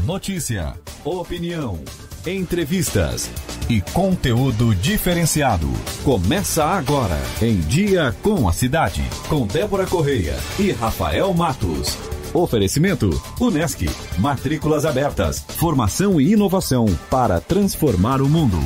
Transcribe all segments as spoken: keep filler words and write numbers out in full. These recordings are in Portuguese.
Notícia, opinião, entrevistas e conteúdo diferenciado. Começa agora Em Dia com a Cidade, com Débora Correia e Rafael Matos. Oferecimento Unesc, matrículas abertas, formação e inovação para transformar o mundo.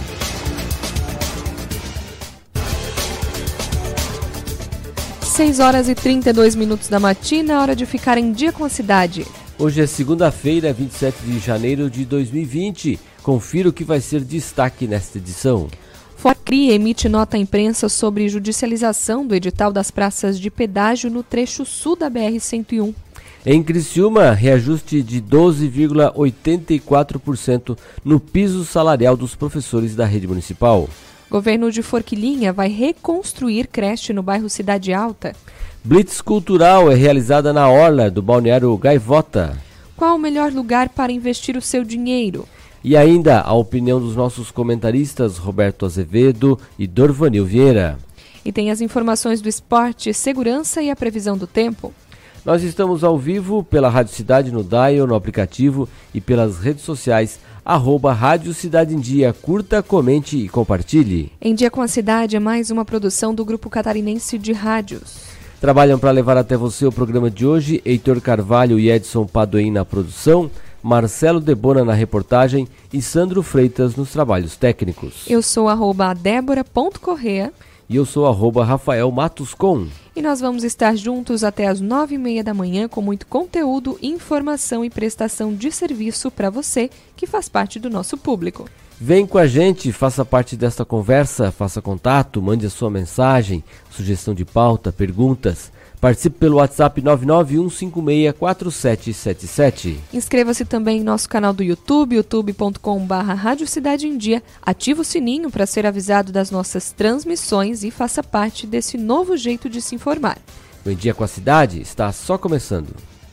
seis horas e trinta e dois minutos da matina, hora de ficar em dia com a cidade. Hoje é segunda-feira, vinte e sete de janeiro de dois mil e vinte. Confira o que vai ser destaque nesta edição. Forcri emite nota à imprensa sobre judicialização do edital das praças de pedágio no trecho sul da B R cento e um. Em Criciúma, reajuste de doze vírgula oitenta e quatro por cento no piso salarial dos professores da rede municipal. Governo de Forquilinha vai reconstruir creche no bairro Cidade Alta. Blitz cultural é realizada na orla do balneário Gaivota. Qual o melhor lugar para investir o seu dinheiro? E ainda a opinião dos nossos comentaristas Roberto Azevedo e Dorvanil Vieira. E tem as informações do esporte, segurança e a previsão do tempo. Nós estamos ao vivo pela Rádio Cidade no Dial, no aplicativo e pelas redes sociais, arroba Rádio Cidade em Dia. Curta, comente e compartilhe. Em Dia com a Cidade é mais uma produção do Grupo Catarinense de Rádios. Trabalham para levar até você o programa de hoje, Heitor Carvalho e Edson Padoim na produção, Marcelo Debona na reportagem e Sandro Freitas nos trabalhos técnicos. Eu sou arroba Débora ponto Correia. E eu sou arroba Rafael Matos Com. E nós vamos estar juntos até as nove e meia da manhã com muito conteúdo, informação e prestação de serviço para você que faz parte do nosso público. Vem com a gente, faça parte desta conversa, faça contato, mande a sua mensagem, sugestão de pauta, perguntas. Participe pelo WhatsApp nove nove um cinco seis quatro sete sete sete. Inscreva-se também em nosso canal do YouTube, youtube ponto com barra Rádio Cidade em Dia. Ative o sininho para ser avisado das nossas transmissões e faça parte desse novo jeito de se informar. O Em Dia com a Cidade está só começando.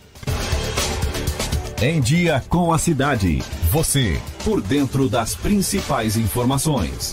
Em Dia com a Cidade. Você, por dentro das principais informações.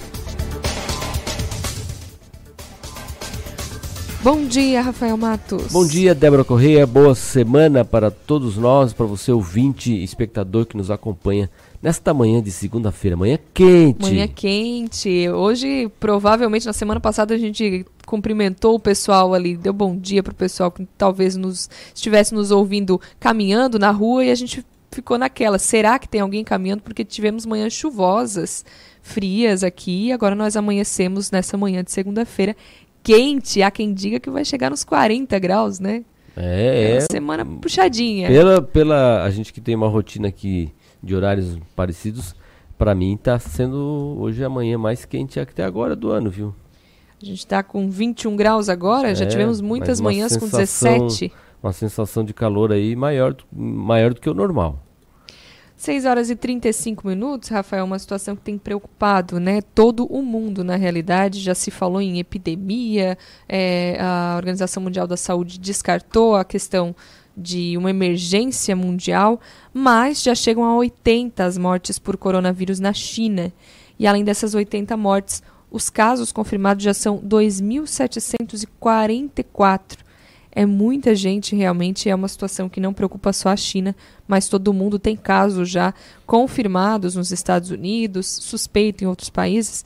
Bom dia, Rafael Matos. Bom dia, Débora Correia. Boa semana para todos nós, para você ouvinte e espectador que nos acompanha nesta manhã de segunda-feira. Manhã quente. Manhã quente. Hoje, provavelmente, na semana passada, a gente cumprimentou o pessoal ali, deu bom dia para o pessoal que talvez nos estivesse nos ouvindo caminhando na rua e a gente ficou naquela. Será que tem alguém caminhando? Porque tivemos manhãs chuvosas, frias aqui e agora nós amanhecemos nessa manhã de segunda-feira quente. Há quem diga que vai chegar nos quarenta graus, né? É, é uma é semana puxadinha. Pela, pela a gente que tem uma rotina aqui de horários parecidos, para mim tá sendo hoje a manhã mais quente até agora do ano, viu? A gente está com vinte e um graus agora, é, já tivemos muitas manhãs sensação, com dezessete. Uma sensação de calor aí maior, maior do que o normal. seis horas e trinta e cinco minutos, Rafael, uma situação que tem preocupado, né, todo o mundo, na realidade. Já se falou em epidemia, é, a Organização Mundial da Saúde descartou a questão de uma emergência mundial, mas já chegam a oitenta as mortes por coronavírus na China. E além dessas oitenta mortes, os casos confirmados já são dois mil setecentos e quarenta e quatro. É muita gente, realmente é uma situação que não preocupa só a China, mas todo mundo. Tem casos já confirmados nos Estados Unidos, suspeito em outros países.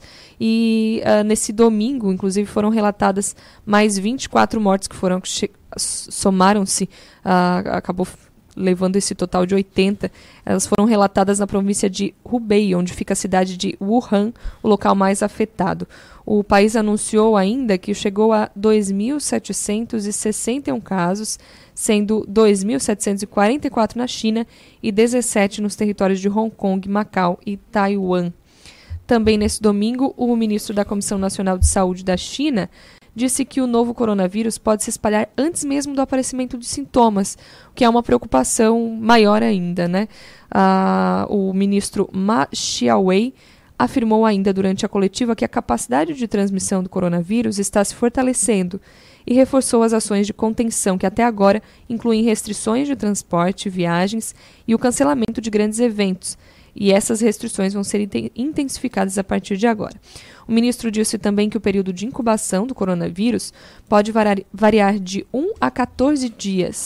E uh, nesse domingo, inclusive, foram relatadas mais vinte e quatro mortes que foram che- somaram-se, uh, acabou levando esse total de oitenta. Elas foram relatadas na província de Hubei, onde fica a cidade de Wuhan, o local mais afetado. O país anunciou ainda que chegou a dois mil setecentos e sessenta e um casos, sendo dois mil setecentos e quarenta e quatro na China e dezessete nos territórios de Hong Kong, Macau e Taiwan. Também nesse domingo, o ministro da Comissão Nacional de Saúde da China disse que o novo coronavírus pode se espalhar antes mesmo do aparecimento de sintomas, o que é uma preocupação maior ainda, né? Ah, o ministro Ma Xiaowei afirmou ainda durante a coletiva que a capacidade de transmissão do coronavírus está se fortalecendo e reforçou as ações de contenção que até agora incluem restrições de transporte, viagens e o cancelamento de grandes eventos. E essas restrições vão ser intensificadas a partir de agora. O ministro disse também que o período de incubação do coronavírus pode variar de um a quatorze dias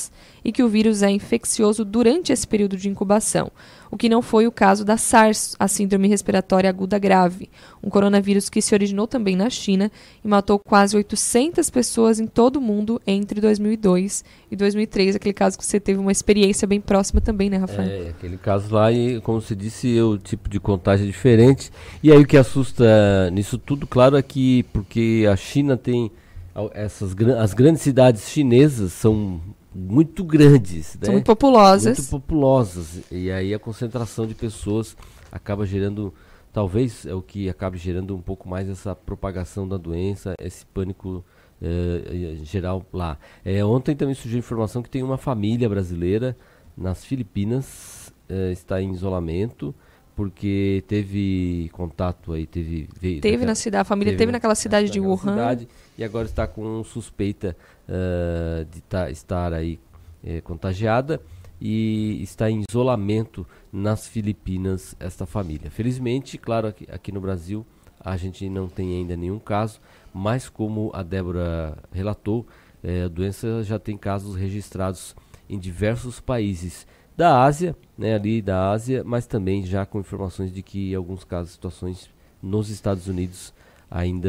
e que o vírus é infeccioso durante esse período de incubação, o que não foi o caso da SARS, a síndrome respiratória aguda grave, um coronavírus que se originou também na China e matou quase oitocentas pessoas em todo o mundo entre dois mil e dois e dois mil e três, aquele caso que você teve uma experiência bem próxima também, né, Rafael? É, aquele caso lá, e como você disse, o tipo de contágio é diferente. E aí o que assusta nisso tudo, claro, é que porque a China tem essas as grandes cidades chinesas são muito grandes, né? São muito populosas. Muito populosas. E aí a concentração de pessoas acaba gerando, talvez é o que acabe gerando um pouco mais essa propagação da doença, esse pânico eh, geral lá. É, ontem também surgiu informação que tem uma família brasileira nas Filipinas, eh, está em isolamento, porque teve contato aí, teve... Veio teve naquela, na cidade, a família teve, teve na, naquela cidade de Wuhan. Cidade, e agora está com suspeita uh, de tá, estar aí eh, contagiada e está em isolamento nas Filipinas, esta família. Felizmente, claro, aqui, aqui no Brasil a gente não tem ainda nenhum caso, mas como a Débora relatou, eh, a doença já tem casos registrados em diversos países da Ásia, né, ali da Ásia, mas também já com informações de que em alguns casos, situações nos Estados Unidos, ainda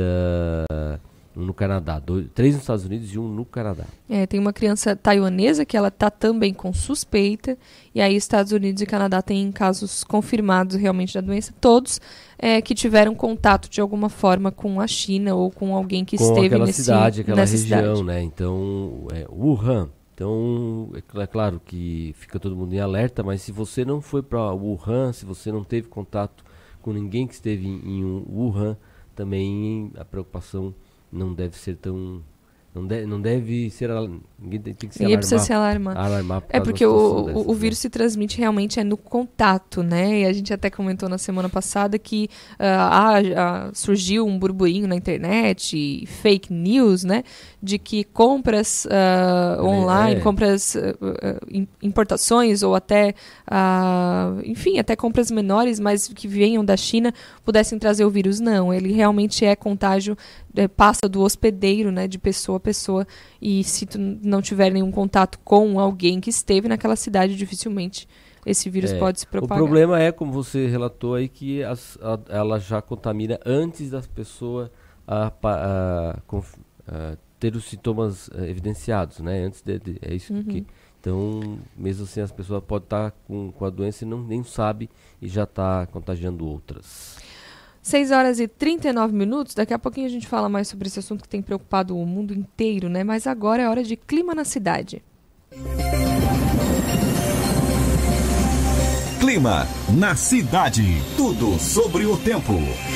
um no Canadá, dois, três nos Estados Unidos e um no Canadá. É, tem uma criança taiwanesa que ela está também com suspeita, e aí Estados Unidos e Canadá têm casos confirmados realmente da doença, todos é, que tiveram contato de alguma forma com a China ou com alguém que com esteve aquela nesse, cidade, aquela nessa região, cidade. Né? Então, é, Wuhan. Então, é claro que fica todo mundo em alerta, mas se você não foi para Wuhan, se você não teve contato com ninguém que esteve em, em Wuhan, também a preocupação não deve ser tão... Não, de, não deve ser... Ninguém tem, tem que se ninguém alarmar. precisa se alarmar. alarmar por é porque o, dessas, o vírus né? se transmite realmente é no contato, né? E a gente até comentou na semana passada que uh, ah, ah, surgiu um burburinho na internet, fake news, né? De que compras uh, online, é. compras, uh, uh, importações ou até, uh, enfim, até compras menores, mas que venham da China, pudessem trazer o vírus. Não, ele realmente é contágio, é, passa do hospedeiro, né? De pessoa a pessoa, e se tu não tiver nenhum contato com alguém que esteve naquela cidade, dificilmente esse vírus é, pode se propagar. O problema é, como você relatou aí, que as, a, ela já contamina antes das pessoas a, a, a, a ter os sintomas uh, evidenciados, né? Antes de, de, é isso uhum. que... Então, mesmo assim, as pessoas podem estar com, com a doença e não, nem sabe e já está contagiando outras. seis horas e trinta e nove minutos, daqui a pouquinho a gente fala mais sobre esse assunto que tem preocupado o mundo inteiro, né? Mas agora é hora de Clima na Cidade. Clima na Cidade. Tudo sobre o tempo.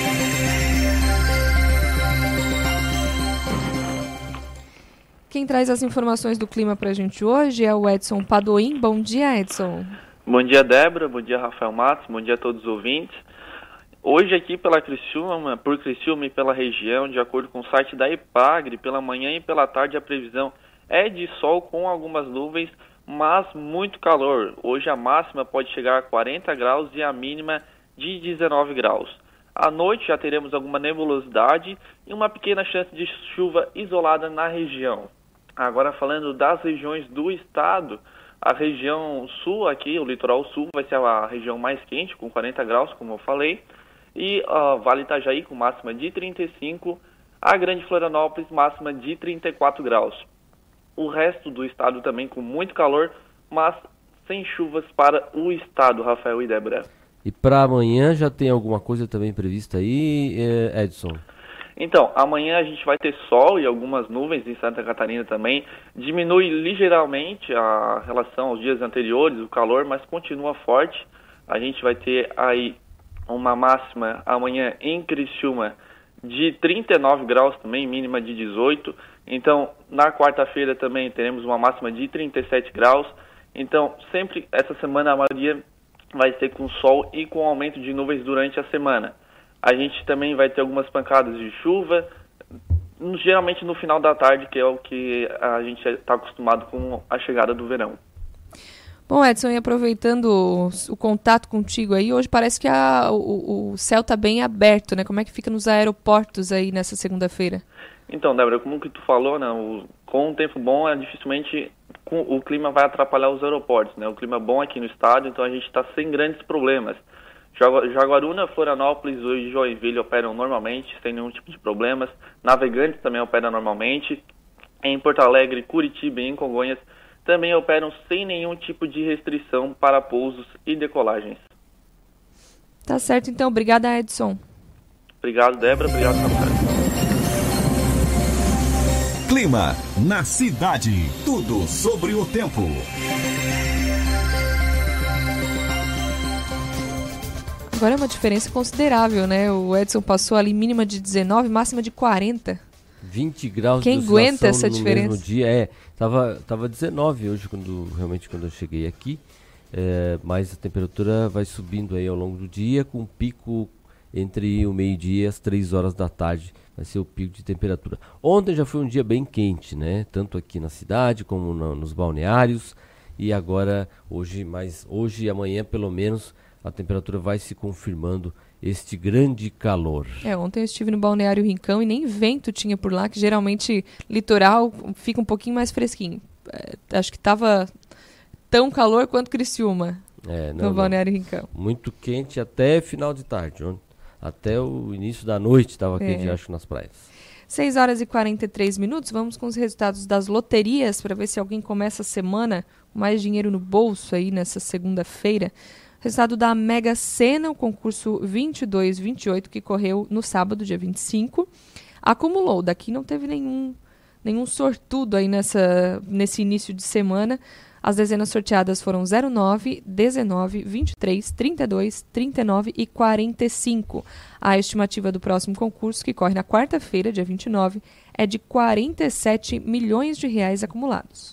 Quem traz as informações do clima pra gente hoje é o Edson Padoim. Bom dia, Edson. Bom dia, Débora. Bom dia, Rafael Matos. Bom dia a todos os ouvintes. Hoje aqui pela Criciúma, por Criciúma e pela região, de acordo com o site da EPAGRE, pela manhã e pela tarde a previsão é de sol com algumas nuvens, mas muito calor. Hoje a máxima pode chegar a quarenta graus e a mínima de dezenove graus. À noite já teremos alguma nebulosidade e uma pequena chance de chuva isolada na região. Agora falando das regiões do estado, a região sul aqui, o litoral sul, vai ser a região mais quente, com quarenta graus, como eu falei. E uh, Vale Itajaí com máxima de trinta e cinco, a Grande Florianópolis máxima de trinta e quatro graus. O resto do estado também com muito calor, mas sem chuvas para o estado, Rafael e Débora. E para amanhã já tem alguma coisa também prevista aí, Edson? Então, amanhã a gente vai ter sol e algumas nuvens em Santa Catarina também. Diminui ligeiramente a relação aos dias anteriores, o calor, mas continua forte. A gente vai ter aí uma máxima amanhã em Criciúma de trinta e nove graus também, mínima de dezoito. Então, na quarta-feira também teremos uma máxima de trinta e sete graus. Então, sempre essa semana a maioria vai ser com sol e com aumento de nuvens durante a semana. A gente também vai ter algumas pancadas de chuva, geralmente no final da tarde, que é o que a gente está acostumado com a chegada do verão. Bom, Edson, e aproveitando o, o contato contigo aí, hoje parece que a, o, o céu está bem aberto, né? Como é que fica nos aeroportos aí nessa segunda-feira? Então, Débora, como que tu falou, né, o, com o tempo bom, é dificilmente com, o clima vai atrapalhar os aeroportos, né? O clima é bom aqui no estado, então a gente está sem grandes problemas. Jaguaruna, Florianópolis e Joinville operam normalmente, sem nenhum tipo de problemas. Navegantes também operam normalmente. Em Porto Alegre, Curitiba e em Congonhas também operam sem nenhum tipo de restrição para pousos e decolagens. Tá certo, então. Obrigada, Edson. Obrigado, Débora. Obrigado, Rafael. Clima na cidade. Tudo sobre o tempo. Agora é uma diferença considerável, né? O Edson passou ali mínima de dezenove, máxima de quarenta. vinte graus Quem de aguenta essa no diferença? mesmo dia. É, tava, tava dezenove hoje, quando, realmente quando eu cheguei aqui. É, mas a temperatura vai subindo aí ao longo do dia, com um pico entre o meio-dia e as três horas da tarde. Vai ser o pico de temperatura. Ontem já foi um dia bem quente, né? Tanto aqui na cidade como no, nos balneários. E agora, hoje, mais hoje e amanhã, pelo menos, a temperatura vai se confirmando este grande calor. É, ontem eu estive no Balneário Rincão e nem vento tinha por lá, que geralmente litoral fica um pouquinho mais fresquinho. É, acho que estava tão calor quanto Criciúma, é, não, no Balneário Rincão. Muito quente até final de tarde. Até o início da noite estava quente, é. acho, nas praias. seis horas e quarenta e três minutos, vamos com os resultados das loterias para ver se alguém começa a semana com mais dinheiro no bolso aí nessa segunda-feira. Resultado da Mega Sena, o concurso vinte e dois vinte e oito, que correu no sábado, dia vinte e cinco. Acumulou, daqui não teve nenhum, nenhum sortudo aí nessa, nesse início de semana. As dezenas sorteadas foram zero nove, dezenove, vinte e três, trinta e dois, trinta e nove e quarenta e cinco. A estimativa do próximo concurso, que corre na quarta-feira, dia vinte e nove, é de quarenta e sete milhões de reais acumulados.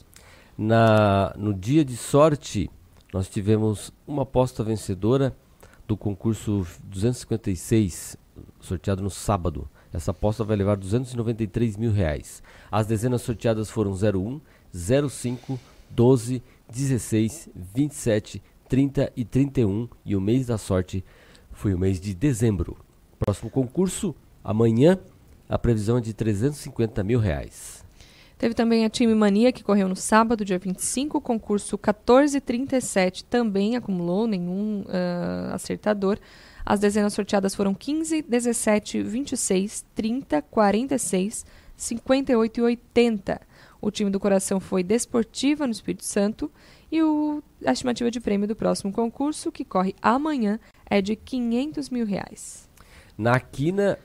Na, no dia de sorte, nós tivemos uma aposta vencedora do concurso duzentos e cinquenta e seis, sorteado no sábado. Essa aposta vai levar duzentos e noventa e três mil reais. As dezenas sorteadas foram zero um, zero cinco, doze, dezesseis, vinte e sete, trinta e trinta e um, e o mês da sorte foi o mês de dezembro. Próximo concurso, amanhã, a previsão é de trezentos e cinquenta mil reais. Teve também a Time Mania, que correu no sábado, dia vinte e cinco, o concurso quatorze trinta e sete também acumulou nenhum uh, acertador. As dezenas sorteadas foram quinze, dezessete, vinte e seis, trinta, quarenta e seis, cinquenta e oito e oitenta. O time do coração foi Desportiva, no Espírito Santo, e o, a estimativa de prêmio do próximo concurso, que corre amanhã, é de quinhentos mil reais. Na quina,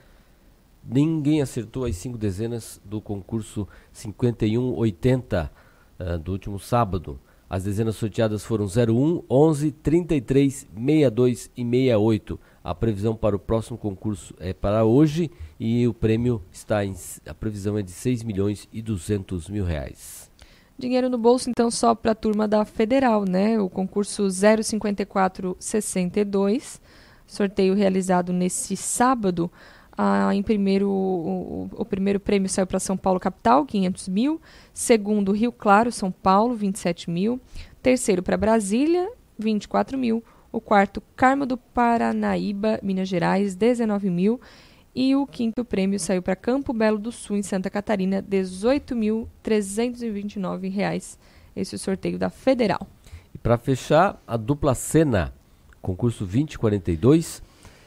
ninguém acertou as cinco dezenas do concurso cinquenta e um oitenta uh, do último sábado. As dezenas sorteadas foram zero um, onze, trinta e três, sessenta e dois e sessenta e oito. A previsão para o próximo concurso é para hoje e o prêmio está em, a previsão é de seis milhões e duzentos mil reais. Dinheiro no bolso, então, só para a turma da Federal, né? O concurso zero cinquenta e quatro sessenta e dois, sorteio realizado nesse sábado. Ah, em primeiro, o, o primeiro prêmio saiu para São Paulo capital, quinhentos mil. Segundo, Rio Claro, São Paulo, vinte e sete mil. Terceiro, para Brasília, vinte e quatro mil. O quarto, Carmo do Paranaíba, Minas Gerais, dezenove mil. E o quinto prêmio saiu para Campo Belo do Sul, em Santa Catarina, dezoito mil trezentos e vinte e nove reais. Esse é o sorteio da Federal. E para fechar, a dupla Sena, concurso vinte quarenta e dois.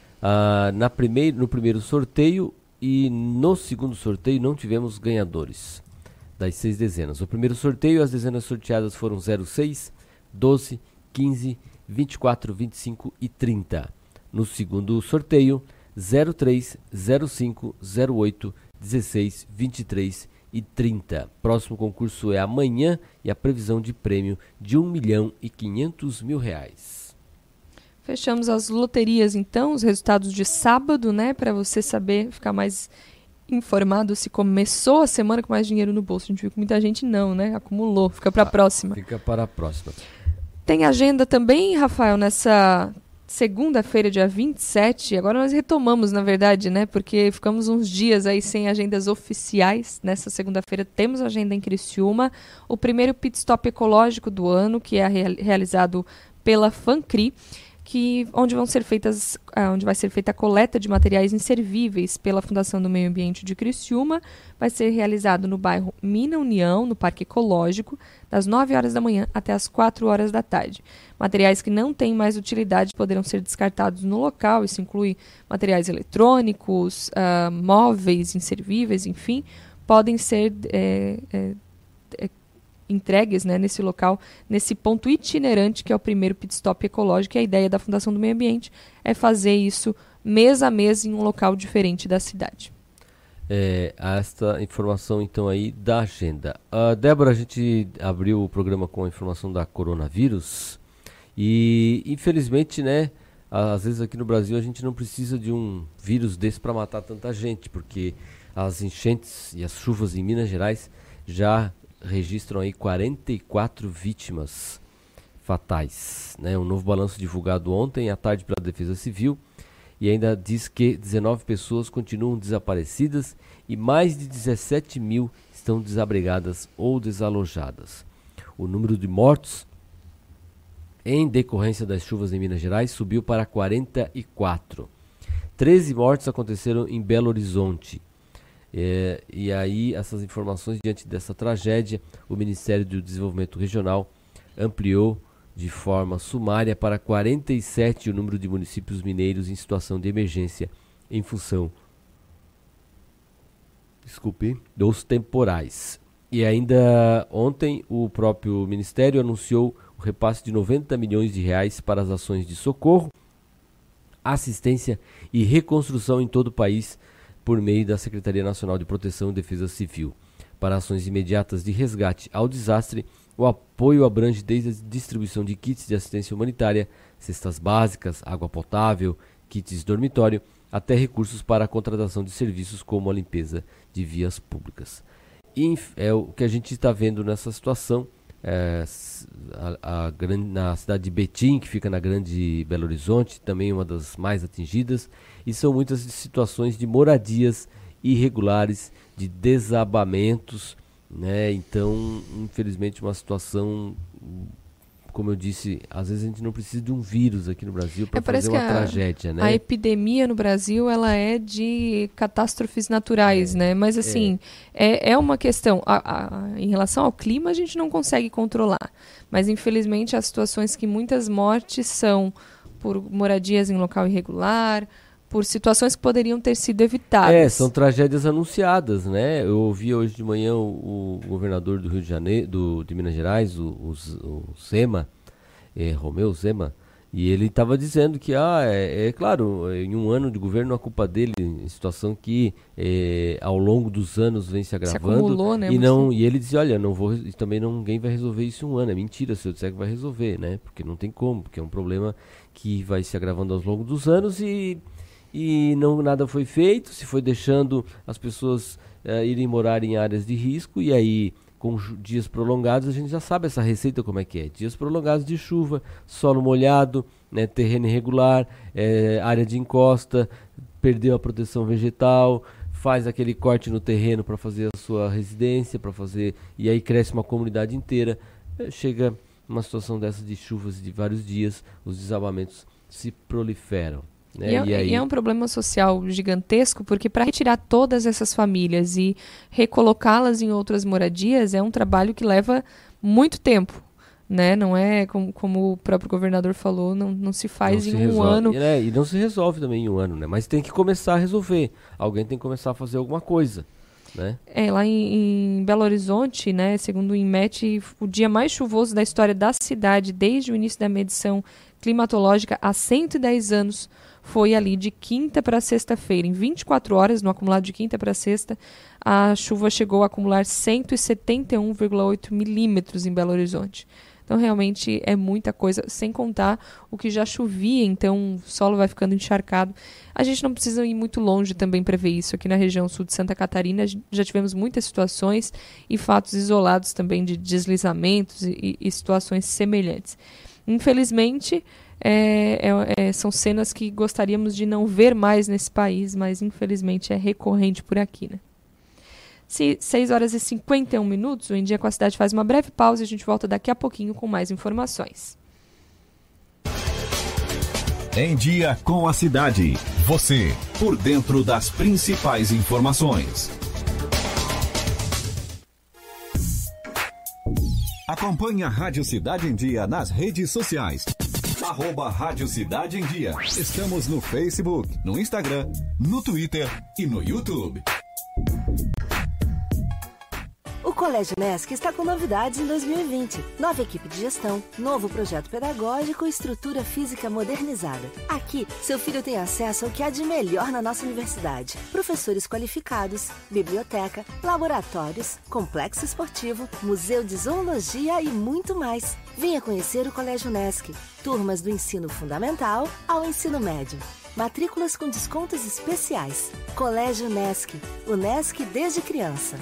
Uh, na primeiro, no primeiro sorteio e no segundo sorteio não tivemos ganhadores das seis dezenas. O primeiro sorteio, as dezenas sorteadas foram zero seis, doze, quinze, vinte e quatro, vinte e cinco e trinta. No segundo sorteio, zero três, zero cinco, zero oito, dezesseis, vinte e três e trinta. Próximo concurso é amanhã e a previsão de prêmio de um milhão e quinhentos mil reais. Fechamos as loterias, então, os resultados de sábado, né? Para você saber, ficar mais informado se começou a semana com mais dinheiro no bolso. A gente viu que muita gente não, né? Acumulou. Fica para a ah, próxima. Fica para a próxima. Tem agenda também, Rafael, nessa segunda-feira, dia vinte e sete. Agora nós retomamos, na verdade, né? Porque ficamos uns dias aí sem agendas oficiais. Nessa segunda-feira temos agenda em Criciúma. O primeiro pit stop ecológico do ano, que é realizado pela Fancri, que, onde, vão ser feitas, onde vai ser feita a coleta de materiais inservíveis pela Fundação do Meio Ambiente de Criciúma. Vai ser realizado no bairro Mina União, no Parque Ecológico, das nove horas da manhã até as quatro horas da tarde. Materiais que não têm mais utilidade poderão ser descartados no local. Isso inclui materiais eletrônicos, uh, móveis inservíveis, enfim, podem ser é, é, é, entregues, né, nesse local, nesse ponto itinerante que é o primeiro pit stop ecológico. E a ideia da Fundação do Meio Ambiente é fazer isso mês a mês em um local diferente da cidade. É, esta informação então aí da agenda. Uh, Débora, a gente abriu o programa com a informação da coronavírus e infelizmente, né, às vezes aqui no Brasil a gente não precisa de um vírus desse para matar tanta gente, porque as enchentes e as chuvas em Minas Gerais já registram aí quarenta e quatro vítimas fatais, né? Um novo balanço divulgado ontem à tarde pela Defesa Civil e ainda diz que dezenove pessoas continuam desaparecidas e mais de dezessete mil estão desabrigadas ou desalojadas. O número de mortos em decorrência das chuvas em Minas Gerais subiu para quarenta e quatro. treze mortes aconteceram em Belo Horizonte. É, e aí, essas informações, diante dessa tragédia, o Ministério do Desenvolvimento Regional ampliou de forma sumária para quarenta e sete o número de municípios mineiros em situação de emergência em função, desculpe, dos temporais. E ainda ontem o próprio Ministério anunciou o repasse de noventa milhões de reais para as ações de socorro, assistência e reconstrução em todo o país por meio da Secretaria Nacional de Proteção e Defesa Civil. Para ações imediatas de resgate ao desastre, o apoio abrange desde a distribuição de kits de assistência humanitária, cestas básicas, água potável, kits dormitório, até recursos para a contratação de serviços como a limpeza de vias públicas. E é o que a gente está vendo nessa situação, é, a, a, na cidade de Betim, que fica na Grande Belo Horizonte, também uma das mais atingidas, e são muitas situações de moradias irregulares, de desabamentos, né? Então, infelizmente, uma situação, como eu disse, às vezes a gente não precisa de um vírus aqui no Brasil para é, fazer uma a, tragédia, né? A epidemia no Brasil, ela é de catástrofes naturais, é, né? Mas assim, é, é uma questão, a, a, em relação ao clima a gente não consegue controlar, mas infelizmente as situações que muitas mortes são por moradias em local irregular, por situações que poderiam ter sido evitadas. É, são tragédias anunciadas, né? Eu ouvi hoje de manhã o, o governador do Rio de Janeiro, do, de Minas Gerais, o, o, o Zema, é, Romeu Zema, e ele estava dizendo que, ah, é, é claro, em um ano de governo a culpa dele, em situação que é, ao longo dos anos vem se agravando. Se acumulou, né? E, não, e ele dizia, olha, não vou, também não, ninguém vai resolver isso em um ano, é mentira se eu disser que vai resolver, né? Porque não tem como, porque é um problema que vai se agravando ao longo dos anos e... E não, nada foi feito, se foi deixando as pessoas uh, irem morar em áreas de risco, e aí com dias prolongados a gente já sabe essa receita como é que é. Dias prolongados de chuva, solo molhado, né, terreno irregular, é, área de encosta, perdeu a proteção vegetal, faz aquele corte no terreno para fazer a sua residência, para fazer, e aí cresce uma comunidade inteira. É, chega uma situação dessa de chuvas de vários dias, os desabamentos se proliferam. É, e, é, e, aí... e é um problema social gigantesco, porque para retirar todas essas famílias e recolocá-las em outras moradias é um trabalho que leva muito tempo, né? Não é, como, como o próprio governador falou, não, não se faz não em se um resolve. ano. E, né, e não se resolve também em um ano, né? Mas tem que começar a resolver. Alguém tem que começar a fazer alguma coisa, né? É, lá em, em Belo Horizonte, né, segundo o INMET, o dia mais chuvoso da história da cidade desde o início da medição climatológica há cento e dez anos foi ali de quinta para sexta-feira. Em vinte e quatro horas, no acumulado de quinta para sexta, a chuva chegou a acumular cento e setenta e um vírgula oito milímetros em Belo Horizonte. Então, realmente, é muita coisa, sem contar o que já chovia, então o solo vai ficando encharcado. A gente não precisa ir muito longe também para ver isso. Aqui na região sul de Santa Catarina já tivemos muitas situações e fatos isolados também de deslizamentos e, e situações semelhantes. Infelizmente, é, é, é, são cenas que gostaríamos de não ver mais nesse país, mas infelizmente é recorrente por aqui, né? Se seis horas e cinquenta e um minutos, o Em Dia com a Cidade faz uma breve pausa e a gente volta daqui a pouquinho com mais informações. Em Dia com a Cidade. Você, por dentro das principais informações. Acompanhe a Rádio Cidade em Dia nas redes sociais. Arroba Rádio Cidade em Dia. Estamos no Facebook, no Instagram, no Twitter e no YouTube. O Colégio Nesc está com novidades em dois mil e vinte. Nova equipe de gestão, novo projeto pedagógico e estrutura física modernizada. Aqui, seu filho tem acesso ao que há de melhor na nossa universidade. Professores qualificados, biblioteca, laboratórios, complexo esportivo, museu de zoologia e muito mais. Venha conhecer o Colégio Nesc. Turmas do ensino fundamental ao ensino médio. Matrículas com descontos especiais. Colégio Nesc. O Nesc desde criança.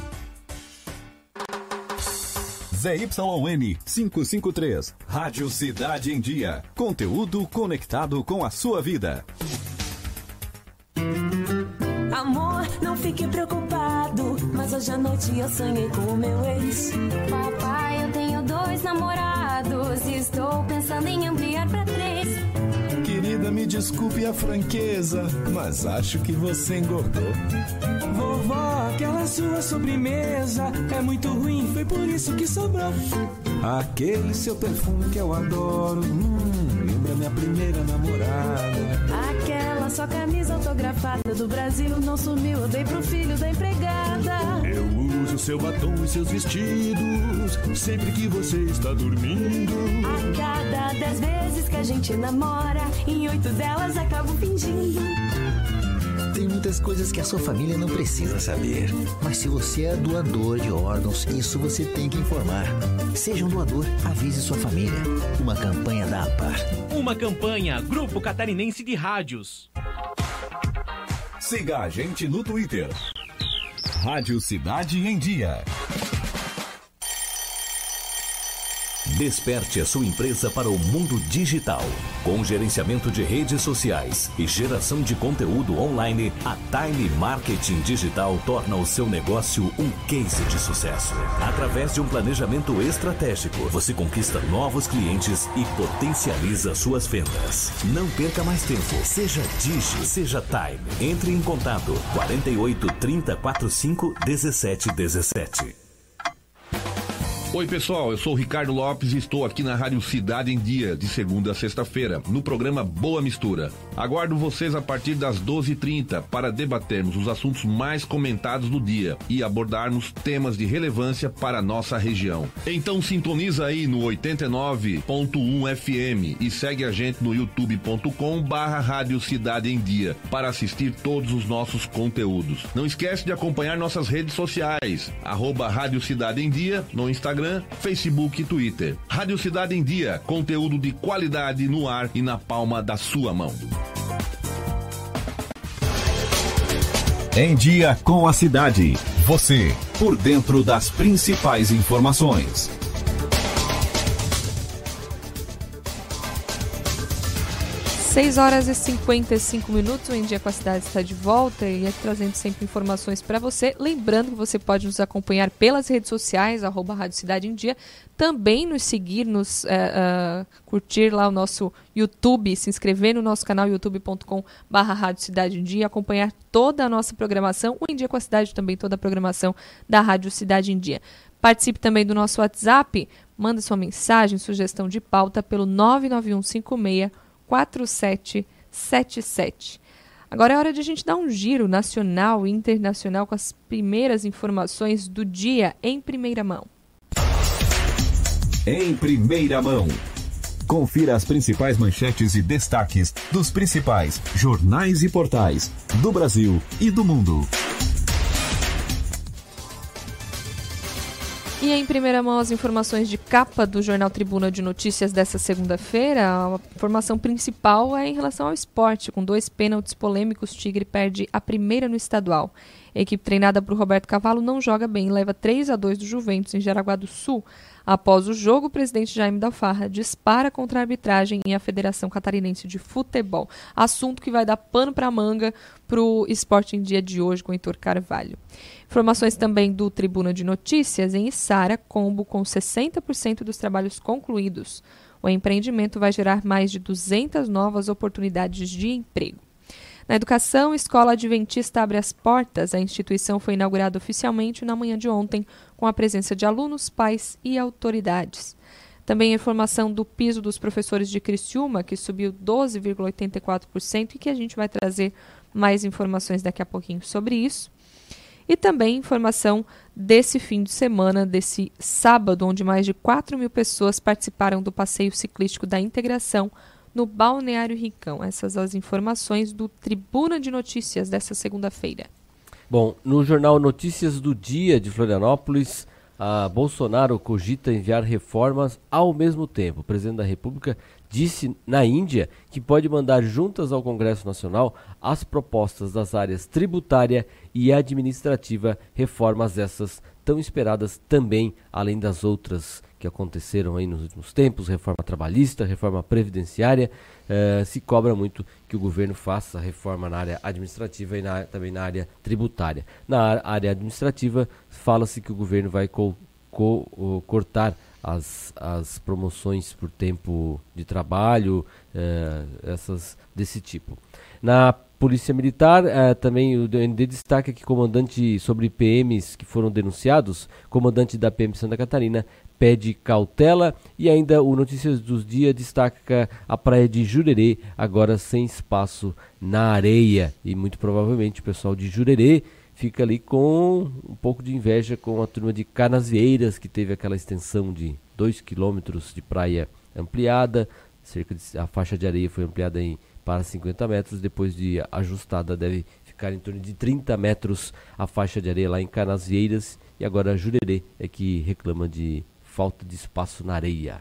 Z Y N quinhentos e cinquenta e três, Rádio Cidade em Dia. Conteúdo conectado com a sua vida. Amor, não fique preocupado, mas hoje à noite eu sonhei com o meu ex. Papai, eu tenho dois namorados e estou pensando em ampliar pra três. Querida, me desculpe a franqueza, mas acho que você engordou. Vovó, aquela sua sobremesa é muito ruim, foi por isso que sobrou. Aquele seu perfume que eu adoro, hum, lembra minha primeira namorada. Aquela sua camisa autografada do Brasil não sumiu, eu dei pro filho da empregada. Eu uso seu batom e seus vestidos sempre que você está dormindo. A cada dez vezes que a gente namora, em oito delas acabo fingindo. Tem muitas coisas que a sua família não precisa saber. Mas se você é doador de órgãos, isso você tem que informar. Seja um doador, avise sua família. Uma campanha da APAR. Uma campanha, Grupo Catarinense de Rádios. Siga a gente no Twitter. Rádio Cidade em Dia. Desperte a sua empresa para o mundo digital. Com gerenciamento de redes sociais e geração de conteúdo online, a Time Marketing Digital torna o seu negócio um case de sucesso. Através de um planejamento estratégico, você conquista novos clientes e potencializa suas vendas. Não perca mais tempo. Seja Digi, seja Time. Entre em contato quarenta e oito, trinta, quarenta e cinco, dezessete dezessete. Oi pessoal, eu sou o Ricardo Lopes e estou aqui na Rádio Cidade em Dia, de segunda a sexta-feira, no programa Boa Mistura. Aguardo vocês a partir das doze e trinta para debatermos os assuntos mais comentados do dia e abordarmos temas de relevância para a nossa região. Então sintoniza aí no oitenta e nove ponto um F M e segue a gente no youtube ponto com barra Rádio Cidade em Dia para assistir todos os nossos conteúdos. Não esquece de acompanhar nossas redes sociais, arroba Rádio Cidade em Dia no Instagram, Facebook e Twitter. Rádio Cidade em Dia, conteúdo de qualidade no ar e na palma da sua mão. Em Dia com a Cidade. Você, por dentro das principais informações. seis horas e cinquenta e cinco minutos, o Em Dia com a Cidade está de volta e é trazendo sempre informações para você. Lembrando que você pode nos acompanhar pelas redes sociais, arroba Rádio Cidade em Dia. Também nos seguir, nos uh, uh, curtir lá o nosso YouTube, se inscrever no nosso canal youtube ponto com barra Rádio Cidade em Dia, acompanhar toda a nossa programação, o Em Dia com a Cidade também, toda a programação da Rádio Cidade em Dia. Participe também do nosso WhatsApp, manda sua mensagem, sugestão de pauta pelo nove nove um cinco seis quatro sete sete sete. Agora é hora de a gente dar um giro nacional e internacional com as primeiras informações do dia em primeira mão. Em primeira mão. Confira as principais manchetes e destaques dos principais jornais e portais do Brasil e do mundo. E em primeira mão, as informações de capa do Jornal Tribuna de Notícias dessa segunda-feira. A informação principal é em relação ao esporte. Com dois pênaltis polêmicos, Tigre perde a primeira no estadual. A equipe treinada por Roberto Cavalo não joga bem e leva três a dois do Juventus em Jaraguá do Sul. Após o jogo, o presidente Jaime Dalfarra dispara contra a arbitragem e a Federação Catarinense de Futebol. Assunto que vai dar pano para a manga para o Esporte em Dia de hoje com Heitor Carvalho. Informações também do Tribuna de Notícias. Em Içara, Combo com sessenta por cento dos trabalhos concluídos. O empreendimento vai gerar mais de duzentas novas oportunidades de emprego. Na educação, a Escola Adventista abre as portas. A instituição foi inaugurada oficialmente na manhã de ontem, com a presença de alunos, pais e autoridades. Também a informação do piso dos professores de Criciúma, que subiu doze vírgula oitenta e quatro por cento e que a gente vai trazer mais informações daqui a pouquinho sobre isso. E também informação desse fim de semana, desse sábado, onde mais de quatro mil pessoas participaram do passeio ciclístico da Integração no Balneário Rincão. Essas as informações do Tribuna de Notícias dessa segunda-feira. Bom, no jornal Notícias do Dia de Florianópolis, a Bolsonaro cogita enviar reformas ao mesmo tempo. O presidente da República disse na Índia que pode mandar juntas ao Congresso Nacional as propostas das áreas tributária e administrativa, reformas essas tão esperadas também, além das outras que aconteceram aí nos últimos tempos, reforma trabalhista, reforma previdenciária. Eh, se cobra muito que o governo faça reforma na área administrativa e na, também na área tributária. Na área administrativa, fala-se que o governo vai co, co, o, cortar as, as promoções por tempo de trabalho, eh, essas desse tipo. Na Polícia Militar, eh, também o D N D destaca que comandante sobre P Ms que foram denunciados, comandante da P M Santa Catarina, pede cautela. E ainda o Notícias dos Dias destaca a praia de Jurerê, agora sem espaço na areia. E muito provavelmente o pessoal de Jurerê fica ali com um pouco de inveja com a turma de Canasvieiras, que teve aquela extensão de dois quilômetros de praia ampliada. Cerca de, a faixa de areia foi ampliada em, para cinquenta metros, depois de ajustada deve ficar em torno de trinta metros a faixa de areia lá em Canasvieiras. E agora a Jurerê é que reclama de falta de espaço na areia.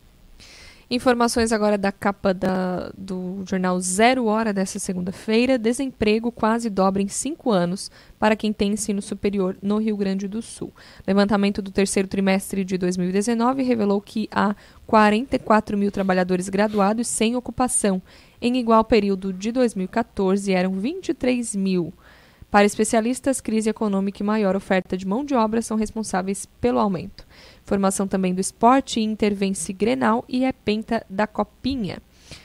Informações agora da capa da, do jornal Zero Hora dessa segunda-feira. Desemprego quase dobra em cinco anos para quem tem ensino superior no Rio Grande do Sul. Levantamento do terceiro trimestre de dois mil e dezenove revelou que há quarenta e quatro mil trabalhadores graduados sem ocupação. Em igual período de dois mil e catorze, eram vinte e três mil. Para especialistas, crise econômica e maior oferta de mão de obra são responsáveis pelo aumento. Informação também do esporte, Inter vence Grenal e é penta da Copinha.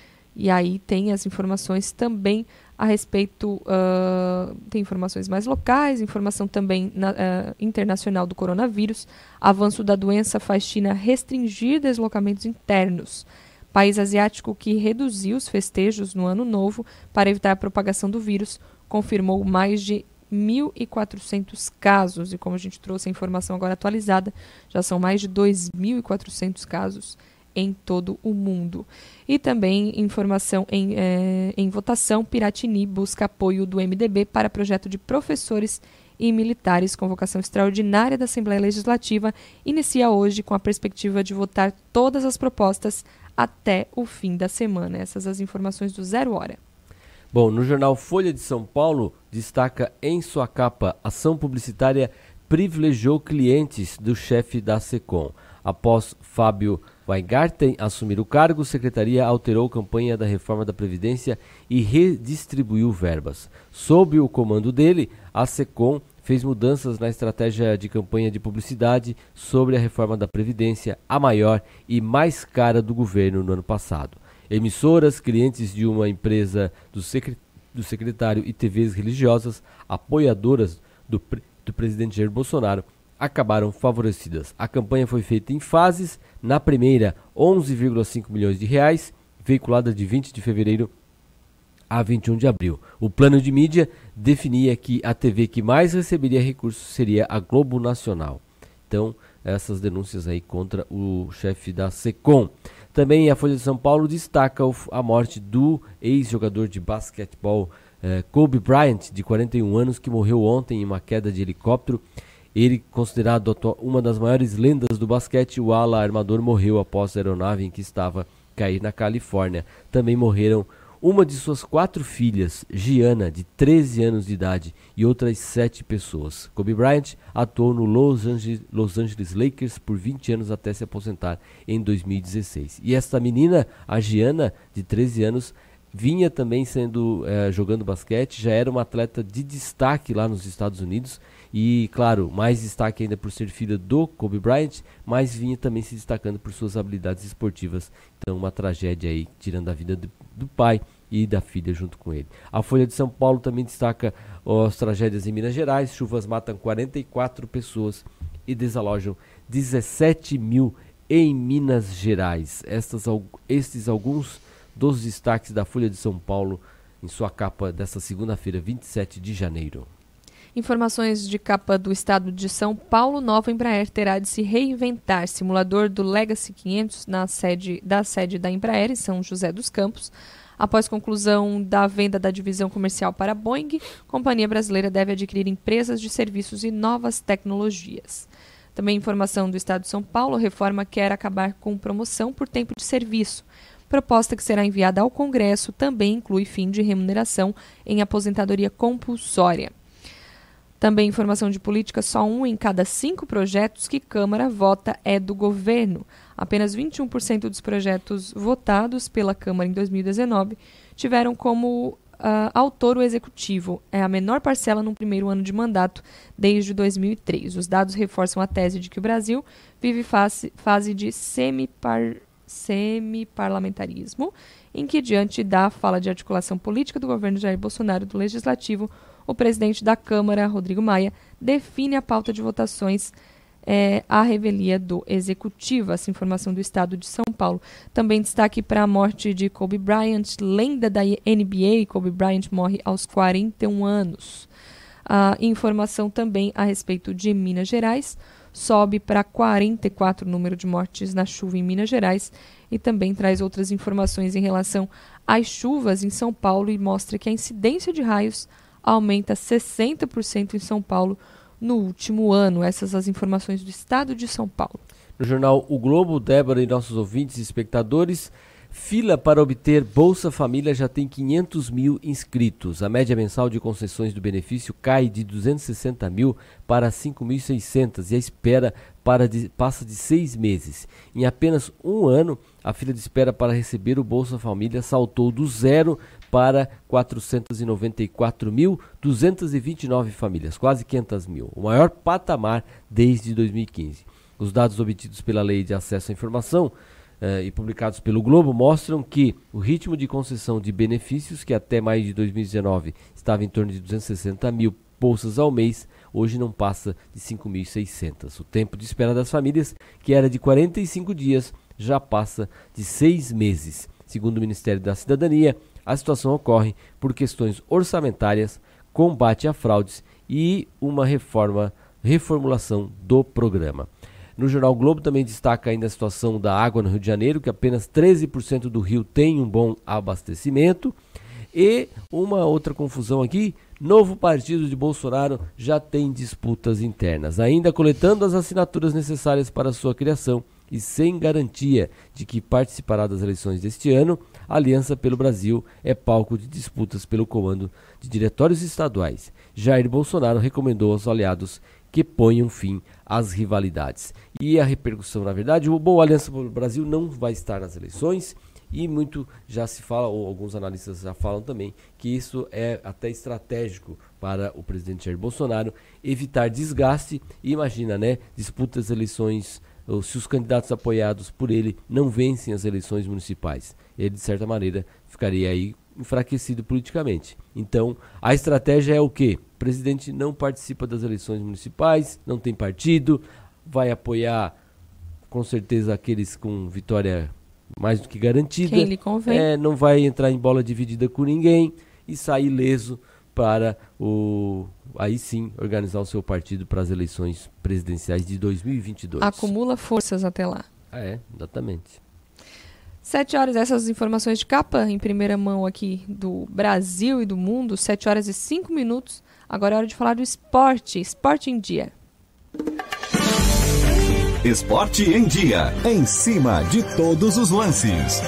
E aí tem as informações também a respeito, uh, tem informações mais locais, informação também na, uh, internacional do coronavírus. Avanço da doença faz China restringir deslocamentos internos. País asiático que reduziu os festejos no ano novo para evitar a propagação do vírus, confirmou mais de mil e quatrocentos casos. E como a gente trouxe a informação agora atualizada, já são mais de dois mil e quatrocentos casos em todo o mundo. E também informação em, é, em votação, Piratini busca apoio do M D B para projeto de professores e militares. Convocação extraordinária da Assembleia Legislativa inicia hoje com a perspectiva de votar todas as propostas até o fim da semana. Essas as informações do Zero Hora. Bom, no jornal Folha de São Paulo, destaca em sua capa: ação publicitária privilegiou clientes do chefe da SECOM. Após Fábio Weingarten assumir o cargo, a secretaria alterou a campanha da reforma da Previdência e redistribuiu verbas. Sob o comando dele, a SECOM fez mudanças na estratégia de campanha de publicidade sobre a reforma da Previdência, a maior e mais cara do governo no ano passado. Emissoras, clientes de uma empresa do, secre- do secretário e T Vs religiosas, apoiadoras do, pre- do presidente Jair Bolsonaro, acabaram favorecidas. A campanha foi feita em fases. Na primeira, onze vírgula cinco milhões de reais, veiculada de vinte de fevereiro a vinte e um de abril. O plano de mídia definia que a T V que mais receberia recursos seria a Globo Nacional. Então, essas denúncias aí contra o chefe da SECOM. Também a Folha de São Paulo destaca a morte do ex-jogador de basquetebol eh, Kobe Bryant, de quarenta e um anos, que morreu ontem em uma queda de helicóptero. Ele, considerado uma das maiores lendas do basquete, o ala armador morreu após a aeronave em que estava cair na Califórnia. Também morreram uma de suas quatro filhas, Gianna, de treze anos de idade, e outras sete pessoas. Kobe Bryant atuou no Los Angeles, Los Angeles Lakers por vinte anos até se aposentar em dois mil e dezesseis. E esta menina, a Gianna, de treze anos, vinha também sendo eh, jogando basquete, já era uma atleta de destaque lá nos Estados Unidos, E, claro, mais destaque ainda por ser filha do Kobe Bryant, mas vinha também se destacando por suas habilidades esportivas. Então, uma tragédia aí, tirando a vida do, do pai e da filha junto com ele. A Folha de São Paulo também destaca as tragédias em Minas Gerais. Chuvas matam quarenta e quatro pessoas e desalojam dezessete mil em Minas Gerais. Estas, estes alguns dos destaques da Folha de São Paulo em sua capa desta segunda-feira, vinte e sete de janeiro. Informações de capa do estado de São Paulo. Nova Embraer terá de se reinventar. Simulador do Legacy quinhentos na sede, da sede da Embraer em São José dos Campos. Após conclusão da venda da divisão comercial para a Boeing, a companhia brasileira deve adquirir empresas de serviços e novas tecnologias. Também informação do estado de São Paulo. Reforma quer acabar com promoção por tempo de serviço. Proposta que será enviada ao Congresso também inclui fim de remuneração em aposentadoria compulsória. Também informação de política, só um em cada cinco projetos que Câmara vota é do governo. Apenas vinte e um por cento dos projetos votados pela Câmara em dois mil e dezenove tiveram como uh, autor o Executivo. É a menor parcela no primeiro ano de mandato desde dois mil e três. Os dados reforçam a tese de que o Brasil vive fase, fase de semipar, semiparlamentarismo, em que, diante da fala de articulação política do governo Jair Bolsonaro do Legislativo, o presidente da Câmara, Rodrigo Maia, define a pauta de votações é, à revelia do Executivo. Essa informação do estado de São Paulo. Também destaque para a morte de Kobe Bryant, lenda da N B A. Kobe Bryant morre aos quarenta e um anos. A informação também a respeito de Minas Gerais. Sobe para quarenta e quatro o número de mortes na chuva em Minas Gerais e também traz outras informações em relação às chuvas em São Paulo e mostra que a incidência de raios aumenta sessenta por cento em São Paulo no último ano. Essas as informações do estado de São Paulo. No jornal O Globo, Débora e nossos ouvintes e espectadores, fila para obter Bolsa Família já tem quinhentos mil inscritos. A média mensal de concessões do benefício cai de duzentos e sessenta mil para cinco mil e seiscentos e a espera para de, passa de seis meses. Em apenas um ano, a fila de espera para receber o Bolsa Família saltou do zero para quatrocentos e noventa e quatro mil, duzentos e vinte e nove famílias, quase quinhentos mil, o maior patamar desde dois mil e quinze. Os dados obtidos pela Lei de Acesso à Informação Uh, e publicados pelo Globo mostram que o ritmo de concessão de benefícios, que até maio de dois mil e dezenove estava em torno de duzentos e sessenta mil bolsas ao mês, hoje não passa de cinco mil e seiscentos. O tempo de espera das famílias, que era de quarenta e cinco dias, já passa de seis meses. Segundo o Ministério da Cidadania, a situação ocorre por questões orçamentárias, combate a fraudes e uma reforma, reformulação do programa. No Jornal Globo também destaca ainda a situação da água no Rio de Janeiro, que apenas treze por cento do rio tem um bom abastecimento. E uma outra confusão aqui, novo partido de Bolsonaro já tem disputas internas. Ainda coletando as assinaturas necessárias para sua criação e sem garantia de que participará das eleições deste ano, a Aliança pelo Brasil é palco de disputas pelo comando de diretórios estaduais. Jair Bolsonaro recomendou aos aliados que ponham fim às rivalidades. E a repercussão, na verdade, o bom, a Aliança pelo Brasil não vai estar nas eleições e muito já se fala, ou alguns analistas já falam também, que isso é até estratégico para o presidente Jair Bolsonaro evitar desgaste. E imagina, né, disputas das eleições, ou se os candidatos apoiados por ele não vencem as eleições municipais, ele de certa maneira ficaria aí enfraquecido politicamente. Então, a estratégia é o quê? O presidente não participa das eleições municipais, não tem partido, vai apoiar com certeza aqueles com vitória mais do que garantida. Quem lhe convém. É, não vai entrar em bola dividida com ninguém e sair ileso para o aí sim organizar o seu partido para as eleições presidenciais de dois mil e vinte e dois. Acumula forças até lá. Ah, é, exatamente. Sete horas, essas informações de capa em primeira mão aqui do Brasil e do mundo. Sete horas e cinco minutos. Agora é hora de falar do esporte. Esporte em Dia. Esporte em Dia. Em cima de todos os lances.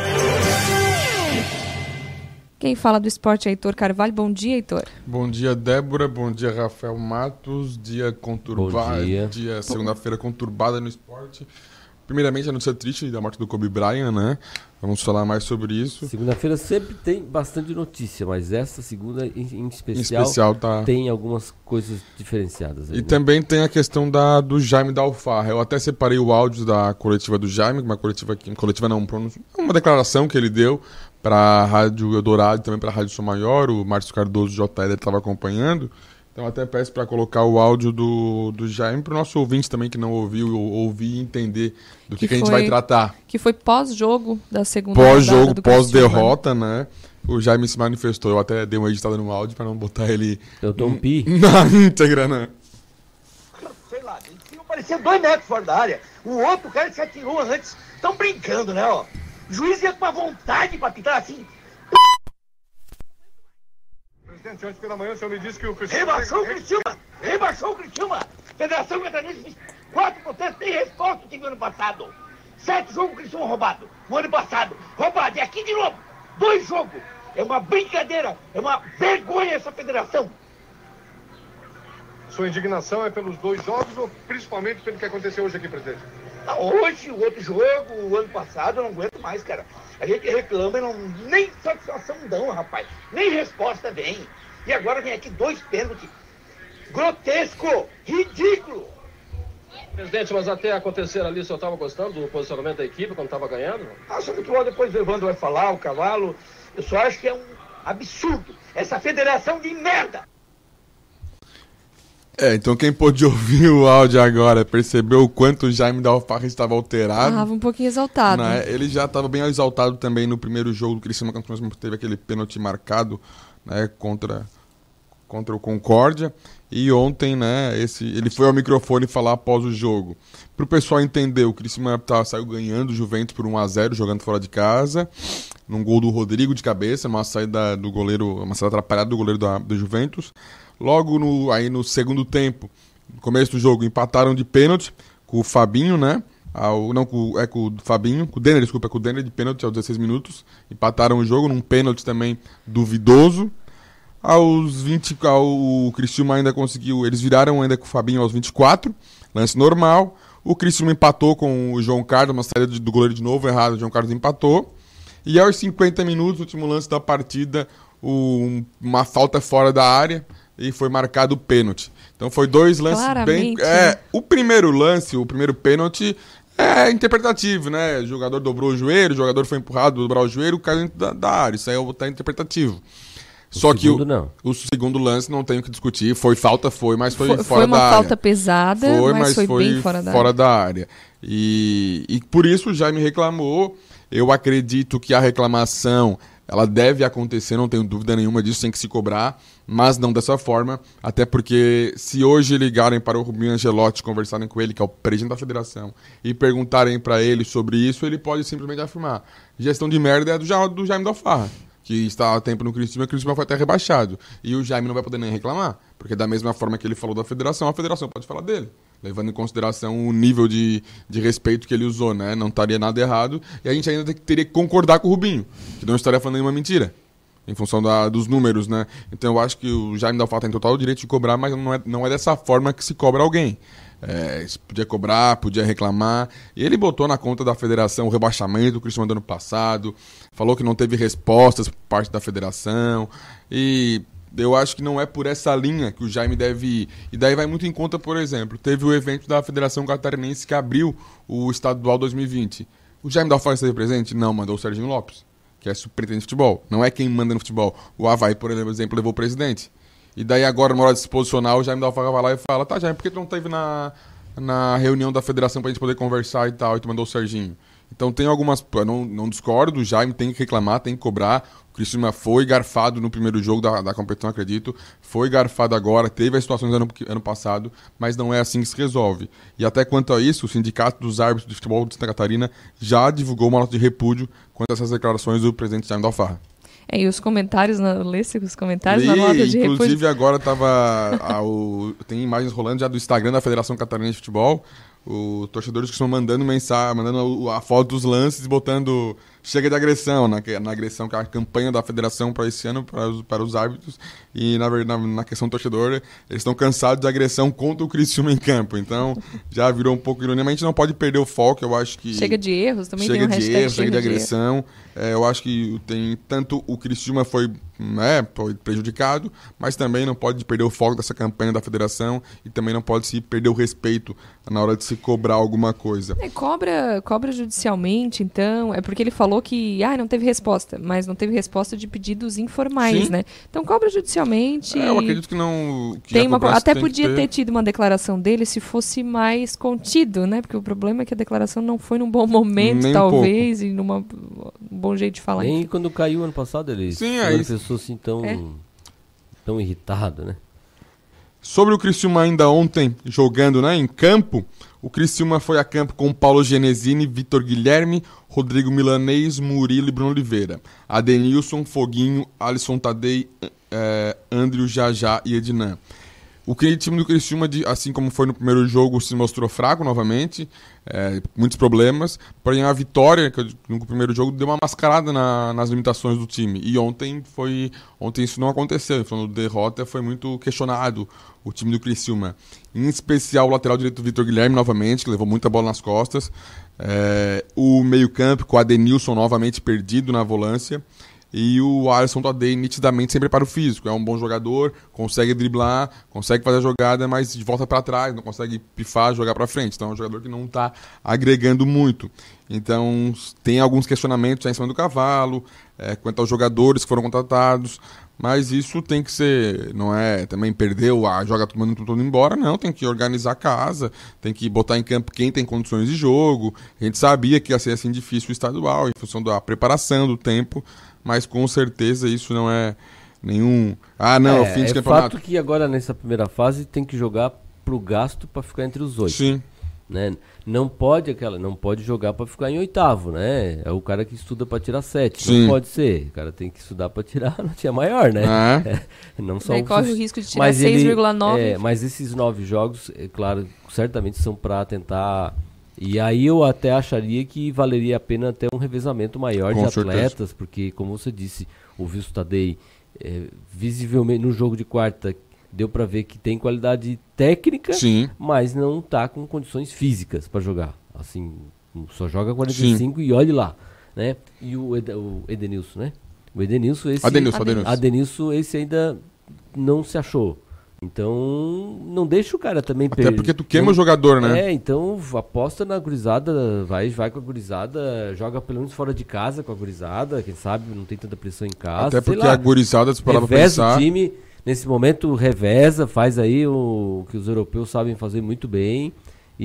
Quem fala do esporte é Heitor Carvalho. Bom dia, Heitor. Bom dia, Débora. Bom dia, Rafael Matos. Dia conturbado. Bom dia. Dia segunda-feira conturbada no esporte. Primeiramente, a notícia triste da morte do Kobe Bryant, né? Vamos falar mais sobre isso. Segunda-feira sempre tem bastante notícia, mas essa segunda em, em especial, em especial tá... tem algumas coisas diferenciadas. Aí, e né? também tem a questão da, do Jaime da Alfarra. Eu até separei o áudio da coletiva do Jaime, uma coletiva, coletiva não, uma declaração que ele deu para a Rádio Eldorado e também para a Rádio Som Maior. O Márcio Cardoso do J L estava acompanhando. Então até peço para colocar o áudio do, do Jaime para o nosso ouvinte também que não ouviu, ouvir e entender do que, que, que a gente foi, vai tratar. Que foi pós-jogo da segunda Pós-jogo, pós-derrota, né? O Jaime se manifestou. Eu até dei uma editada no áudio para não botar ele... Eu dou um pi. Na íntegra, né? Sei lá, eles tinham parecido dois metros fora da área. O outro cara se atirou antes. Estão brincando, né? Ó. O juiz ia com uma vontade para pitar assim... Presidente, ontem pela manhã o senhor me disse que o Criciúma... Rebaixou o Criciúma! Rebaixou o Criciúma! Federação Catarinense fez quatro protestos, tem resposta que teve ano passado. Sete jogos o Criciúma roubado. No ano passado. Roubado. E aqui de novo. Dois jogos. É uma brincadeira. É uma vergonha essa federação. Sua indignação é pelos dois jogos ou principalmente pelo que aconteceu hoje aqui, presidente? Não, hoje, o outro jogo, o ano passado, eu não aguento mais, cara. A gente reclama e não, nem satisfação dão, rapaz. Nem resposta vem. E agora vem aqui dois pênaltis. Grotesco! Ridículo! Presidente, mas até acontecer ali, o senhor estava gostando do posicionamento da equipe quando estava ganhando? Ah, sobre o futebol, depois o Evandro vai falar, o Cavalo. Eu só acho que é um absurdo. Essa federação de merda! É, então quem pôde ouvir o áudio agora percebeu o quanto o Jaime da Alfarra estava alterado. Estava um pouquinho exaltado. Né? Ele já estava bem exaltado também no primeiro jogo do Criciúma, quando teve aquele pênalti marcado, né, contra, contra o Concórdia. E ontem, né, esse, ele foi ao microfone falar após o jogo. Para o pessoal entender, o Criciúma tá, saiu ganhando o Juventus por um a zero, jogando fora de casa, num gol do Rodrigo de cabeça, uma saída do goleiro, uma saída atrapalhada do goleiro da, do Juventus. Logo no, aí no segundo tempo, no começo do jogo, empataram de pênalti com o Fabinho, né? Ao, não, com, é com o Fabinho, com o Denner, desculpa, com o Denner de pênalti aos dezesseis minutos. Empataram o jogo num pênalti também duvidoso. Aos vinte, ao, o Criciúma ainda conseguiu, eles viraram ainda com o Fabinho aos vinte e quatro, lance normal. O Criciúma empatou com o João Carlos, uma saída do goleiro de novo, errado, o João Carlos empatou. E aos cinquenta minutos, último lance da partida, o, uma falta fora da área. E foi marcado o pênalti. Então foi dois lances Claramente, bem... É, o primeiro lance, o primeiro pênalti é interpretativo, né? O jogador dobrou o joelho, o jogador foi empurrado, dobrar o joelho, caiu dentro da, da área. Isso aí é interpretativo. O Só que o, não. o segundo lance não tem o que discutir. Foi falta, foi, mas foi, foi fora foi da área. Foi uma falta pesada, foi, mas, mas foi, foi bem fora da fora área. Da área. E, e por isso o Jaime reclamou. Eu acredito que a reclamação... ela deve acontecer, não tenho dúvida nenhuma disso, tem que se cobrar, mas não dessa forma, até porque se hoje ligarem para o Rubinho Angelotti, conversarem com ele, que é o presidente da federação, e perguntarem para ele sobre isso, ele pode simplesmente afirmar: gestão de merda é do, ja- do Jaime da Alfarra, que está há tempo no Criciúma, o Criciúma foi até rebaixado, e o Jaime não vai poder nem reclamar, porque da mesma forma que ele falou da federação, a federação pode falar dele. Levando em consideração o nível de, de respeito que ele usou, né? Não estaria nada errado. E a gente ainda teria que concordar com o Rubinho, que não estaria falando nenhuma mentira, em função da, dos números, né? Então eu acho que o Jaime da Alfarra tem total direito de cobrar, mas não é, não é dessa forma que se cobra alguém. É, podia cobrar, podia reclamar. E ele botou na conta da federação o rebaixamento do Criciúma do ano passado, falou que não teve respostas por parte da federação. E... eu acho que não é por essa linha que o Jaime deve ir. E daí vai muito em conta, por exemplo, teve o evento da Federação Catarinense que abriu o Estadual dois mil e vinte. O Jaime da Alfarra esteve presente? Não, mandou o Serginho Lopes, que é superintendente de futebol. Não é quem manda no futebol. O Avaí, por exemplo, levou o presidente. E daí agora, na hora de se posicionar, o Jaime da Alfarra vai lá e fala: tá, Jaime, por que tu não esteve na, na reunião da federação pra gente poder conversar e tal? E tu mandou o Serginho. Então tem algumas... eu não, não discordo, o Jaime tem que reclamar, tem que cobrar. O Criciúma foi garfado no primeiro jogo da, da competição, acredito. Foi garfado agora, teve as situações ano, ano passado, mas não é assim que se resolve. E até quanto a isso, o Sindicato dos Árbitros de Futebol de Santa Catarina já divulgou uma nota de repúdio quanto a essas declarações do presidente Jaime da Alfarra. É, e os comentários, na, lê-se os comentários Li, na nota de repúdio. Inclusive agora tava, ao, tem imagens rolando já do Instagram da Federação Catarinense de Futebol. Os torcedores que estão mandando mensagem, mandando a foto dos lances, botando chega de agressão, na, na agressão que é a campanha da federação para esse ano, para os, para os árbitros, e na, na, na questão do torcedor, eles estão cansados de agressão contra o Criciúma em campo, então já virou um pouco ironia, mas a gente não pode perder o foco, eu acho que... Chega de erros, também chega tem um de hashtag erros, chega de agressão, é, eu acho que tem tanto o Criciúma foi, né, foi prejudicado, mas também não pode perder o foco dessa campanha da federação e também não pode se perder o respeito na hora de se cobrar alguma coisa. É, cobra, cobra judicialmente, então, é porque ele falou que ah, não teve resposta, mas não teve resposta de pedidos informais, Sim. né? Então cobra judicialmente. É, eu acredito que não... Que tem uma, até tem podia ter... ter tido uma declaração dele se fosse mais contido, né? Porque o problema é que a declaração não foi num bom momento, Nem talvez, pouco. e numa um bom jeito de falar. Nem enfim. quando caiu ano passado ele Sim, se é manifestou assim tão, É. tão irritado, né? Sobre o Criciúma ainda ontem, jogando, né, em campo, o Criciúma foi a campo com Paulo Genesini, Vitor Guilherme, Rodrigo Milanês, Murilo e Bruno Oliveira. Adenilson, Foguinho, Alisson Tadei, eh, Andrew Jajá e Ednan. O time do Criciúma, assim como foi no primeiro jogo, se mostrou fraco novamente, é, muitos problemas, porém a vitória que no primeiro jogo deu uma mascarada na, nas limitações do time, e ontem, foi, ontem isso não aconteceu, falando de derrota foi muito questionado o time do Criciúma, em especial o lateral direito Vitor Guilherme novamente, que levou muita bola nas costas, é, o meio campo com o Adenilson novamente perdido na volância, e o Alisson Tadei nitidamente sem preparo físico. É um bom jogador, consegue driblar, consegue fazer a jogada, mas de volta para trás, não consegue pifar, jogar para frente. Então é um jogador que não está agregando muito. Então tem alguns questionamentos em cima do cavalo, é, quanto aos jogadores que foram contratados, mas isso tem que ser, não é também perdeu, a joga todo mundo todo embora, não, tem que organizar a casa, tem que botar em campo quem tem condições de jogo. A gente sabia que ia ser assim difícil o estadual, em função da preparação, do tempo, mas com certeza isso não é nenhum... Ah, não, é o fim de é campeonato. É fato que agora nessa primeira fase tem que jogar pro gasto para ficar entre os oito. Sim. Né? Não pode aquela, não pode jogar para ficar em oitavo, né? É o cara que estuda para tirar sete. Sim. Não pode ser. O cara tem que estudar para tirar a notinha maior, né? É. É, não só Daí o corre o risco de tirar seis vírgula nove. É, mas esses nove jogos, é claro, certamente são para tentar... E aí eu até acharia que valeria a pena ter um revezamento maior Com de certeza. atletas, porque, como você disse, o Wilson Tadei, é, visivelmente no jogo de quarta, deu para ver que tem qualidade técnica, Sim. mas não está com condições físicas para jogar. Assim, só joga quarenta e cinco Sim. e olhe lá, né? E o, Ed, o Edenilson, né? O Edenilson, esse... Adenilson, Adenilson. Adenilson, esse ainda não se achou. Então, não deixa o cara também... Até per... porque tu queima o jogador, né? É, então aposta na gurizada, vai, vai com a gurizada, joga pelo menos fora de casa com a gurizada, quem sabe não tem tanta pressão em casa. Até porque a gurizada, se parar pra reveza pensar... o time, nesse momento reveza, faz aí o que os europeus sabem fazer muito bem,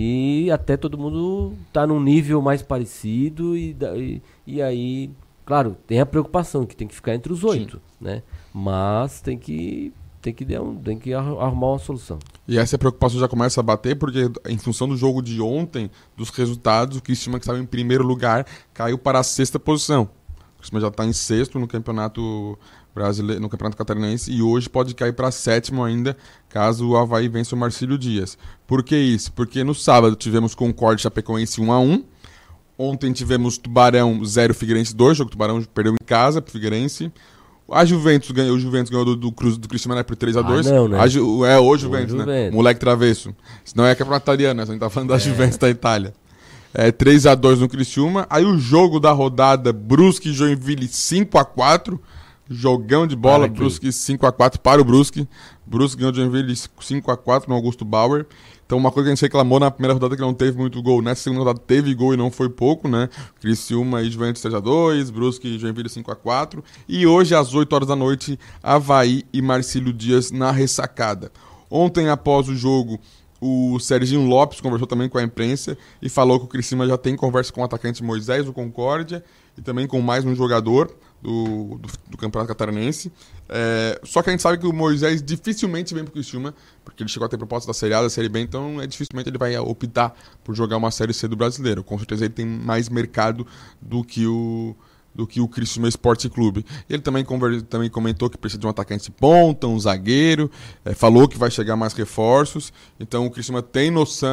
e até todo mundo tá num nível mais parecido, e, e, e aí, claro, tem a preocupação que tem que ficar entre os oito, né? Mas tem que... Tem que, dar um, tem que arrumar uma solução. E essa preocupação já começa a bater, porque em função do jogo de ontem, dos resultados, o Criciúma, que estava em primeiro lugar, caiu para a sexta posição. O Criciúma já está em sexto no campeonato brasileiro, no campeonato catarinense, e hoje pode cair para sétimo ainda, caso o Avaí vença o Marcílio Dias. Por que isso? Porque no sábado tivemos Concórdia e Chapecoense um a um. Ontem tivemos Tubarão zero, Figueirense dois, o jogo Tubarão perdeu em casa para o Figueirense. A Juventus ganhou, o Juventus ganhou do, do Cruz do Criciúma, né, por três a dois. Ah, não, né? A Ju, é o Juventus, o né? Juventus. Moleque travesso. Senão é campeonato italiano, né? A gente tá falando da É. Juventus da Itália. É, três a dois no Criciúma. Aí o jogo da rodada, Brusque e Joinville cinco a quatro. Jogão de bola, Brusque cinco a quatro para o Brusque. Brusque ganhou de Joinville cinco a quatro no Augusto Bauer. Então uma coisa que a gente reclamou na primeira rodada que não teve muito gol. Nessa segunda rodada teve gol e não foi pouco, né? Criciúma e Juventus três a dois, Brusque e Joinville cinco a quatro. E hoje às oito horas da noite, Avaí e Marcílio Dias na ressacada. Ontem após o jogo, o Serginho Lopes conversou também com a imprensa e falou que o Criciúma já tem conversa com o atacante Moisés do Concórdia e também com mais um jogador do, do, do Campeonato Catarinense. É, só que a gente sabe que o Moisés dificilmente vem para o Criciúma, porque ele chegou a ter proposta da Série A, da Série B, então é, dificilmente ele vai optar por jogar uma Série C do Brasileiro. Com certeza ele tem mais mercado do que o... do que o Criciúma Esporte Clube. Ele também, conver... também comentou que precisa de um atacante de ponta, um zagueiro, é, falou que vai chegar mais reforços, então o Criciúma tem noção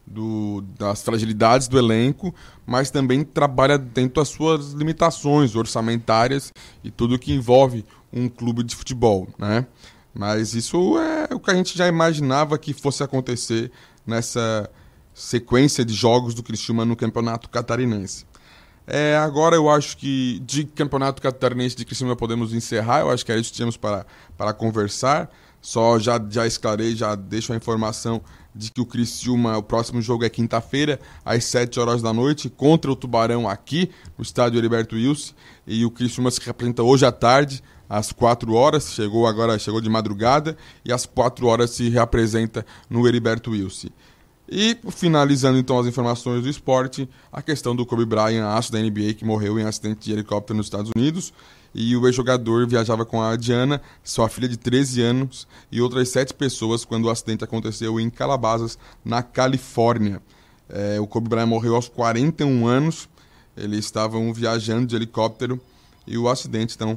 do, das fragilidades do elenco, mas também trabalha dentro das suas limitações orçamentárias e tudo que envolve um clube de futebol, né? Mas isso é o que a gente já imaginava que fosse acontecer nessa sequência de jogos do Criciúma no Campeonato Catarinense. É, agora eu acho que de Campeonato Catarinense de Criciúma podemos encerrar, eu acho que é isso que tínhamos para, para conversar. Só já, já esclarei, já deixo a informação de que o Criciúma, o próximo jogo é quinta-feira, às sete horas da noite, contra o Tubarão aqui, no estádio Heriberto Wilson. E o Criciúma se representa hoje à tarde, às quatro horas, chegou agora, chegou de madrugada, e às quatro horas se reapresenta no Heriberto Wilson. E finalizando então as informações do esporte, a questão do Kobe Bryant, aço da N B A, que morreu em acidente de helicóptero nos Estados Unidos. E o ex-jogador viajava com a Diana, sua filha de treze anos, e outras sete pessoas quando o acidente aconteceu em Calabasas, na Califórnia. É, o Kobe Bryant morreu aos quarenta e um anos, eles estavam viajando de helicóptero, e o acidente então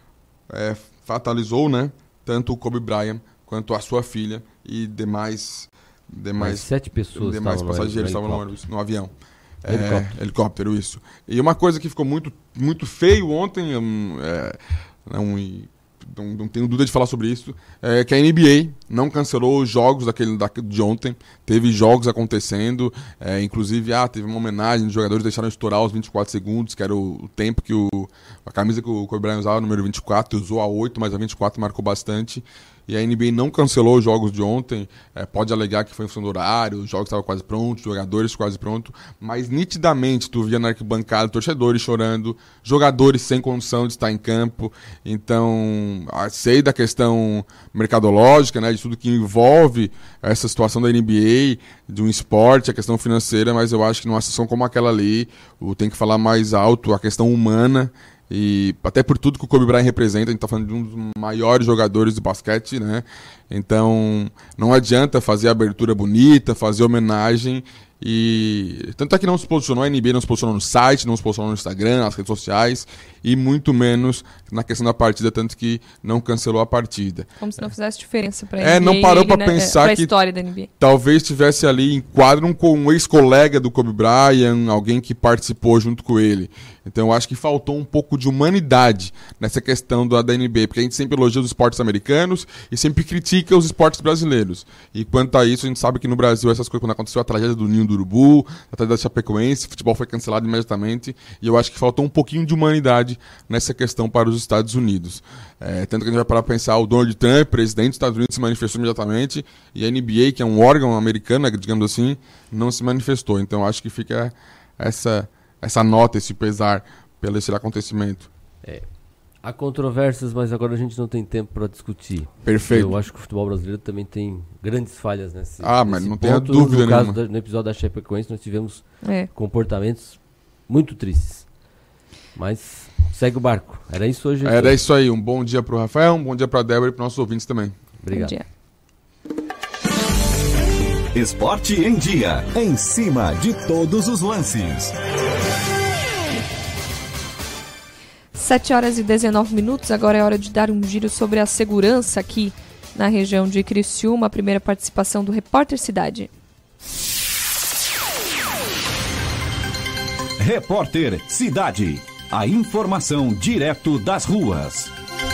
é, fatalizou, né, tanto o Kobe Bryant quanto a sua filha e demais... demais Mais sete pessoas demais estavam passageiros no estavam no, no avião. É, Helicóptero. helicóptero, isso. E uma coisa que ficou muito, muito feio ontem, um, é, não, não, não tenho dúvida de falar sobre isso, é que a N B A não cancelou os jogos daquele, da, de ontem. Teve jogos acontecendo, é, inclusive ah, teve uma homenagem, os jogadores deixaram estourar os vinte e quatro segundos, que era o, o tempo que o, a camisa que o Kobe Bryant usava, o número vinte e quatro, usou a oito, mas a vinte e quatro marcou bastante. E a N B A não cancelou os jogos de ontem, é, pode alegar que foi em função do horário, os jogos estavam quase prontos, jogadores quase prontos, mas nitidamente tu via na arquibancada torcedores chorando, jogadores sem condição de estar em campo. Então, sei da questão mercadológica, né, de tudo que envolve essa situação da N B A, de um esporte, a questão financeira, mas eu acho que numa situação como aquela ali, tem que falar mais alto a questão humana. E até por tudo que o Kobe Bryant representa, a gente está falando de um dos maiores jogadores de basquete, né? Então não adianta fazer abertura bonita, fazer homenagem. E tanto é que não se posicionou, a N B A não se posicionou no site, não se posicionou no Instagram, nas redes sociais, e muito menos na questão da partida, tanto que não cancelou a partida. Como se não fizesse diferença para a é, N B A. É, não parou para né, pensar pra que história da N B A. Talvez tivesse ali em quadro com um ex-colega do Kobe Bryant, alguém que participou junto com ele. Então eu acho que faltou um pouco de humanidade nessa questão da, da N B A, porque a gente sempre elogia os esportes americanos e sempre critica os esportes brasileiros. E quanto a isso, a gente sabe que no Brasil essas coisas, quando aconteceu a tragédia do Ninho do Urubu, a tragédia da Chapecoense, o futebol foi cancelado imediatamente, e eu acho que faltou um pouquinho de humanidade nessa questão para os Estados Unidos. É, tanto que a gente vai parar para pensar, o Donald Trump, presidente dos Estados Unidos, se manifestou imediatamente, e a N B A, que é um órgão americano, digamos assim, não se manifestou. Então acho que fica essa... essa nota, esse pesar pelo esse acontecimento. É. Há controvérsias, mas agora a gente não tem tempo para discutir. Perfeito. Eu acho que o futebol brasileiro também tem grandes falhas nesse Ah, mas nesse não ponto. tenha dúvida no caso nenhuma. Da, no episódio da Chapecoense nós tivemos é. comportamentos muito tristes. Mas segue o barco. Era isso hoje? Era foi. isso aí. Um bom dia para o Rafael, um bom dia para a Débora e para os nossos ouvintes também. Obrigado. Bom dia. Esporte em Dia. Em cima de todos os lances. sete horas e dezenove minutos, agora é hora de dar um giro sobre a segurança aqui na região de Criciúma. A primeira participação do Repórter Cidade. Repórter Cidade. A informação direto das ruas.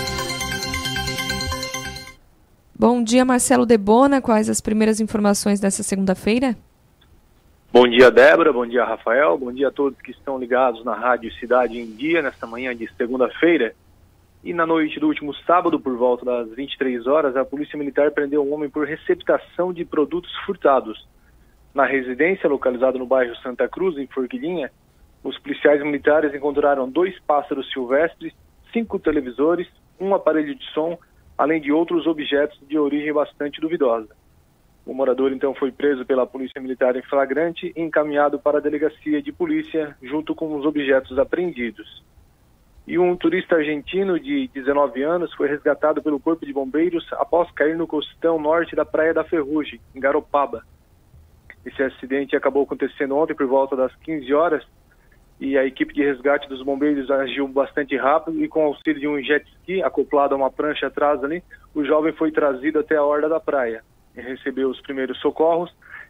Bom dia, Marcelo Debona. Quais as primeiras informações dessa segunda-feira? Bom dia, Débora. Bom dia, Rafael. Bom dia a todos que estão ligados na Rádio Cidade em Dia, nesta manhã de segunda-feira. E na noite do último sábado, por volta das vinte e três horas, a Polícia Militar prendeu um homem por receptação de produtos furtados. Na residência, localizada no bairro Santa Cruz, em Forquilinha, os policiais militares encontraram dois pássaros silvestres, cinco televisores, um aparelho de som, além de outros objetos de origem bastante duvidosa. O morador então foi preso pela Polícia Militar em flagrante e encaminhado para a delegacia de polícia junto com os objetos apreendidos. E um turista argentino de dezenove anos foi resgatado pelo Corpo de Bombeiros após cair no costão norte da Praia da Ferrugem, em Garopaba. Esse acidente acabou acontecendo ontem por volta das quinze horas e a equipe de resgate dos bombeiros agiu bastante rápido e com o auxílio de um jet ski acoplado a uma prancha atrás ali, o jovem foi trazido até a orla da praia. Recebeu os primeiros socorros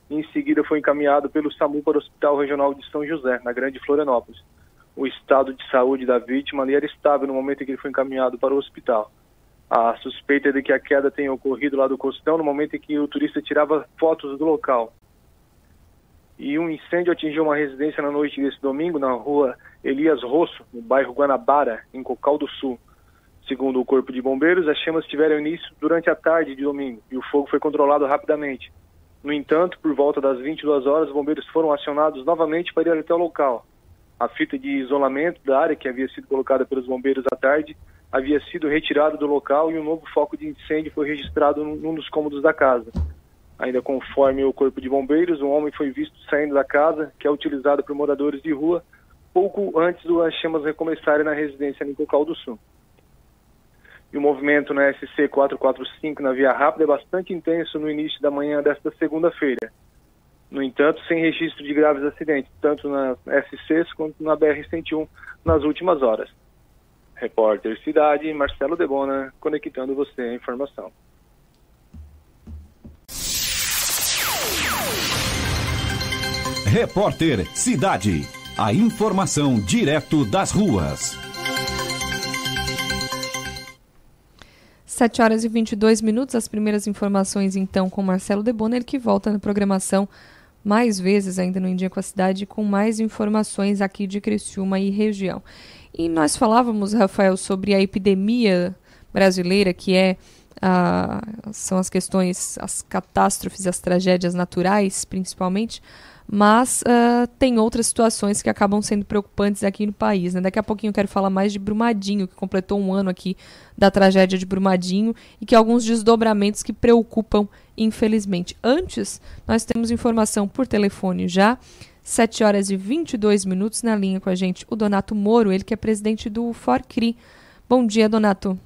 e em seguida foi encaminhado pelo SAMU para o Hospital Regional de São José, na Grande Florianópolis. O estado de saúde da vítima ali era estável no momento em que ele foi encaminhado para o hospital. A suspeita é de que a queda tenha ocorrido lá do costão no momento em que o turista tirava fotos do local. E um incêndio atingiu uma residência na noite desse domingo, na rua Elias Rosso, no bairro Guanabara, em Cocal do Sul. Segundo o Corpo de Bombeiros, as chamas tiveram início durante a tarde de domingo e o fogo foi controlado rapidamente. No entanto, por volta das vinte e duas horas, os bombeiros foram acionados novamente para ir até o local. A fita de isolamento da área, que havia sido colocada pelos bombeiros à tarde, havia sido retirada do local e um novo foco de incêndio foi registrado num dos cômodos da casa. Ainda conforme o Corpo de Bombeiros, um homem foi visto saindo da casa, que é utilizado por moradores de rua, pouco antes das chamas recomeçarem na residência em Cocal do Sul. E o movimento na S C quatrocentos e quarenta e cinco na Via Rápida é bastante intenso no início da manhã desta segunda-feira. No entanto, sem registro de graves acidentes, tanto na S Cs quanto na B R cento e um nas últimas horas. Repórter Cidade, Marcelo Debona, conectando você à informação. Repórter Cidade. A informação direto das ruas. sete horas e vinte e dois minutos, as primeiras informações então com Marcelo Debona, ele que volta na programação mais vezes ainda no Em Dia com a Cidade, com mais informações aqui de Criciúma e região. E nós falávamos, Rafael, sobre a epidemia brasileira, que é a, são as questões, as catástrofes, as tragédias naturais, principalmente, mas uh, tem outras situações que acabam sendo preocupantes aqui no país, né? Daqui a pouquinho eu quero falar mais de Brumadinho, que completou um ano aqui da tragédia de Brumadinho e que alguns desdobramentos que preocupam, infelizmente. Antes, nós temos informação por telefone já, sete horas e vinte e dois minutos, na linha com a gente, o Donato Moro, ele que é presidente do FORCRI. Bom dia, Donato.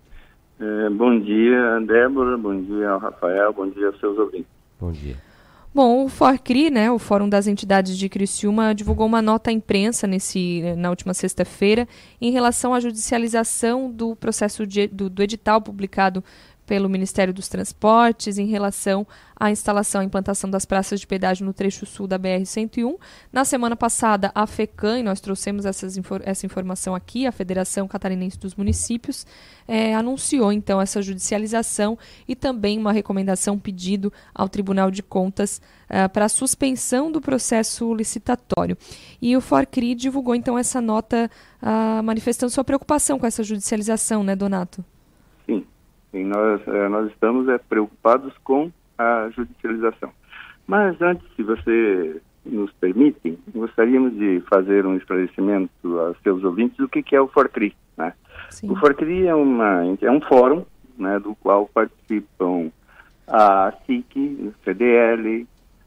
É, bom dia, Débora, bom dia ao Rafael, bom dia aos seus ouvintes. Bom dia. Bom, o FORCRI, né, o Fórum das Entidades de Criciúma, divulgou uma nota à imprensa nesse, na última sexta-feira em relação à judicialização do processo de, do, do edital publicado pelo Ministério dos Transportes em relação à instalação e implantação das praças de pedágio no trecho sul da B R cento e um. Na semana passada, a FECAM, e nós trouxemos essas, essa informação aqui, a Federação Catarinense dos Municípios, é, anunciou então essa judicialização e também uma recomendação, um pedido ao Tribunal de Contas uh, para a suspensão do processo licitatório. E o FORCRI divulgou então essa nota uh, manifestando sua preocupação com essa judicialização, né, Donato? Sim. Sim, nós, eh, nós estamos é, preocupados com a judicialização. Mas antes, se você nos permite, gostaríamos de fazer um esclarecimento aos seus ouvintes do que, que é o FORCRI. Né? O FORCRI é, uma, é um fórum, né, do qual participam a S I C, o C D L,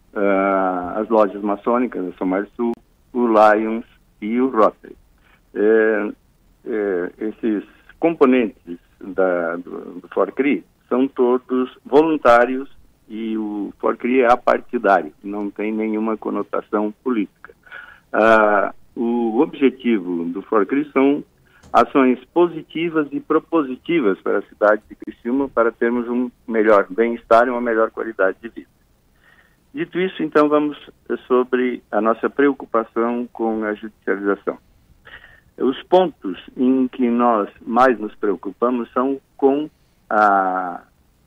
uh, as lojas maçônicas, a Somarsul, o Lions e o Rotary. É, é, esses componentes Da, do, do FORCRI são todos voluntários e o FORCRI é apartidário, não tem nenhuma conotação política. Ah, o objetivo do FORCRI são ações positivas e propositivas para a cidade de Criciúma para termos um melhor bem-estar e uma melhor qualidade de vida. Dito isso, então, vamos sobre a nossa preocupação com a judicialização. Os pontos em que nós mais nos preocupamos são com a,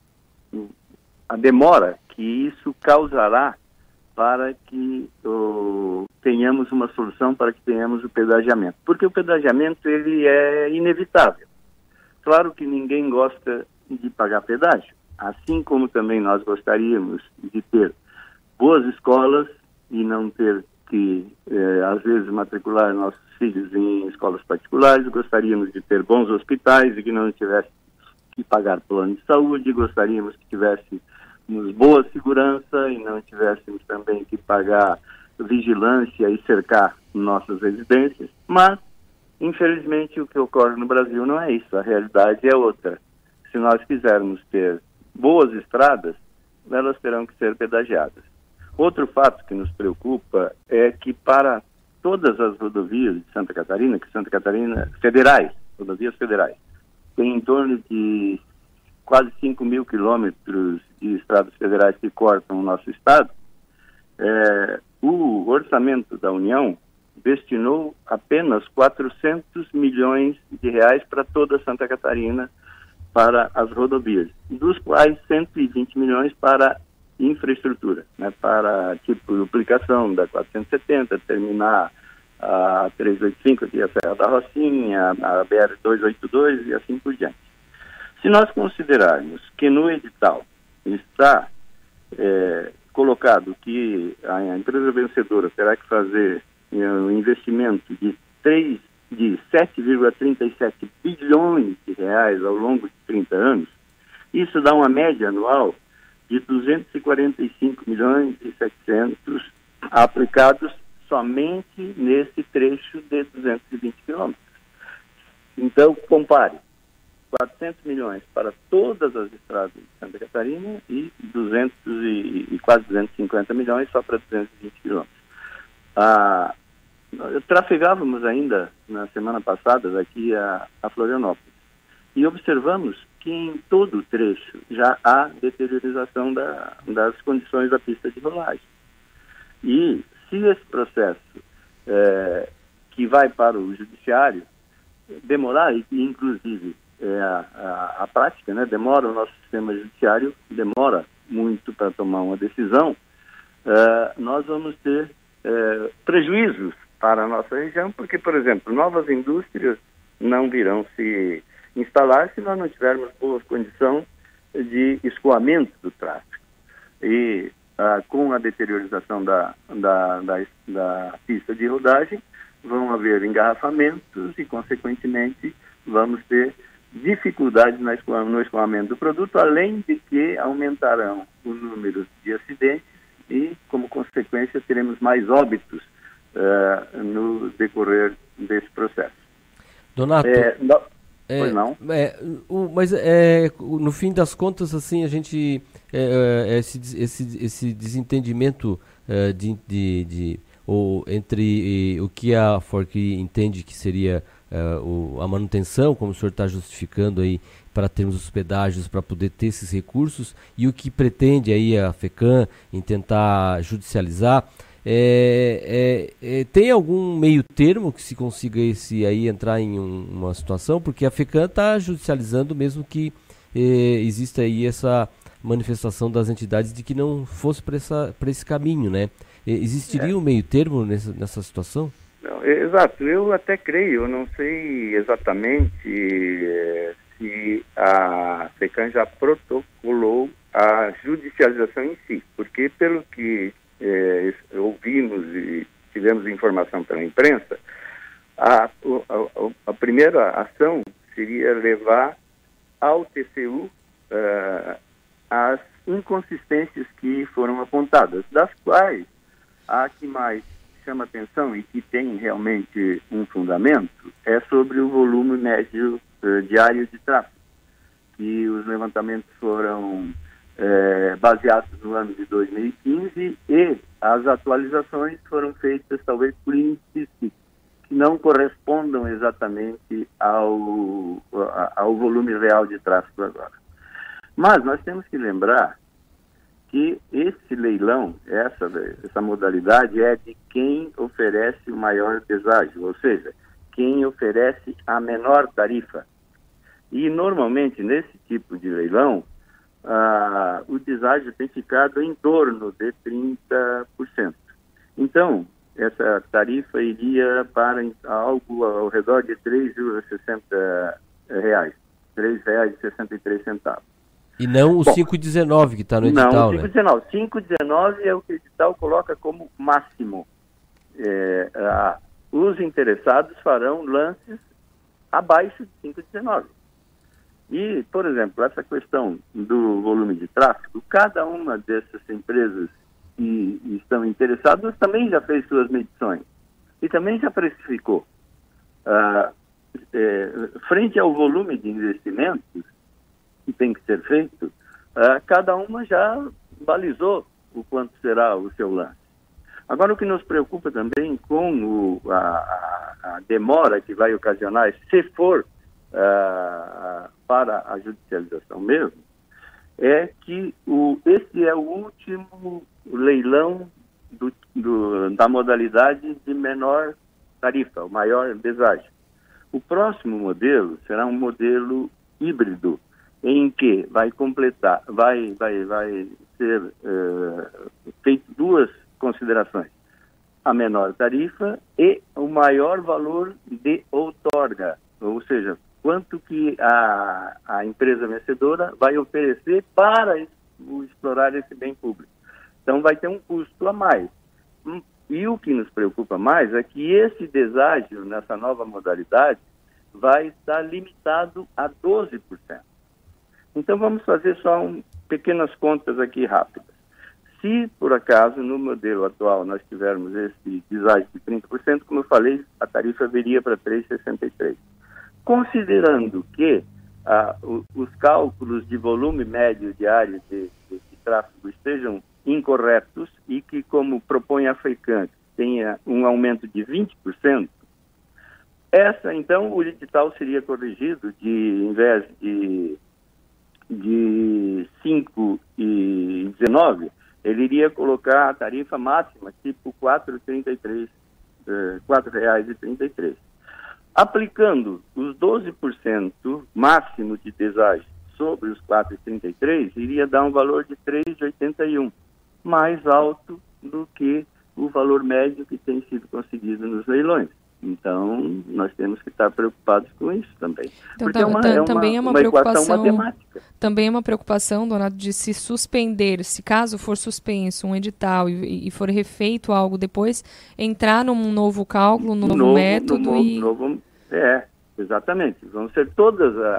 a demora que isso causará para que oh, tenhamos uma solução, para que tenhamos o pedagiamento. Porque o pedagiamento ele é inevitável. Claro que ninguém gosta de pagar pedágio, assim como também nós gostaríamos de ter boas escolas e não ter que, eh, às vezes, matricular nossos filhos em escolas particulares, gostaríamos de ter bons hospitais e que não tivesse que pagar plano de saúde, gostaríamos que tivéssemos boa segurança e não tivéssemos também que pagar vigilância e cercar nossas residências, mas, infelizmente, o que ocorre no Brasil não é isso, a realidade é outra. Se nós quisermos ter boas estradas, elas terão que ser pedagiadas. Outro fato que nos preocupa é que para todas as rodovias de Santa Catarina, que Santa Catarina, federais, rodovias federais, tem em torno de quase cinco mil quilômetros de estradas federais que cortam o nosso estado, é, o orçamento da União destinou apenas quatrocentos milhões de reais para toda Santa Catarina para as rodovias, dos quais cento e vinte milhões para infraestrutura, né, para tipo duplicação da quatrocentos e setenta, terminar a trezentos e oitenta e cinco, aqui a Serra da Rocinha, a B R duzentos e oitenta e dois e assim por diante. Se nós considerarmos que no edital está é, colocado que a empresa vencedora terá que fazer um investimento de, três, de sete vírgula trinta e sete bilhões de reais ao longo de trinta anos, isso dá uma média anual de duzentos e quarenta e cinco milhões e setecentos aplicados somente nesse trecho de duzentos e vinte quilômetros. Então, compare, quatrocentos milhões para todas as estradas de Santa Catarina e, duzentos e, e quase duzentos e cinquenta milhões só para duzentos e vinte quilômetros. Ah, trafegávamos ainda na semana passada daqui a, a Florianópolis e observamos que em todo o trecho já há deteriorização da, das condições da pista de rolagem. E se esse processo é, que vai para o judiciário demorar, e inclusive é, a, a, a prática, né, demora o nosso sistema judiciário, demora muito para tomar uma decisão, é, nós vamos ter é, prejuízos para a nossa região, porque, por exemplo, novas indústrias não virão se instalar se nós não tivermos boa condição de escoamento do tráfego. E ah, com a deteriorização da, da, da, da pista de rodagem, vão haver engarrafamentos e, consequentemente, vamos ter dificuldades no escoamento do produto, além de que aumentarão o número de acidentes e, como consequência, teremos mais óbitos uh, no decorrer desse processo. Donato, é, no... é, pois não? É, o, mas é, no fim das contas, assim, a gente é, esse, esse, esse desentendimento é, de, de, de ou entre e, o que a Forq entende que seria uh, o, a manutenção, como o senhor está justificando aí, para termos os pedágios, para poder ter esses recursos, e o que pretende aí a FECAM em tentar judicializar, é, é, é, tem algum meio termo que se consiga esse aí entrar em um, uma situação? Porque a FECAM está judicializando mesmo que é, exista aí essa manifestação das entidades de que não fosse para esse caminho, né? Existiria é. um meio termo nessa, nessa situação? Não, exato, eu até creio, eu não sei exatamente é, se a FECAM já protocolou a judicialização em si, porque pelo que é, ouvimos e tivemos informação pela imprensa, a, a, a primeira ação seria levar ao T C U uh, as inconsistências que foram apontadas, das quais a que mais chama atenção e que tem realmente um fundamento é sobre o volume médio uh, diário de tráfego, que os levantamentos foram uh, baseados no ano de dois mil e quinze e as atualizações foram feitas talvez por índices que não correspondam exatamente ao, ao volume real de tráfego agora. Mas nós temos que lembrar que esse leilão, essa, essa modalidade é de quem oferece o maior deságio, ou seja, quem oferece a menor tarifa. E normalmente nesse tipo de leilão, ah, o deságio tem ficado em torno de trinta por cento. Então, essa tarifa iria para algo ao redor de três vírgula sessenta reais, três reais e sessenta e três centavos. E não o cinco e dezenove que está no edital, não, o né? cinco e dezenove. cinco e dezenove é o que o edital coloca como máximo. É, a, os interessados farão lances abaixo de cinco e dezenove. E, por exemplo, essa questão do volume de tráfego, cada uma dessas empresas que estão interessadas também já fez suas medições e também já precificou. Ah, é, frente ao volume de investimentos que tem que ser feito, uh, cada uma já balizou o quanto será o seu lance. Agora, o que nos preocupa também com o, a, a demora que vai ocasionar, se for uh, para a judicialização mesmo, é que o, esse é o último leilão do, do, da modalidade de menor tarifa, o maior deságio. O próximo modelo será um modelo híbrido, em que vai completar, vai, vai, vai ser uh, feito duas considerações: a menor tarifa e o maior valor de outorga, ou seja, quanto que a, a empresa vencedora vai oferecer para explorar esse bem público. Então vai ter um custo a mais. E o que nos preocupa mais é que esse deságio nessa nova modalidade vai estar limitado a doze por cento. Então vamos fazer só um, pequenas contas aqui rápidas. Se, por acaso, no modelo atual nós tivermos esse deságio de trinta por cento, como eu falei, a tarifa viria para três reais e sessenta e três centavos. Considerando que ah, o, os cálculos de volume médio diário de, de, de tráfego estejam incorretos e que, como propõe a FEICAN, tenha um aumento de vinte por cento, essa, então, o edital seria corrigido de, em vez de, de cinco reais e dezenove centavos, ele iria colocar a tarifa máxima, tipo quatro reais e trinta e três centavos. Aplicando os doze por cento máximo de deságio sobre os quatro reais e trinta e três centavos, iria dar um valor de três reais e oitenta e um centavos, mais alto do que o valor médio que tem sido conseguido nos leilões. Então, nós temos que estar preocupados com isso também. Então, porque tá, é uma, tá, é uma, também é uma, uma preocupação, equação matemática. Também é uma preocupação, Donato, de se suspender, se caso for suspenso um edital e, e for refeito algo depois, entrar num novo cálculo, num novo, novo método no, e... Novo, é, exatamente. Vão ser todas a...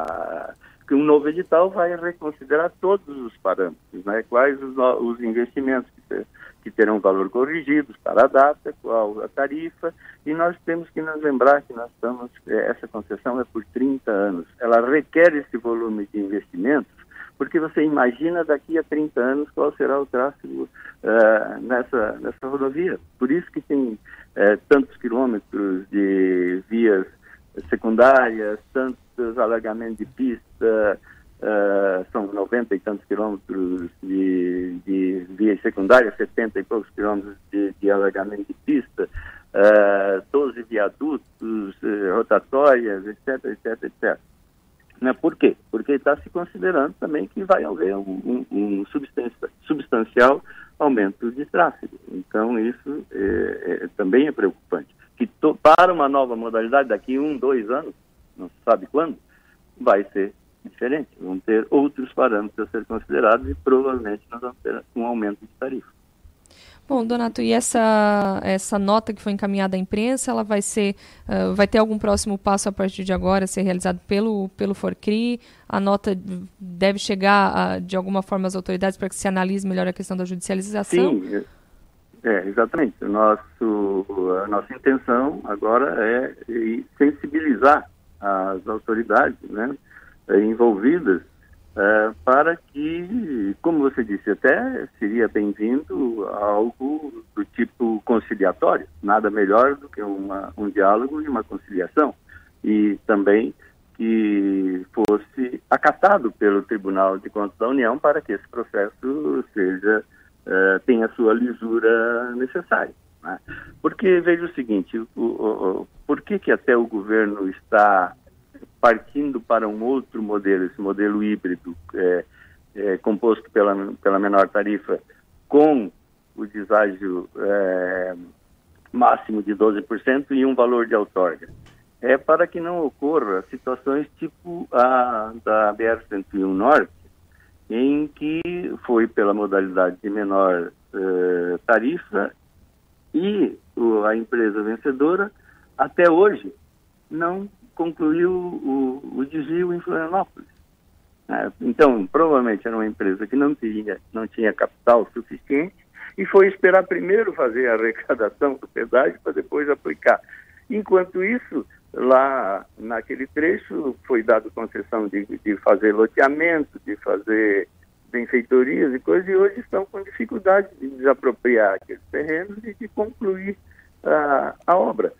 a que um novo edital vai reconsiderar todos os parâmetros, né? Quais os, os investimentos que, ter, que terão valor corrigido para a data, qual a tarifa, e nós temos que nos lembrar que nós estamos, essa concessão é por trinta anos, ela requer esse volume de investimentos, porque você imagina daqui a trinta anos qual será o tráfego uh, nessa, nessa rodovia. Por isso que tem uh, tantos quilômetros de vias secundárias, tantos alargamentos de pista, uh, são noventa e tantos quilômetros de, de vias secundárias, setenta e poucos quilômetros de, de alargamento de pista, uh, doze viadutos, uh, rotatórias, etc, etc, etcétera. Né? Por quê? Porque está se considerando também que vai haver um, um, um substancial aumento de tráfego. Então, isso é, é, também é preocupante. Que to, para uma nova modalidade, daqui um, dois anos, não se sabe quando, vai ser diferente. Vão ter outros parâmetros a ser considerados e provavelmente nós vamos ter um aumento de tarifa. Bom, Donato, e essa, essa nota que foi encaminhada à imprensa, ela vai ser, uh, vai ter algum próximo passo a partir de agora a ser realizado pelo, pelo FORCRI? A nota deve chegar a, de alguma forma às autoridades para que se analise melhor a questão da judicialização? Sim, é, exatamente. O nosso, a nossa intenção agora é sensibilizar as autoridades, né, envolvidas, é, para que, como você disse, até seria bem-vindo algo do tipo conciliatório. Nada melhor do que uma, um diálogo e uma conciliação. E também que fosse acatado pelo Tribunal de Contas da União para que esse processo seja, uh, tenha a sua lisura necessária. Né? Porque, veja o seguinte, o, o, o, por que que até o governo está partindo para um outro modelo, esse modelo híbrido, é, é, composto pela, pela menor tarifa, com o deságio é, máximo de doze por cento e um valor de outorga? É para que não ocorra situações tipo a da B R cento e um Norte, em que foi pela modalidade de menor uh, tarifa e o, a empresa vencedora, até hoje, não concluiu o, o desvio em Florianópolis. É, então, provavelmente era uma empresa que não tinha, não tinha capital suficiente e foi esperar primeiro fazer a arrecadação do pedágio para depois aplicar. Enquanto isso, lá naquele trecho foi dado concessão de, de fazer loteamento, de fazer benfeitorias e coisas, e hoje estão com dificuldade de desapropriar aqueles terrenos e de concluir uh, a obra.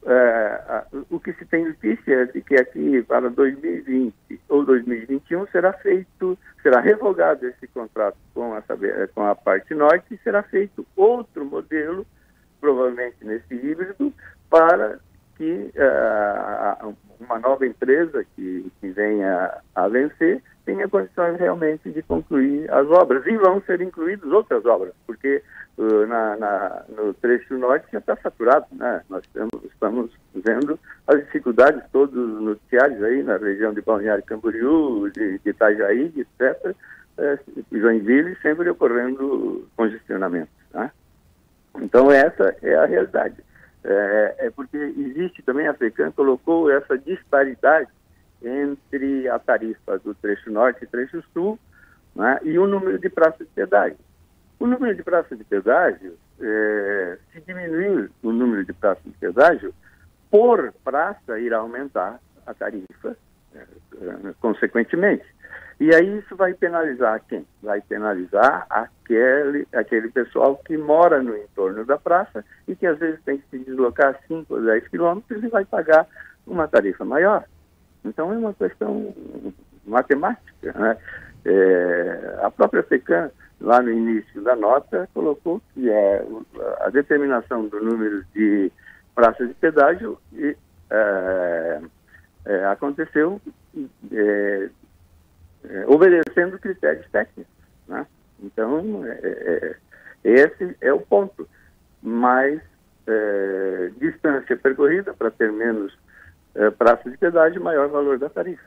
é, o que se tem notícia é de que aqui para dois mil e vinte ou dois mil e vinte e um será feito, será revogado esse contrato com a, com a parte norte e será feito outro modelo, provavelmente nesse híbrido, para que uh, uma nova empresa que, que venha a vencer tenha condições realmente de concluir as obras. E vão ser incluídas outras obras, porque uh, na, na, no trecho norte já está saturado, né? Nós estamos, estamos vendo as dificuldades, todos os noticiários aí na região de Balneário Camboriú, de, de Itajaí, etcétera, é, Joinville, sempre ocorrendo congestionamentos, né? Então essa é a realidade. É, é porque existe também, a FECAM colocou essa disparidade entre a tarifa do trecho norte e trecho sul, né, e o número de praças de pedágio. O número de praças de pedágio, é, se diminuir o número de praças de pedágio, por praça irá aumentar a tarifa, é, é, consequentemente. E aí isso vai penalizar quem? Vai penalizar aquele, aquele pessoal que mora no entorno da praça e que às vezes tem que se deslocar cinco ou dez quilômetros e vai pagar uma tarifa maior. Então é uma questão matemática, né? É, a própria FECAM, lá no início da nota, colocou que é a determinação do número de praças de pedágio e, é, é, aconteceu é, é, obedecendo critérios técnicos, né? Então, é, é, esse é o ponto. Mais é, distância percorrida para ter menos é, praças de pedágio, maior valor da tarifa.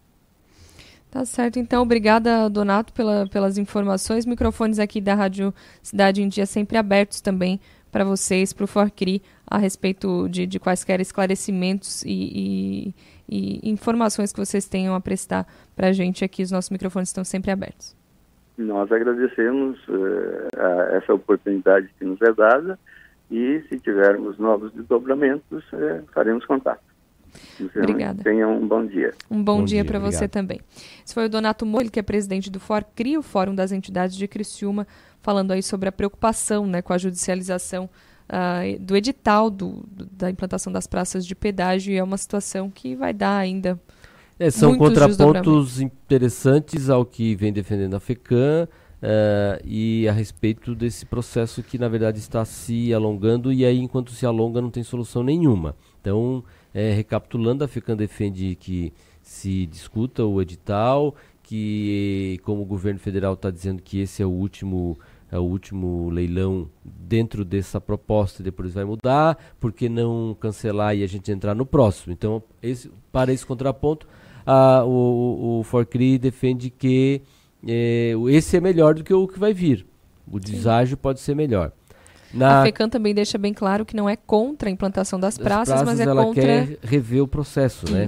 Tá certo, então, obrigada, Donato, pela, pelas informações. Microfones aqui da Rádio Cidade em Dia sempre abertos também para vocês, para o Forcri, a respeito de, de quaisquer esclarecimentos e, e, e informações que vocês tenham a prestar para a gente aqui. Os nossos microfones estão sempre abertos. Nós agradecemos uh, a essa oportunidade que nos é dada e, se tivermos novos desdobramentos, uh, faremos contato. Então, obrigada. Tenha um bom dia. Um bom, bom dia, dia para você também. Esse foi o Donato Moura, que é presidente do Forcri, o Fórum das Entidades de Criciúma, falando aí sobre a preocupação, né, com a judicialização uh, do edital do, do, da implantação das praças de pedágio, e é uma situação que vai dar ainda é, são contrapontos interessantes ao que vem defendendo a FECAM uh, e a respeito desse processo que, na verdade, está se alongando, e aí, enquanto se alonga, não tem solução nenhuma. Então, é, recapitulando, a FECAM defende que se discuta o edital, que, como o governo federal está dizendo que esse é o último, é o último leilão dentro dessa proposta, e depois vai mudar, por que não cancelar e a gente entrar no próximo? Então, esse, para esse contraponto, a, o, o Forcri defende que é, esse é melhor do que o que vai vir. O Sim. deságio pode ser melhor. Na... A FECAM também deixa bem claro que não é contra a implantação das, das praças, praças, mas é ela contra... quer rever o processo, né?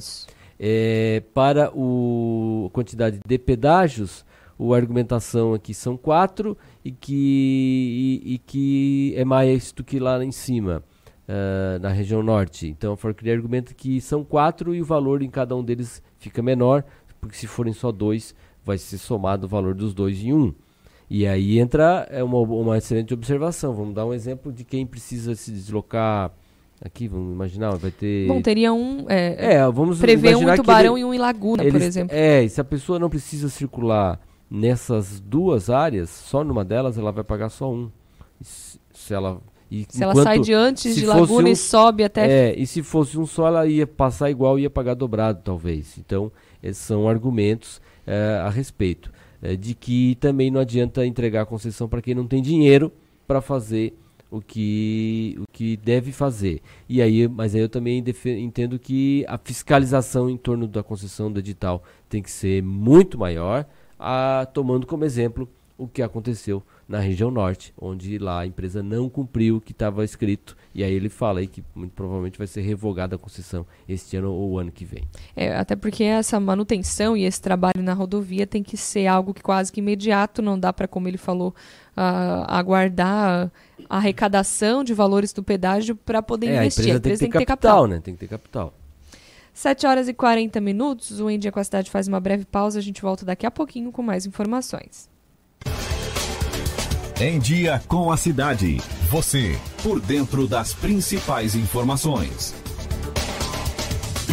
É, para o, a quantidade de pedágios, a argumentação aqui são quatro e que, e, e que é mais do que lá em cima, uh, na região norte. Então a Forcri argumenta que são quatro e o valor em cada um deles fica menor, porque se forem só dois, vai ser somado o valor dos dois em um. E aí entra é uma, uma excelente observação. Vamos dar um exemplo de quem precisa se deslocar aqui, vamos imaginar, vai ter... Bom, teria um... É, é, vamos prever um em Tubarão ele, e um em Laguna, eles, por exemplo. É, e se a pessoa não precisa circular nessas duas áreas, só numa delas ela vai pagar só um. Se, se ela... E se ela sai de antes de Laguna um, e sobe até... É, e se fosse um só, ela ia passar igual e ia pagar dobrado, talvez. Então, esses são argumentos é, a respeito. É, de que também não adianta entregar a concessão para quem não tem dinheiro para fazer o que, o que deve fazer. E aí, mas aí eu também entendo que a fiscalização em torno da concessão do edital tem que ser muito maior, a, tomando como exemplo o que aconteceu na região norte, onde lá a empresa não cumpriu o que estava escrito, e aí ele fala aí que muito provavelmente vai ser revogada a concessão este ano ou o ano que vem. É, até porque essa manutenção e esse trabalho na rodovia tem que ser algo que quase que imediato, não dá para, como ele falou, uh, aguardar a arrecadação de valores do pedágio para poder é, investir. A empresa, a empresa tem, que tem, que ter capital, capital, né? Tem que ter capital. sete horas e quarenta minutos, o Em Dia com a Cidade faz uma breve pausa, a gente volta daqui a pouquinho com mais informações. Em Dia com a Cidade. Você, por dentro das principais informações.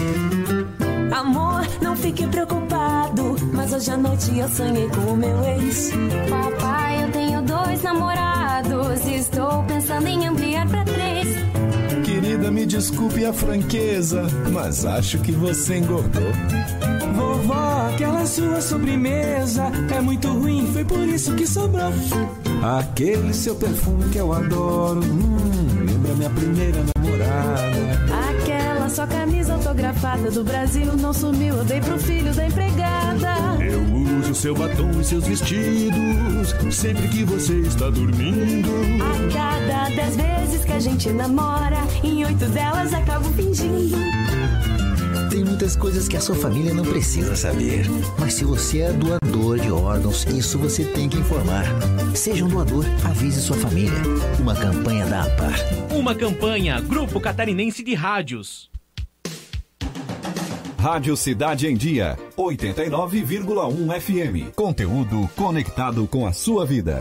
Amor, não fique preocupado, mas hoje à noite eu sonhei com o meu ex. Papai, eu tenho dois namorados, estou pensando em ampliar pra três. Querida, me desculpe a franqueza, mas acho que você engordou. Vovó, aquela sua sobremesa é muito ruim, foi por isso que sobrou. Aquele seu perfume que eu adoro, hum, lembra minha primeira namorada. Aquela sua camisa autografada do Brasil não sumiu, eu dei pro filho da empregada. Eu uso seu batom e seus vestidos sempre que você está dormindo. A cada dez vezes que a gente namora, em oito delas acabo fingindo. Tem muitas coisas que a sua família não precisa saber. Mas se você é doador de órgãos, isso você tem que informar. Seja um doador, avise sua família. Uma campanha da APAR. Uma campanha, Grupo Catarinense de Rádios. Rádio Cidade em Dia, oitenta e nove vírgula um F M. Conteúdo conectado com a sua vida.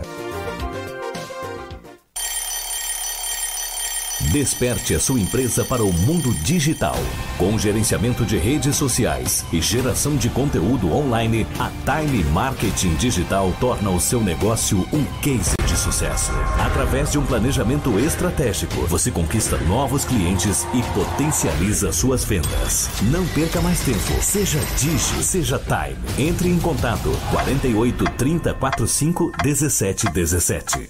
Desperte a sua empresa para o mundo digital. Com gerenciamento de redes sociais e geração de conteúdo online, a Time Marketing Digital torna o seu negócio um case de sucesso. Através de um planejamento estratégico, você conquista novos clientes e potencializa suas vendas. Não perca mais tempo. Seja Digi, seja Time. Entre em contato quarenta e oito, trinta, quarenta e cinco, dezessete dezessete.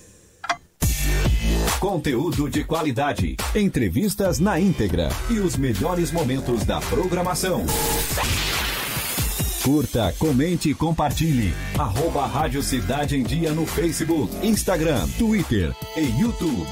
Conteúdo de qualidade, entrevistas na íntegra e os melhores momentos da programação. Curta, comente e compartilhe. Arroba Rádio Cidade em Dia no Facebook, Instagram, Twitter e YouTube.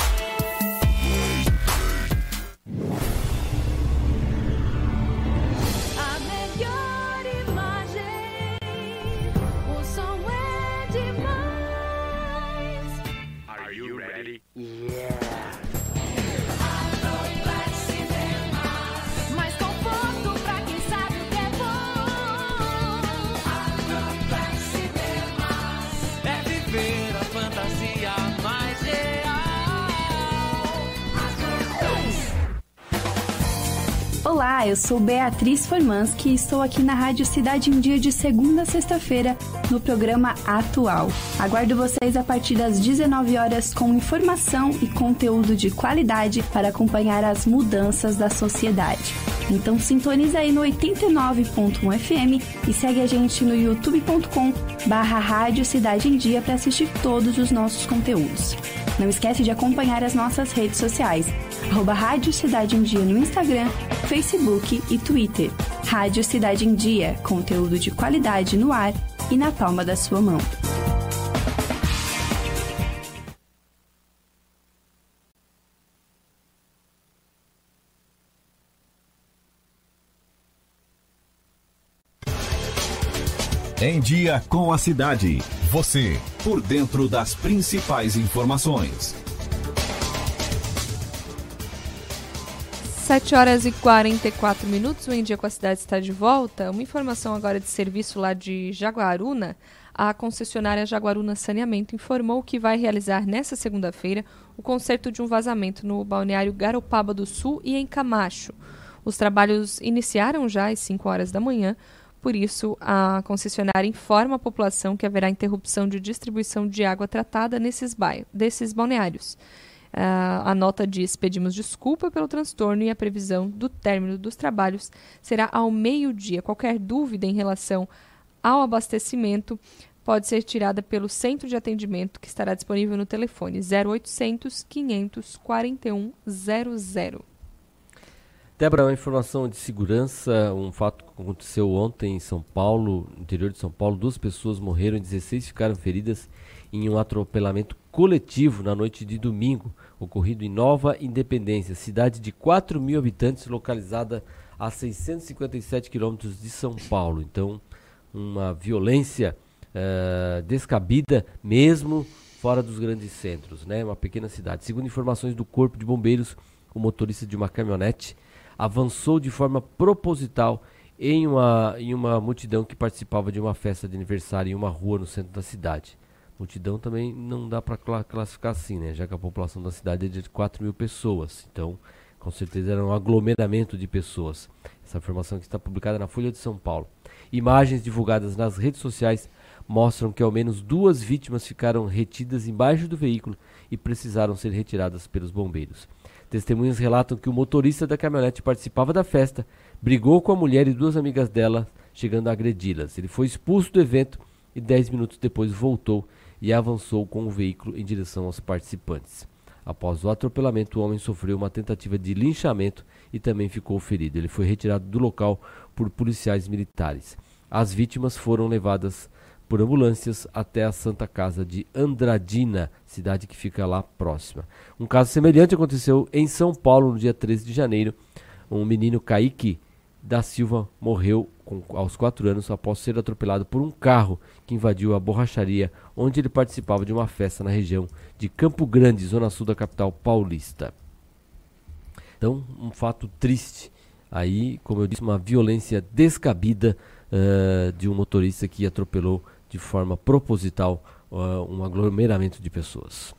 Olá, eu sou Beatriz Formanski e estou aqui na Rádio Cidade em Dia de segunda a sexta-feira no programa Atual. Aguardo vocês a partir das dezenove horas com informação e conteúdo de qualidade para acompanhar as mudanças da sociedade. Então sintoniza aí no oitenta e nove ponto um F M e segue a gente no youtube ponto com barra Rádio Cidade em Dia para assistir todos os nossos conteúdos. Não esquece de acompanhar as nossas redes sociais, arroba Rádio Cidade em Dia no Instagram, Facebook e Twitter. Rádio Cidade em Dia, conteúdo de qualidade no ar e na palma da sua mão. Em Dia com a Cidade. Você, por dentro das principais informações. sete horas e quarenta e quatro minutos, o Em Dia com a Cidade está de volta. Uma informação agora de serviço lá de Jaguaruna. A concessionária Jaguaruna Saneamento informou que vai realizar nesta segunda-feira o conserto de um vazamento no balneário Garopaba do Sul e em Camacho. Os trabalhos iniciaram já às cinco horas da manhã. Por isso, a concessionária informa a população que haverá interrupção de distribuição de água tratada nesses bairros, desses balneários. Uh, a nota diz: pedimos desculpa pelo transtorno e a previsão do término dos trabalhos será ao meio-dia. Qualquer dúvida em relação ao abastecimento pode ser tirada pelo centro de atendimento, que estará disponível no telefone zero oitocentos, quinhentos, quarenta e um zero zero. Débora, uma informação de segurança, um fato que aconteceu ontem em São Paulo, no interior de São Paulo. Duas pessoas morreram e dezesseis ficaram feridas em um atropelamento coletivo na noite de domingo, ocorrido em Nova Independência, cidade de quatro mil habitantes, localizada a seiscentos e cinquenta e sete quilômetros de São Paulo. Então, uma violência uh, descabida mesmo fora dos grandes centros, né? Uma pequena cidade. Segundo informações do Corpo de Bombeiros, o motorista de uma caminhonete avançou de forma proposital em uma, em uma multidão que participava de uma festa de aniversário em uma rua no centro da cidade. Multidão também não dá para classificar assim, né? Já que a população da cidade é de quatro mil pessoas. Então, com certeza era um aglomeramento de pessoas. Essa informação que está publicada na Folha de São Paulo. Imagens divulgadas nas redes sociais mostram que ao menos duas vítimas ficaram retidas embaixo do veículo e precisaram ser retiradas pelos bombeiros. Testemunhas relatam que o motorista da caminhonete participava da festa, brigou com a mulher e duas amigas dela, chegando a agredi-las. Ele foi expulso do evento e dez minutos depois voltou e avançou com o veículo em direção aos participantes. Após o atropelamento, o homem sofreu uma tentativa de linchamento e também ficou ferido. Ele foi retirado do local por policiais militares. As vítimas foram levadas por ambulâncias até a Santa Casa de Andradina, cidade que fica lá próxima. Um caso semelhante aconteceu em São Paulo no dia treze de janeiro. Um menino, Kaique da Silva, morreu com, aos quatro anos após ser atropelado por um carro que invadiu a borracharia onde ele participava de uma festa na região de Campo Grande, zona sul da capital paulista. Então, um fato triste. Aí, como eu disse, uma violência descabida uh, de um motorista que atropelou de forma proposital uh, um aglomeramento de pessoas.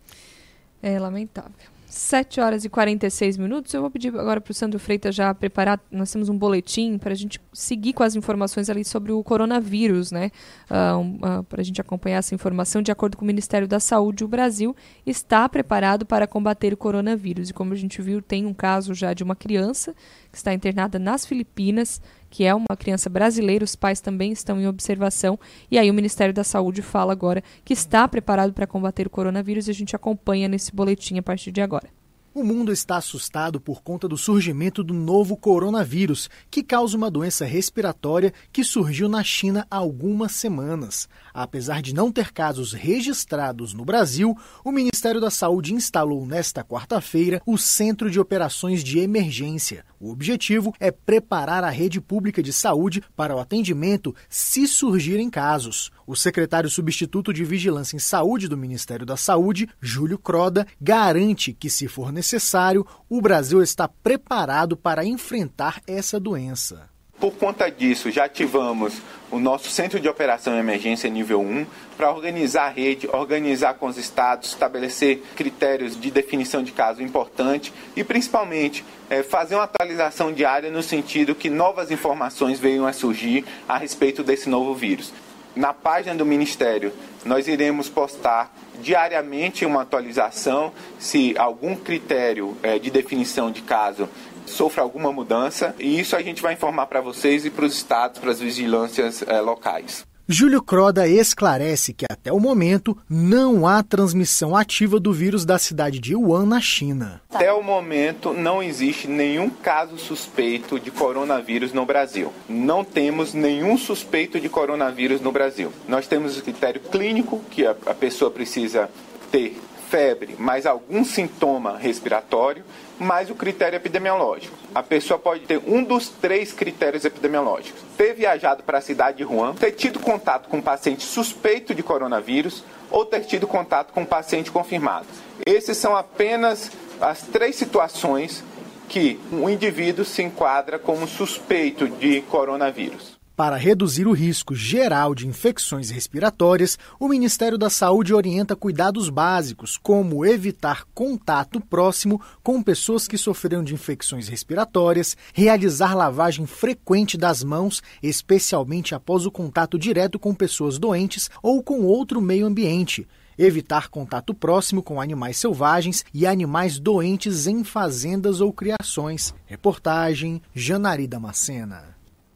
É lamentável. sete horas e quarenta e seis minutos. Eu vou pedir agora para o Sandro Freitas já preparar. Nós temos um boletim para a gente seguir com as informações ali sobre o coronavírus, né? Uh, um, uh, para a gente acompanhar essa informação. De acordo com o Ministério da Saúde, o Brasil está preparado para combater o coronavírus. E como a gente viu, tem um caso já de uma criança que está internada nas Filipinas, que é uma criança brasileira, os pais também estão em observação, e aí o Ministério da Saúde fala agora que está preparado para combater o coronavírus e a gente acompanha nesse boletim a partir de agora. O mundo está assustado por conta do surgimento do novo coronavírus, que causa uma doença respiratória que surgiu na China há algumas semanas. Apesar de não ter casos registrados no Brasil, o Ministério da Saúde instalou nesta quarta-feira o Centro de Operações de Emergência. O objetivo é preparar a rede pública de saúde para o atendimento se surgirem casos. O secretário substituto de Vigilância em Saúde do Ministério da Saúde, Júlio Croda, garante que, se for necessário, o Brasil está preparado para enfrentar essa doença. Por conta disso, já ativamos o nosso Centro de Operação em Emergência nível um para organizar a rede, organizar com os estados, estabelecer critérios de definição de caso importante e, principalmente, é, fazer uma atualização diária no sentido que novas informações venham a surgir a respeito desse novo vírus. Na página do Ministério, nós iremos postar diariamente uma atualização se algum critério é, de definição de caso sofre alguma mudança, e isso a gente vai informar para vocês e para os estados, para as vigilâncias é, locais. Júlio Croda esclarece que até o momento não há transmissão ativa do vírus da cidade de Wuhan, na China. Até o momento não existe nenhum caso suspeito de coronavírus no Brasil. Não temos nenhum suspeito de coronavírus no Brasil. Nós temos o critério clínico, que a, a pessoa precisa ter febre, mais algum sintoma respiratório, mais o critério epidemiológico. A pessoa pode ter um dos três critérios epidemiológicos: ter viajado para a cidade de Wuhan, ter tido contato com um paciente suspeito de coronavírus ou ter tido contato com um paciente confirmado. Esses são apenas as três situações que um indivíduo se enquadra como suspeito de coronavírus. Para reduzir o risco geral de infecções respiratórias, o Ministério da Saúde orienta cuidados básicos, como evitar contato próximo com pessoas que sofreram de infecções respiratórias, realizar lavagem frequente das mãos, especialmente após o contato direto com pessoas doentes ou com outro meio ambiente, evitar contato próximo com animais selvagens e animais doentes em fazendas ou criações. Reportagem Janari Damascena.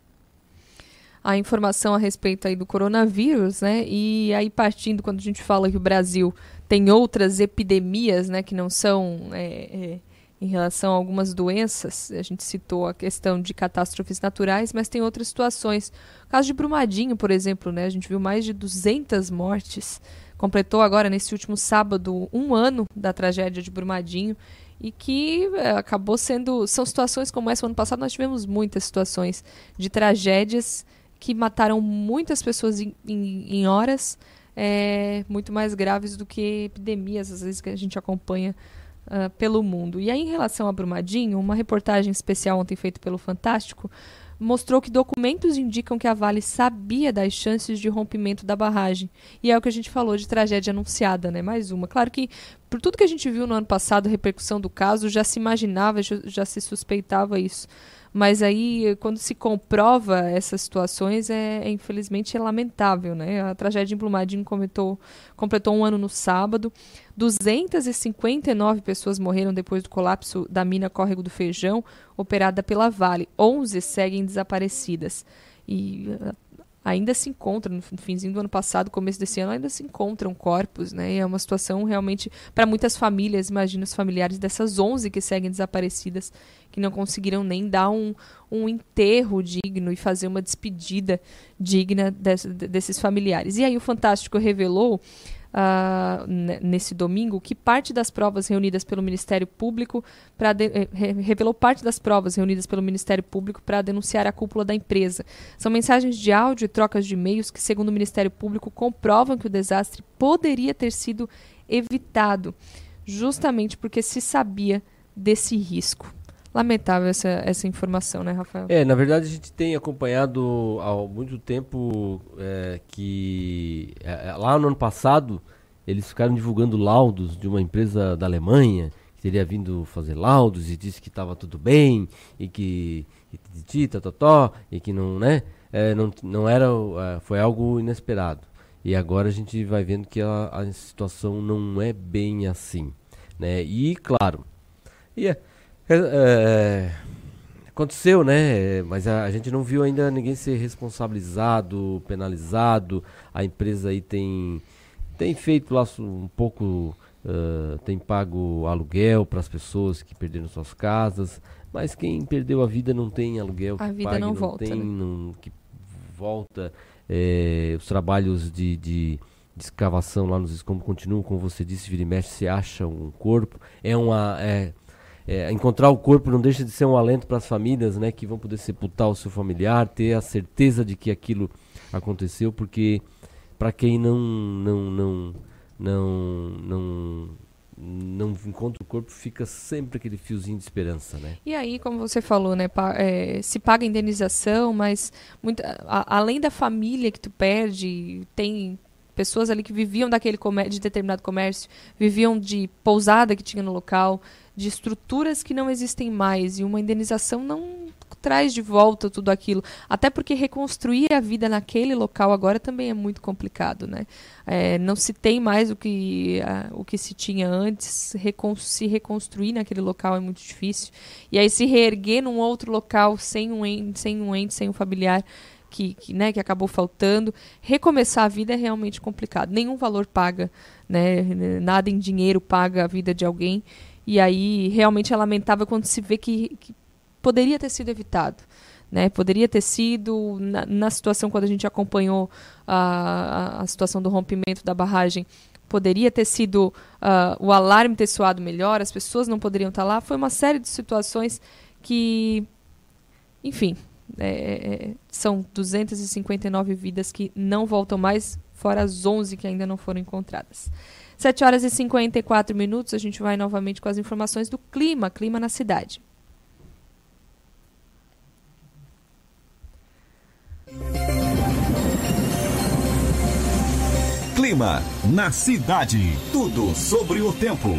A informação a respeito aí do coronavírus, né? E aí partindo, quando a gente fala que o Brasil tem outras epidemias, né, que não são é, é, em relação a algumas doenças, a gente citou a questão de catástrofes naturais, mas tem outras situações. O caso de Brumadinho, por exemplo, né? A gente viu mais de duzentas mortes, completou agora nesse último sábado um ano da tragédia de Brumadinho, e que é, acabou sendo, são situações como essa. No ano passado nós tivemos muitas situações de tragédias que mataram muitas pessoas em, em, em horas, é, muito mais graves do que epidemias, às vezes, que a gente acompanha uh, pelo mundo. E aí, em relação a Brumadinho, uma reportagem especial ontem feita pelo Fantástico mostrou que documentos indicam que a Vale sabia das chances de rompimento da barragem. E é o que a gente falou de tragédia anunciada, né? Mais uma. Claro que, por tudo que a gente viu no ano passado, a repercussão do caso, já se imaginava, já, já se suspeitava isso. Mas aí, quando se comprova essas situações, é, é infelizmente é lamentável, né? A tragédia em Brumadinho completou, completou um ano no sábado. duzentas e cinquenta e nove pessoas morreram depois do colapso da mina Córrego do Feijão, operada pela Vale. onze seguem desaparecidas. E uh, ainda se encontram, no finzinho do ano passado, começo desse ano, ainda se encontram corpos, né? E é uma situação realmente, para muitas famílias, imagina os familiares dessas onze que seguem desaparecidas, que não conseguiram nem dar um, um enterro digno e fazer uma despedida digna desse, desses familiares. E aí o Fantástico revelou, Uh, nesse domingo, que parte das provas reunidas pelo Ministério Público pra de, eh, revelou parte das provas reunidas pelo Ministério Público para denunciar a cúpula da empresa. São mensagens de áudio e trocas de e-mails que, segundo o Ministério Público, comprovam que o desastre poderia ter sido evitado, justamente porque se sabia desse risco. Lamentável essa, essa informação, né, Rafael? É, na verdade a gente tem acompanhado há muito tempo é, que é, lá no ano passado eles ficaram divulgando laudos de uma empresa da Alemanha que teria vindo fazer laudos e disse que estava tudo bem e que e, totó, e que não, né, é, não, não era, é, foi algo inesperado. E agora a gente vai vendo que a, a situação não é bem assim, né? E claro, e é, É, é, aconteceu, né? Mas a, a gente não viu ainda ninguém ser responsabilizado, penalizado. A empresa aí tem, tem feito lá um pouco, uh, tem pago aluguel para as pessoas que perderam suas casas. Mas quem perdeu a vida não tem aluguel que a vida pague, não, não volta, tem né? não, que volta. É, os trabalhos de, de, de escavação lá nos escombros continuam, como você disse, vira e mexe, se acha um corpo. É uma... É, É, encontrar o corpo não deixa de ser um alento para as famílias, né, que vão poder sepultar o seu familiar, ter a certeza de que aquilo aconteceu, porque para quem não não não não não não encontra o corpo, fica sempre aquele fiozinho de esperança, né? E aí, como você falou, né, pa, é, se paga indenização, mas muita, a, além da família que tu perde, tem pessoas ali que viviam daquele comércio, de determinado comércio, viviam de pousada que tinha no local, de estruturas que não existem mais, e uma indenização não traz de volta tudo aquilo. Até porque reconstruir a vida naquele local agora também é muito complicado, né? É, não se tem mais o que, a, o que se tinha antes, recon, se reconstruir naquele local é muito difícil. E aí se reerguer num outro local sem um ente, sem um, ente, sem um familiar, Que, que, né, que acabou faltando, recomeçar a vida é realmente complicado. Nenhum valor paga, né, nada em dinheiro paga a vida de alguém, e aí realmente é lamentável quando se vê que, que poderia ter sido evitado, né, poderia ter sido, na, na situação quando a gente acompanhou a, a situação do rompimento da barragem, poderia ter sido uh, o alarme ter soado melhor, as pessoas não poderiam estar lá, foi uma série de situações que, enfim... É, é, são duzentas e cinquenta e nove vidas que não voltam mais, fora as onze que ainda não foram encontradas. sete horas e cinquenta e quatro minutos, a gente vai novamente com as informações do clima, clima na cidade. Clima na cidade, tudo sobre o tempo.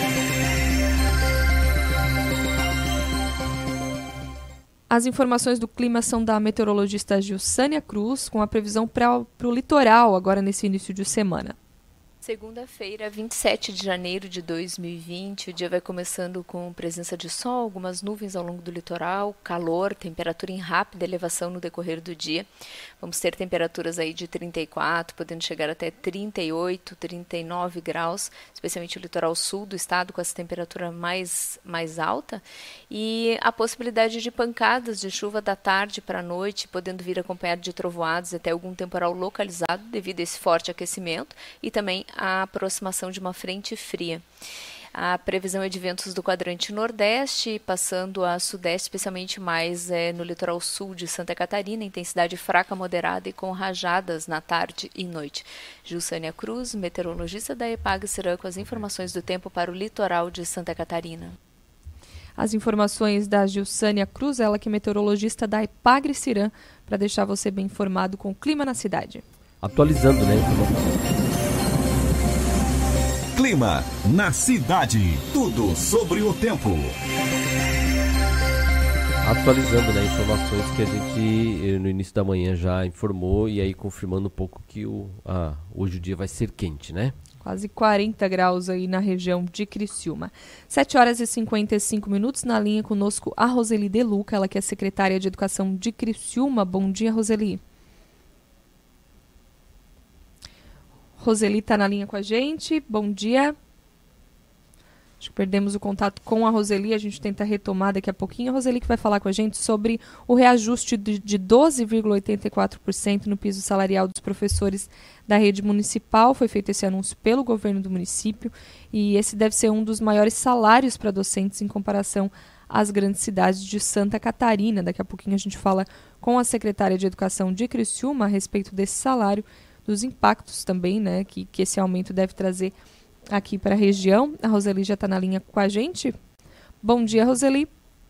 As informações do clima são da meteorologista Gilsânia Cruz, com a previsão para o litoral agora nesse início de semana. Segunda-feira, vinte e sete de janeiro de dois mil e vinte, o dia vai começando com presença de sol, algumas nuvens ao longo do litoral, calor, temperatura em rápida elevação no decorrer do dia. Vamos ter temperaturas aí de trinta e quatro, podendo chegar até trinta e oito, trinta e nove graus, especialmente o litoral sul do estado com essa temperatura mais, mais alta. E a possibilidade de pancadas de chuva da tarde para a noite, podendo vir acompanhado de trovoadas até algum temporal localizado devido a esse forte aquecimento e também a aproximação de uma frente fria. A previsão é de ventos do quadrante nordeste, passando a sudeste, especialmente mais é, no litoral sul de Santa Catarina, intensidade fraca moderada e com rajadas na tarde e noite. Gilsânia Cruz, meteorologista da Epagre-Cirã, com as informações do tempo para o litoral de Santa Catarina. As informações da Gilsânia Cruz, ela que é meteorologista da Epagre-Cirã, para deixar você bem informado com o clima na cidade. Atualizando, né? Clima na cidade, tudo sobre o tempo. atualizando, né, informações que a gente no início da manhã já informou e aí confirmando um pouco que o, ah, hoje o dia vai ser quente, né? Quase quarenta graus aí na região de Criciúma. sete horas e cinquenta e cinco minutos, na linha conosco a Roseli De Luca, ela que é secretária de Educação de Criciúma. Bom dia, Roseli. Roseli está na linha com a gente. Bom dia. Acho que perdemos o contato com a Roseli, a gente tenta retomar daqui a pouquinho. A Roseli que vai falar com a gente sobre o reajuste de, de doze vírgula oitenta e quatro por cento no piso salarial dos professores da rede municipal. Foi feito esse anúncio pelo governo do município e esse deve ser um dos maiores salários para docentes em comparação às grandes cidades de Santa Catarina. Daqui a pouquinho a gente fala com a secretária de Educação de Criciúma a respeito desse salário, dos impactos também, né, que, que esse aumento deve trazer aqui para a região. A Roseli já está na linha com a gente. Bom dia, Roseli.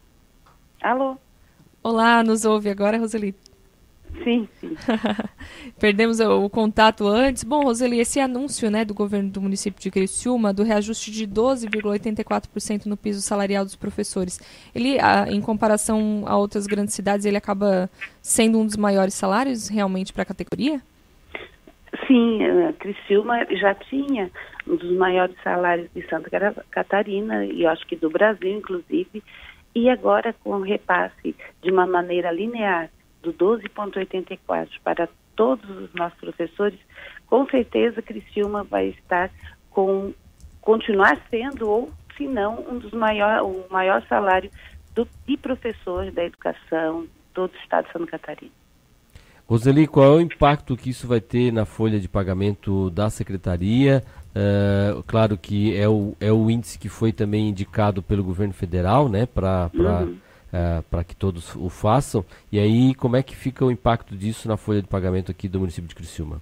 Alô. Olá, nos ouve agora, Roseli? Sim, sim. Perdemos o, o contato antes. Bom, Roseli, esse anúncio, né, do governo do município de Criciúma, do reajuste de doze vírgula oitenta e quatro por cento no piso salarial dos professores, ele, a, em comparação a outras grandes cidades, ele acaba sendo um dos maiores salários realmente para a categoria? Sim, a Criciúma já tinha um dos maiores salários de Santa Catarina e eu acho que do Brasil, inclusive, e agora com o repasse de uma maneira linear do doze vírgula oitenta e quatro para todos os nossos professores, com certeza Criciúma vai estar com, continuar sendo, ou se não, um dos maiores, o maior salário do, de professores da educação todo o estado de Santa Catarina. Roseli, qual é o impacto que isso vai ter na folha de pagamento da Secretaria? Uh, claro que é o, é o índice que foi também indicado pelo governo federal, né, para uhum. uh, que todos o façam. E aí, como é que fica o impacto disso na folha de pagamento aqui do município de Criciúma?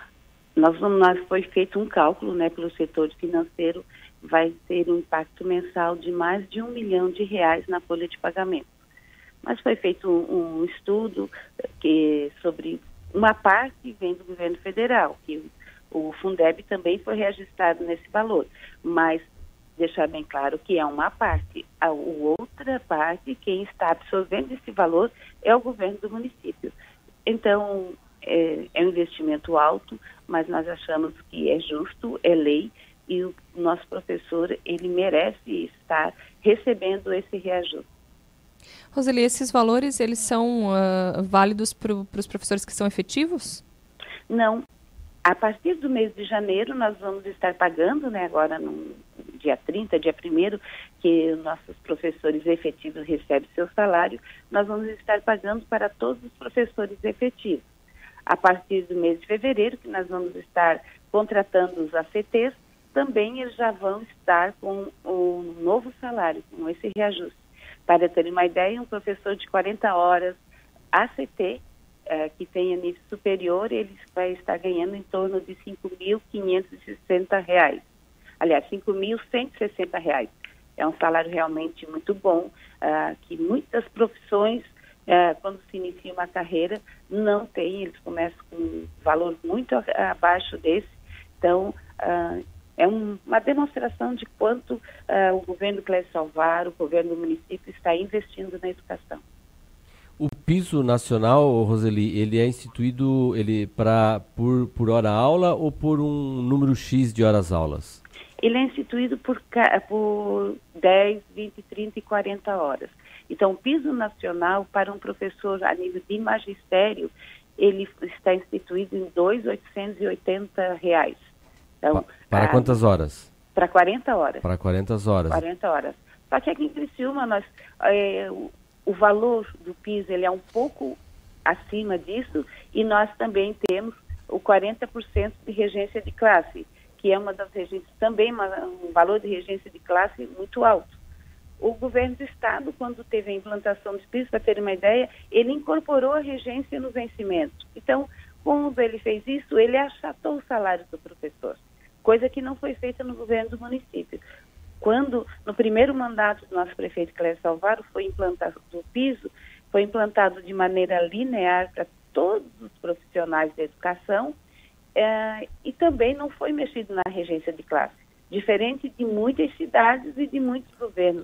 Nós, nós foi feito um cálculo, né, pelo setor financeiro, vai ter um impacto mensal de mais de um milhão de reais na folha de pagamento. Mas foi feito um, um estudo que, sobre uma parte vem do governo federal, que o Fundeb também foi registrado nesse valor, mas deixar bem claro que é uma parte. A outra parte, quem está absorvendo esse valor é o governo do município. Então, é, é um investimento alto, mas nós achamos que é justo, é lei, e o nosso professor, ele merece estar recebendo esse reajuste. Roseli, esses valores, eles são uh, válidos para os professores que são efetivos? Não. A partir do mês de janeiro, nós vamos estar pagando, né, agora no dia trinta, dia primeiro, que nossos professores efetivos recebem seu salário, nós vamos estar pagando para todos os professores efetivos. A partir do mês de fevereiro, que nós vamos estar contratando os A C Ts, também eles já vão estar com o novo salário, com esse reajuste. Para ter uma ideia, um professor de quarenta horas A C T, eh, que tenha nível superior, ele vai estar ganhando em torno de cinco mil quinhentos e sessenta reais. Aliás, cinco mil cento e sessenta reais. É um salário realmente muito bom, ah, que muitas profissões, ah, quando se inicia uma carreira, não têm. Eles começam com um valor muito abaixo desse. Então, ah, é um, uma demonstração de quanto uh, o governo Clécio Salvar, o governo do município, está investindo na educação. O piso nacional, Roseli, ele é instituído ele pra, por, por hora-aula ou por um número X de horas-aulas? Ele é instituído por, por dez, vinte, trinta e quarenta horas. Então, o piso nacional para um professor a nível de magistério, ele está instituído em dois mil oitocentos e oitenta reais. Então, para ah, quantas horas? Para quarenta horas. Para quarenta horas. quarenta horas. Só que aqui em Criciúma, nós, é, o, o valor do piso ele é um pouco acima disso e nós também temos o quarenta por cento de regência de classe, que é uma das regências, também uma, um valor de regência de classe muito alto. O governo do estado, quando teve a implantação do piso, para ter uma ideia, ele incorporou a regência no vencimento. Então, quando ele fez isso, ele achatou o salário do professor, coisa que não foi feita no governo do município. Quando, no primeiro mandato do nosso prefeito Clécio Salvaro, foi implantado o piso, foi implantado de maneira linear para todos os profissionais da educação eh, e também não foi mexido na regência de classe, diferente de muitas cidades e de muitos governos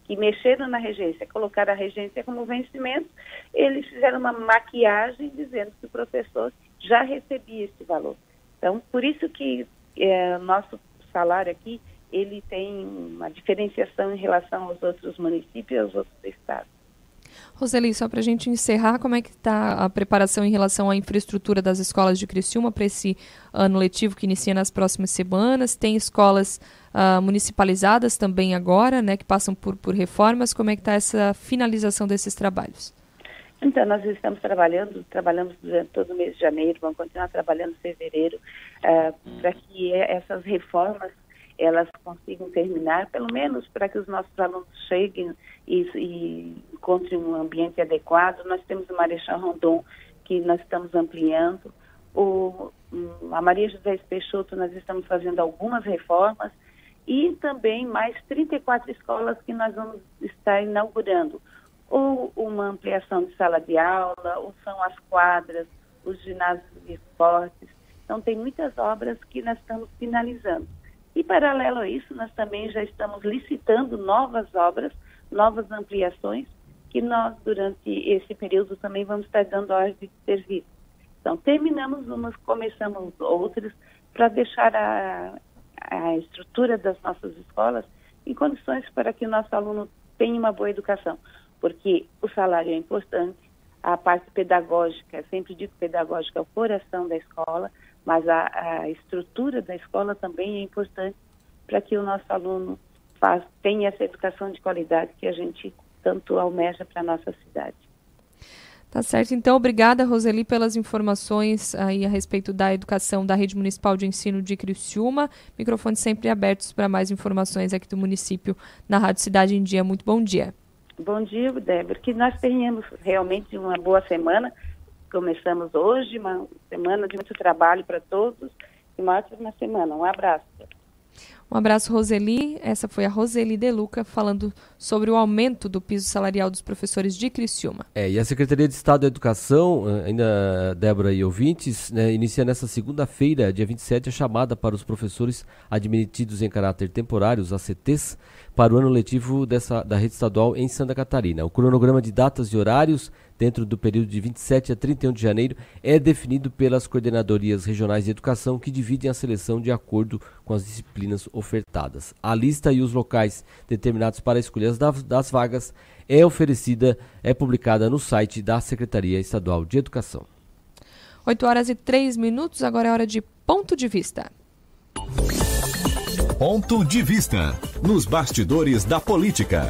que mexeram na regência, colocaram a regência como vencimento, eles fizeram uma maquiagem dizendo que o professor já recebia esse valor. Então, por isso que é, nosso salário aqui, ele tem uma diferenciação em relação aos outros municípios e aos outros estados. Roseli, só para a gente encerrar, como é que está a preparação em relação à infraestrutura das escolas de Criciúma para esse ano letivo que inicia nas próximas semanas? Tem escolas uh, municipalizadas também agora, né, que passam por, por reformas. Como é que está essa finalização desses trabalhos? Então, nós estamos trabalhando, trabalhamos durante todo o mês de janeiro, vamos continuar trabalhando em fevereiro, uh, para que essas reformas elas consigam terminar, pelo menos para que os nossos alunos cheguem e, e encontrem um ambiente adequado. Nós temos o Marechal Rondon, que nós estamos ampliando. O, a Maria José Peixoto, nós estamos fazendo algumas reformas. E também mais trinta e quatro escolas que nós vamos estar inaugurando. Ou uma ampliação de sala de aula, ou são as quadras, os ginásios de esportes. Então, tem muitas obras que nós estamos finalizando. E, paralelo a isso, nós também já estamos licitando novas obras, novas ampliações, que nós, durante esse período, também vamos estar dando ordem de serviço. Então, terminamos umas, começamos outras, para deixar a, a estrutura das nossas escolas em condições para que o nosso aluno tenha uma boa educação. Porque o salário é importante, a parte pedagógica, sempre digo pedagógica é o coração da escola, mas a, a estrutura da escola também é importante para que o nosso aluno faz, tenha essa educação de qualidade que a gente tanto almeja para a nossa cidade. Tá certo, então obrigada, Roseli, pelas informações aí a respeito da educação da Rede Municipal de Ensino de Criciúma. Microfones sempre abertos para mais informações aqui do município na Rádio Cidade em Dia. Muito bom dia. Bom dia, Débora. Que nós tenhamos realmente uma boa semana. Começamos hoje, uma semana de muito trabalho para todos e uma ótima semana. Um abraço. Um abraço, Roseli. Essa foi a Roseli De Luca falando sobre o aumento do piso salarial dos professores de Criciúma. É, e a Secretaria de Estado da Educação, ainda Débora e ouvintes, né, inicia nesta segunda-feira, dia vinte e sete, a chamada para os professores admitidos em caráter temporário, os A C Ts, para o ano letivo dessa, da rede estadual em Santa Catarina. O cronograma de datas e horários dentro do período de vinte e sete a trinta e um de janeiro é definido pelas coordenadorias regionais de educação, que dividem a seleção de acordo com as disciplinas ofertadas. A lista e os locais determinados para a escolha das, das vagas é oferecida, é publicada no site da Secretaria Estadual de Educação. oito horas e três minutos, agora é hora de Ponto de Vista. Ponto de Vista, nos bastidores da política.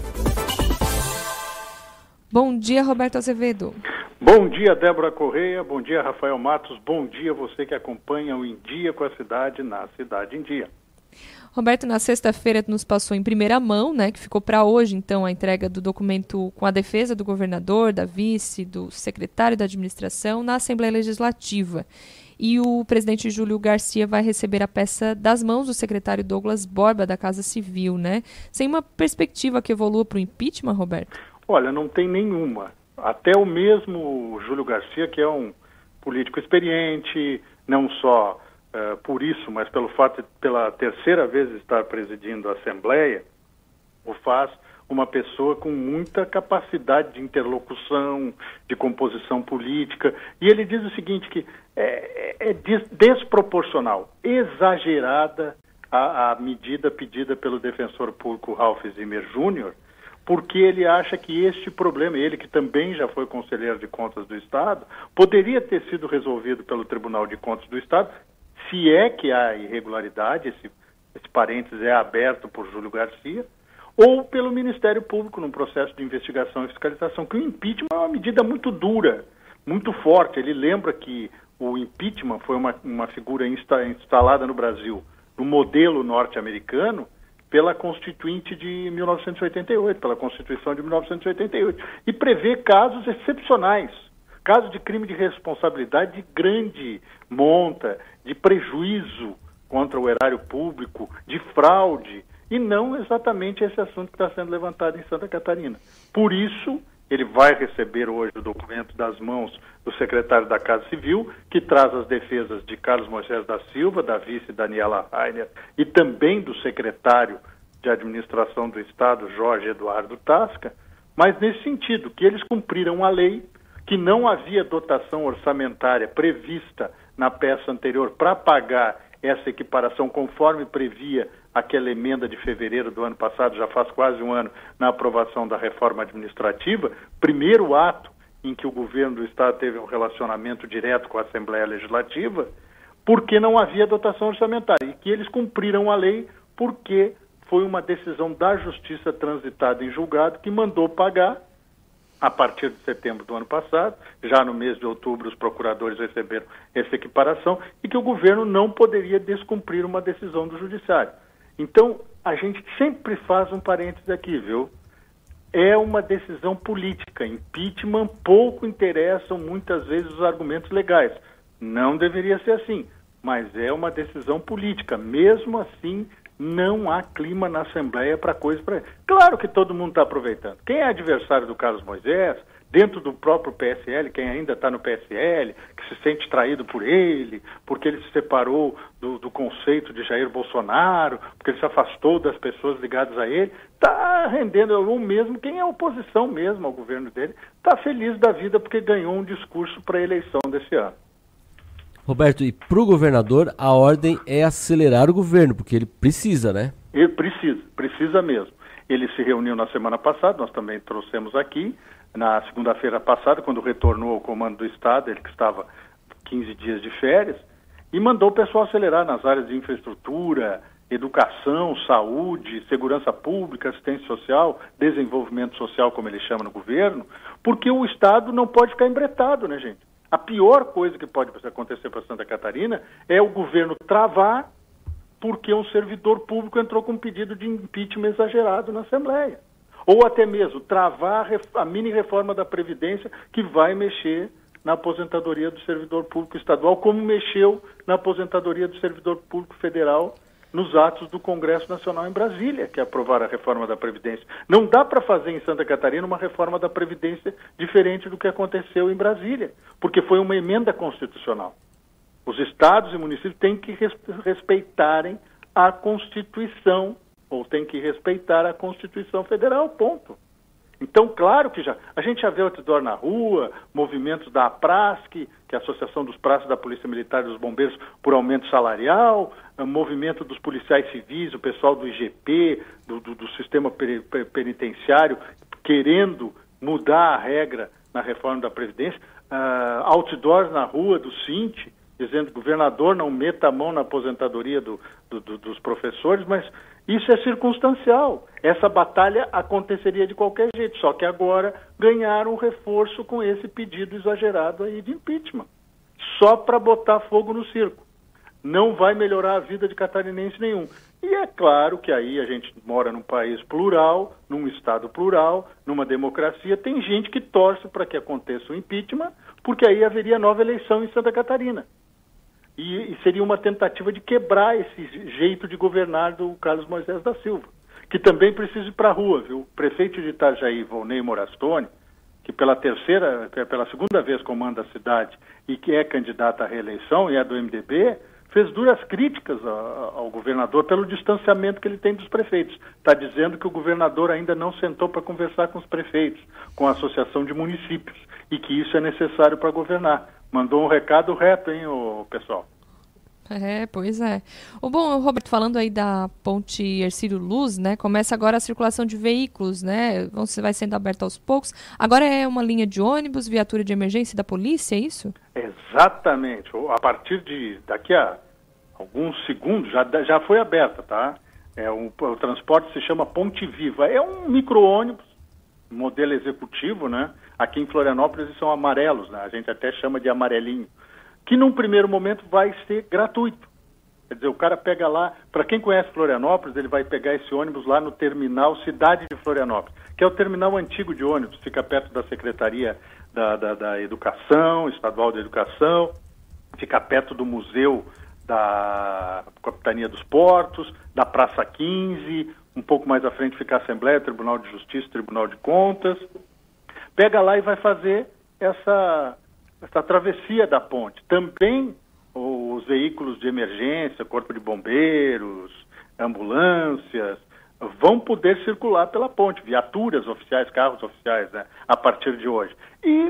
Bom dia, Roberto Azevedo. Bom dia, Débora Correia. Bom dia, Rafael Matos. Bom dia, você que acompanha o Em Dia com a Cidade, na Cidade em Dia. Roberto, na sexta-feira nos passou em primeira mão, né, que ficou para hoje, então, a entrega do documento com a defesa do governador, da vice, do secretário da administração na Assembleia Legislativa. E o presidente Júlio Garcia vai receber a peça das mãos do secretário Douglas Borba, da Casa Civil, né? Sem uma perspectiva que evolua para o impeachment, Roberto? Olha, não tem nenhuma. Até o mesmo Júlio Garcia, que é um político experiente, não só uh, por isso, mas pelo fato de pela terceira vez estar presidindo a Assembleia, o faz uma pessoa com muita capacidade de interlocução, de composição política. E ele diz o seguinte, que é, é des- desproporcional, exagerada a, a medida pedida pelo defensor público Ralph Zimmer Júnior, porque ele acha que este problema, ele que também já foi conselheiro de contas do Estado, poderia ter sido resolvido pelo Tribunal de Contas do Estado, se é que há irregularidade, esse, esse parênteses é aberto por Júlio Garcia, ou pelo Ministério Público num processo de investigação e fiscalização, que o impeachment é uma medida muito dura, muito forte. Ele lembra que o impeachment foi uma, uma figura insta, instalada no Brasil, no modelo norte-americano, pela Constituinte de mil novecentos e oitenta e oito, pela Constituição de mil novecentos e oitenta e oito, e prevê casos excepcionais, casos de crime de responsabilidade de grande monta, de prejuízo contra o erário público, de fraude, e não exatamente esse assunto que está sendo levantado em Santa Catarina. Por isso, ele vai receber hoje o documento das mãos do secretário da Casa Civil, que traz as defesas de Carlos Moisés da Silva, da vice Daniela Rainer, e também do secretário de Administração do Estado, Jorge Eduardo Tasca, mas nesse sentido, que eles cumpriram a lei, que não havia dotação orçamentária prevista na peça anterior para pagar essa equiparação conforme previa aquela emenda de fevereiro do ano passado, já faz quase um ano, na aprovação da reforma administrativa, primeiro ato em que o governo do Estado teve um relacionamento direto com a Assembleia Legislativa, porque não havia dotação orçamentária, e que eles cumpriram a lei porque foi uma decisão da Justiça transitada em julgado que mandou pagar, a partir de setembro do ano passado, já no mês de outubro os procuradores receberam essa equiparação, e que o governo não poderia descumprir uma decisão do Judiciário. Então, a gente sempre faz um parênteses aqui, viu? É uma decisão política. Impeachment pouco interessam muitas vezes os argumentos legais. Não deveria ser assim, mas é uma decisão política. Mesmo assim, não há clima na Assembleia para coisa para... Claro que todo mundo está aproveitando. Quem é adversário do Carlos Moisés, dentro do próprio P S L, quem ainda está no P S L, que se sente traído por ele, porque ele se separou do, do conceito de Jair Bolsonaro, porque ele se afastou das pessoas ligadas a ele, está rendendo, ou mesmo quem é oposição mesmo ao governo dele, está feliz da vida porque ganhou um discurso para a eleição desse ano. Roberto, e para o governador, a ordem é acelerar o governo, porque ele precisa, né? Ele precisa, precisa mesmo. Ele se reuniu na semana passada, nós também trouxemos aqui, na segunda-feira passada, quando retornou ao comando do Estado, ele que estava quinze dias de férias, e mandou o pessoal acelerar nas áreas de infraestrutura, educação, saúde, segurança pública, assistência social, desenvolvimento social, como ele chama no governo, porque o Estado não pode ficar embretado, né, gente? A pior coisa que pode acontecer para Santa Catarina é o governo travar porque um servidor público entrou com um pedido de impeachment exagerado na Assembleia. Ou até mesmo travar a mini-reforma da Previdência que vai mexer na aposentadoria do servidor público estadual, como mexeu na aposentadoria do servidor público federal nos atos do Congresso Nacional em Brasília, que aprovaram a reforma da Previdência. Não dá para fazer em Santa Catarina uma reforma da Previdência diferente do que aconteceu em Brasília, porque foi uma emenda constitucional. Os estados e municípios têm que res- respeitarem a Constituição, ou têm que respeitar a Constituição Federal, ponto. Então, claro que já, a gente já vê outdoor na rua, movimentos da APRASC, que é a Associação dos Praças da Polícia Militar e dos Bombeiros, por aumento salarial, movimento dos policiais civis, o pessoal do I G P, do, do, do sistema peri, penitenciário, querendo mudar a regra na reforma da Previdência, uh, outdoors na rua do Sint, dizendo que o governador não meta a mão na aposentadoria do, do, do, dos professores, mas isso é circunstancial. Essa batalha aconteceria de qualquer jeito, só que agora ganharam um reforço com esse pedido exagerado aí de impeachment, só para botar fogo no circo. Não vai melhorar a vida de catarinense nenhum. E é claro que aí a gente mora num país plural, num estado plural, numa democracia, tem gente que torce para que aconteça o impeachment, porque aí haveria nova eleição em Santa Catarina. E, e seria uma tentativa de quebrar esse jeito de governar do Carlos Moisés da Silva, que também precisa ir para a rua, viu? O prefeito de Itajaí, Volney Morastone, que pela terceira, pela segunda vez comanda a cidade e que é candidato à reeleição e é do M D B, fez duras críticas ao, ao governador pelo distanciamento que ele tem dos prefeitos. Está dizendo que o governador ainda não sentou para conversar com os prefeitos, com a Associação de Municípios, e que isso é necessário para governar. Mandou um recado reto, hein, o pessoal? É, pois é. O bom, Roberto, falando aí da ponte Hercílio Luz, né? Começa agora a circulação de veículos, né? Você vai sendo aberta aos poucos. Agora é uma linha de ônibus, viatura de emergência da polícia, é isso? Exatamente. A partir de daqui a alguns segundos já, já foi aberta, tá? É um, o transporte se chama Ponte Viva. É um micro-ônibus, modelo executivo, né? Aqui em Florianópolis eles são amarelos, né? A gente até chama de amarelinho. Que num primeiro momento vai ser gratuito. Quer dizer, o cara pega lá, para quem conhece Florianópolis, ele vai pegar esse ônibus lá no terminal Cidade de Florianópolis, que é o terminal antigo de ônibus, fica perto da Secretaria da, da, da Educação, Estadual da Educação, fica perto do Museu da Capitania dos Portos, da Praça quinze, um pouco mais à frente fica a Assembleia, Tribunal de Justiça, Tribunal de Contas. Pega lá e vai fazer essa... essa travessia da ponte. Também os veículos de emergência, corpo de bombeiros, ambulâncias, vão poder circular pela ponte, viaturas oficiais, carros oficiais, né, a partir de hoje. E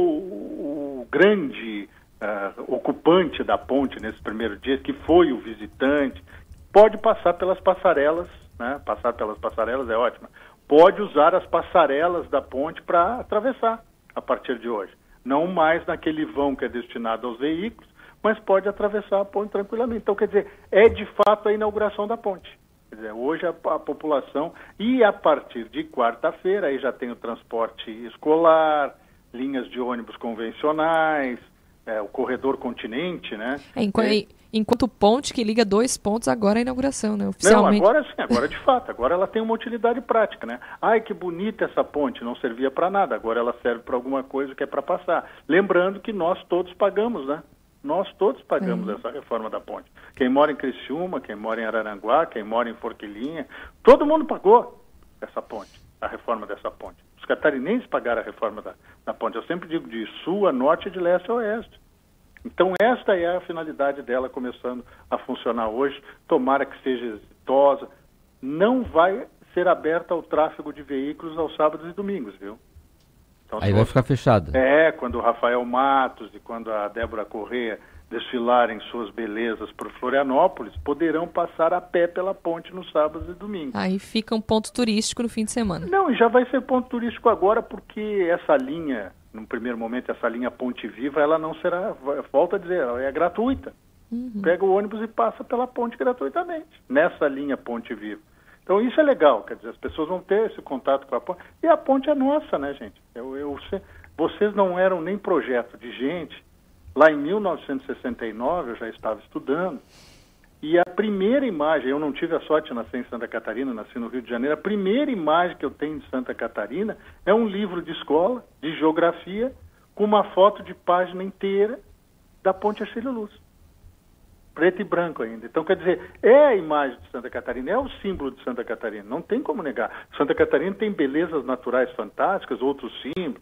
o, o grande uh, ocupante da ponte nesse primeiro dia, que foi o visitante, pode passar pelas passarelas, né, passar pelas passarelas é ótimo, pode usar as passarelas da ponte para atravessar a partir de hoje. Não mais naquele vão que é destinado aos veículos, mas pode atravessar a ponte tranquilamente. Então, quer dizer, é de fato a inauguração da ponte. Quer dizer, hoje a, a população, e a partir de quarta-feira, aí já tem o transporte escolar, linhas de ônibus convencionais, é, o corredor continente, né? É, enquanto, é, enquanto ponte que liga dois pontos, agora é a inauguração, né? Oficialmente. Não, agora sim, agora de fato, agora ela tem uma utilidade prática, né? Ai, que bonita essa ponte, não servia para nada, agora ela serve para alguma coisa que é para passar. Lembrando que nós todos pagamos, né? Nós todos pagamos uhum. essa reforma da ponte. Quem mora em Criciúma, quem mora em Araranguá, quem mora em Forquilinha, todo mundo pagou essa ponte, a reforma dessa ponte. Os catarinenses pagaram a reforma da, da ponte. Eu sempre digo de sul a norte e de leste a oeste. Então esta é a finalidade dela começando a funcionar hoje. Tomara que seja exitosa. Não vai ser aberta ao tráfego de veículos aos sábados e domingos, viu? Então, aí vai ficar fechada. É, quando o Rafael Matos e quando a Débora Corrêa desfilarem suas belezas por Florianópolis, poderão passar a pé pela ponte nos sábados e domingos. Aí fica um ponto turístico no fim de semana. Não, e já vai ser ponto turístico agora, porque essa linha, no primeiro momento, essa linha Ponte Viva, ela não será, volta a dizer, ela é gratuita. Uhum. Pega o ônibus e passa pela ponte gratuitamente, nessa linha Ponte Viva. Então isso é legal, quer dizer, as pessoas vão ter esse contato com a ponte. E a ponte é nossa, né, gente? Eu, eu, vocês não eram nem projeto de gente. Lá em mil novecentos e sessenta e nove eu já estava estudando. E a primeira imagem, eu não tive a sorte de nascer em Santa Catarina, nasci no Rio de Janeiro. A primeira imagem que eu tenho de Santa Catarina é um livro de escola, de geografia, com uma foto de página inteira da ponte Hercílio Luz. Preto e branco ainda. Então, quer dizer, é a imagem de Santa Catarina, é o símbolo de Santa Catarina, não tem como negar. Santa Catarina tem belezas naturais fantásticas, outros símbolos,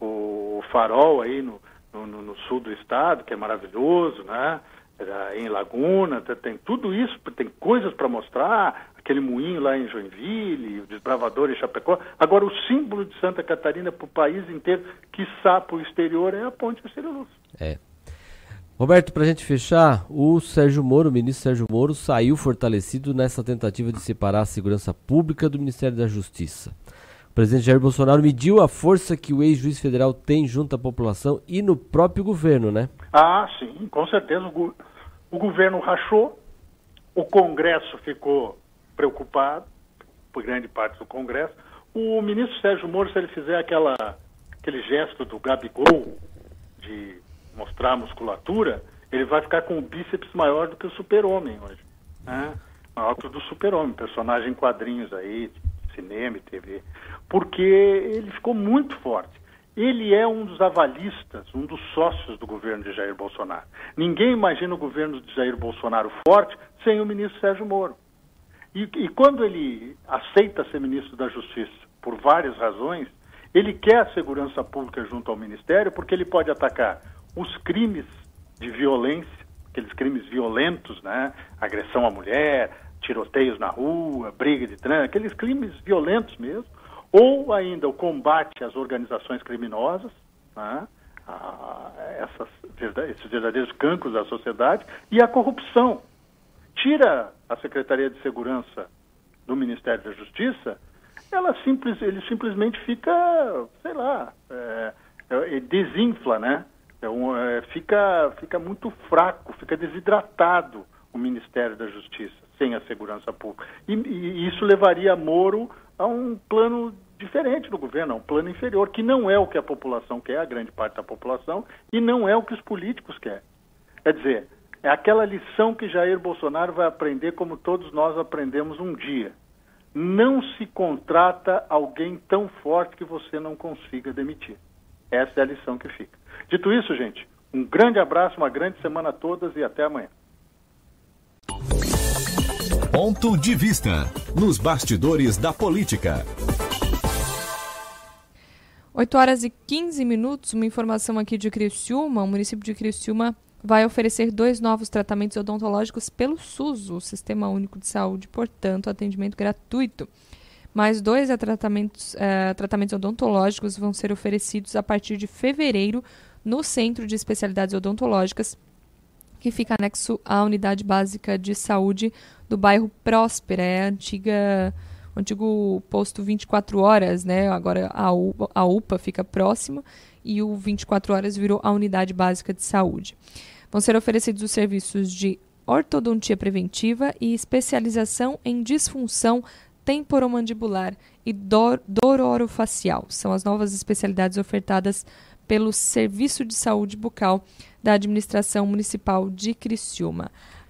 o farol aí no, no, no sul do estado, que é maravilhoso, né? Em Laguna, tem tudo isso, tem coisas para mostrar, aquele moinho lá em Joinville, o desbravador em Chapecó. Agora, o símbolo de Santa Catarina para o país inteiro, quiçá para o exterior, é a ponte Hercílio Luz. É. Roberto, para a gente fechar, o Sérgio Moro, o ministro Sérgio Moro, saiu fortalecido nessa tentativa de separar a segurança pública do Ministério da Justiça. O presidente Jair Bolsonaro mediu a força que o ex-juiz federal tem junto à população e no próprio governo, né? Ah, sim, com certeza. O, go- o governo rachou, o Congresso ficou preocupado, por grande parte do Congresso. O ministro Sérgio Moro, se ele fizer aquela, aquele gesto do Gabigol, de mostrar a musculatura, ele vai ficar com o bíceps maior do que o Super-Homem hoje, né? Maior que o do Super-Homem, personagem em quadrinhos aí, cinema e T V, porque ele ficou muito forte. Ele é um dos avalistas, um dos sócios do governo de Jair Bolsonaro. Ninguém imagina o governo de Jair Bolsonaro forte sem o ministro Sérgio Moro. E, e quando ele aceita ser ministro da Justiça, por várias razões, ele quer a segurança pública junto ao ministério, porque ele pode atacar os crimes de violência, aqueles crimes violentos, né? Agressão à mulher, tiroteios na rua, briga de trânsito, aqueles crimes violentos mesmo, ou ainda o combate às organizações criminosas, né? a, essas, esses verdadeiros cancros da sociedade, e a corrupção. Tira a Secretaria de Segurança do Ministério da Justiça, ela simples, ele simplesmente fica, sei lá, é, é, desinfla, né? É um, é, fica, fica muito fraco, fica desidratado o Ministério da Justiça, sem a segurança pública. E, e isso levaria Moro a um plano diferente do governo, a um plano inferior, que não é o que a população quer, a grande parte da população, e não é o que os políticos querem. Quer dizer, é aquela lição que Jair Bolsonaro vai aprender como todos nós aprendemos um dia. Não se contrata alguém tão forte que você não consiga demitir. Essa é a lição que fica. Dito isso, gente, um grande abraço, uma grande semana a todas e até amanhã. Ponto de vista nos bastidores da política. oito horas e quinze minutos, uma informação aqui de Criciúma. O município de Criciúma vai oferecer dois novos tratamentos odontológicos pelo SUS, o Sistema Único de Saúde, portanto, atendimento gratuito. Mais dois é, tratamentos, é, tratamentos odontológicos vão ser oferecidos a partir de fevereiro no Centro de Especialidades Odontológicas, que fica anexo à Unidade Básica de Saúde do bairro Próspera, é a antiga, o antigo posto vinte e quatro horas, né? Agora a UPA, a UPA fica próximo e o vinte e quatro horas virou a Unidade Básica de Saúde. Vão ser oferecidos os serviços de ortodontia preventiva e especialização em disfunção temporomandibular e dor, dor orofacial. São as novas especialidades ofertadas pelo Serviço de Saúde Bucal da Administração Municipal de Criciúma.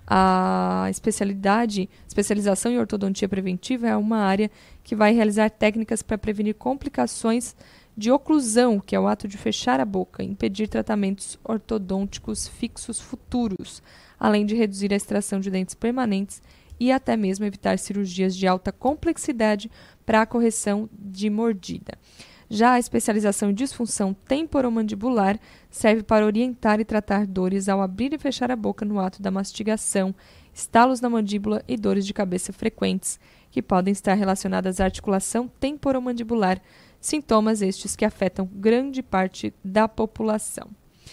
A especialidade, especialização em ortodontia preventiva é uma área que vai realizar técnicas para prevenir complicações de oclusão, que é o ato de fechar a boca, e impedir tratamentos ortodônticos fixos futuros, além de reduzir a extração de dentes permanentes e até mesmo evitar cirurgias de alta complexidade para a correção de mordida. Já a especialização em disfunção temporomandibular serve para orientar e tratar dores ao abrir e fechar a boca no ato da mastigação, estalos na mandíbula e dores de cabeça frequentes, que podem estar relacionadas à articulação temporomandibular, sintomas estes que afetam grande parte da população.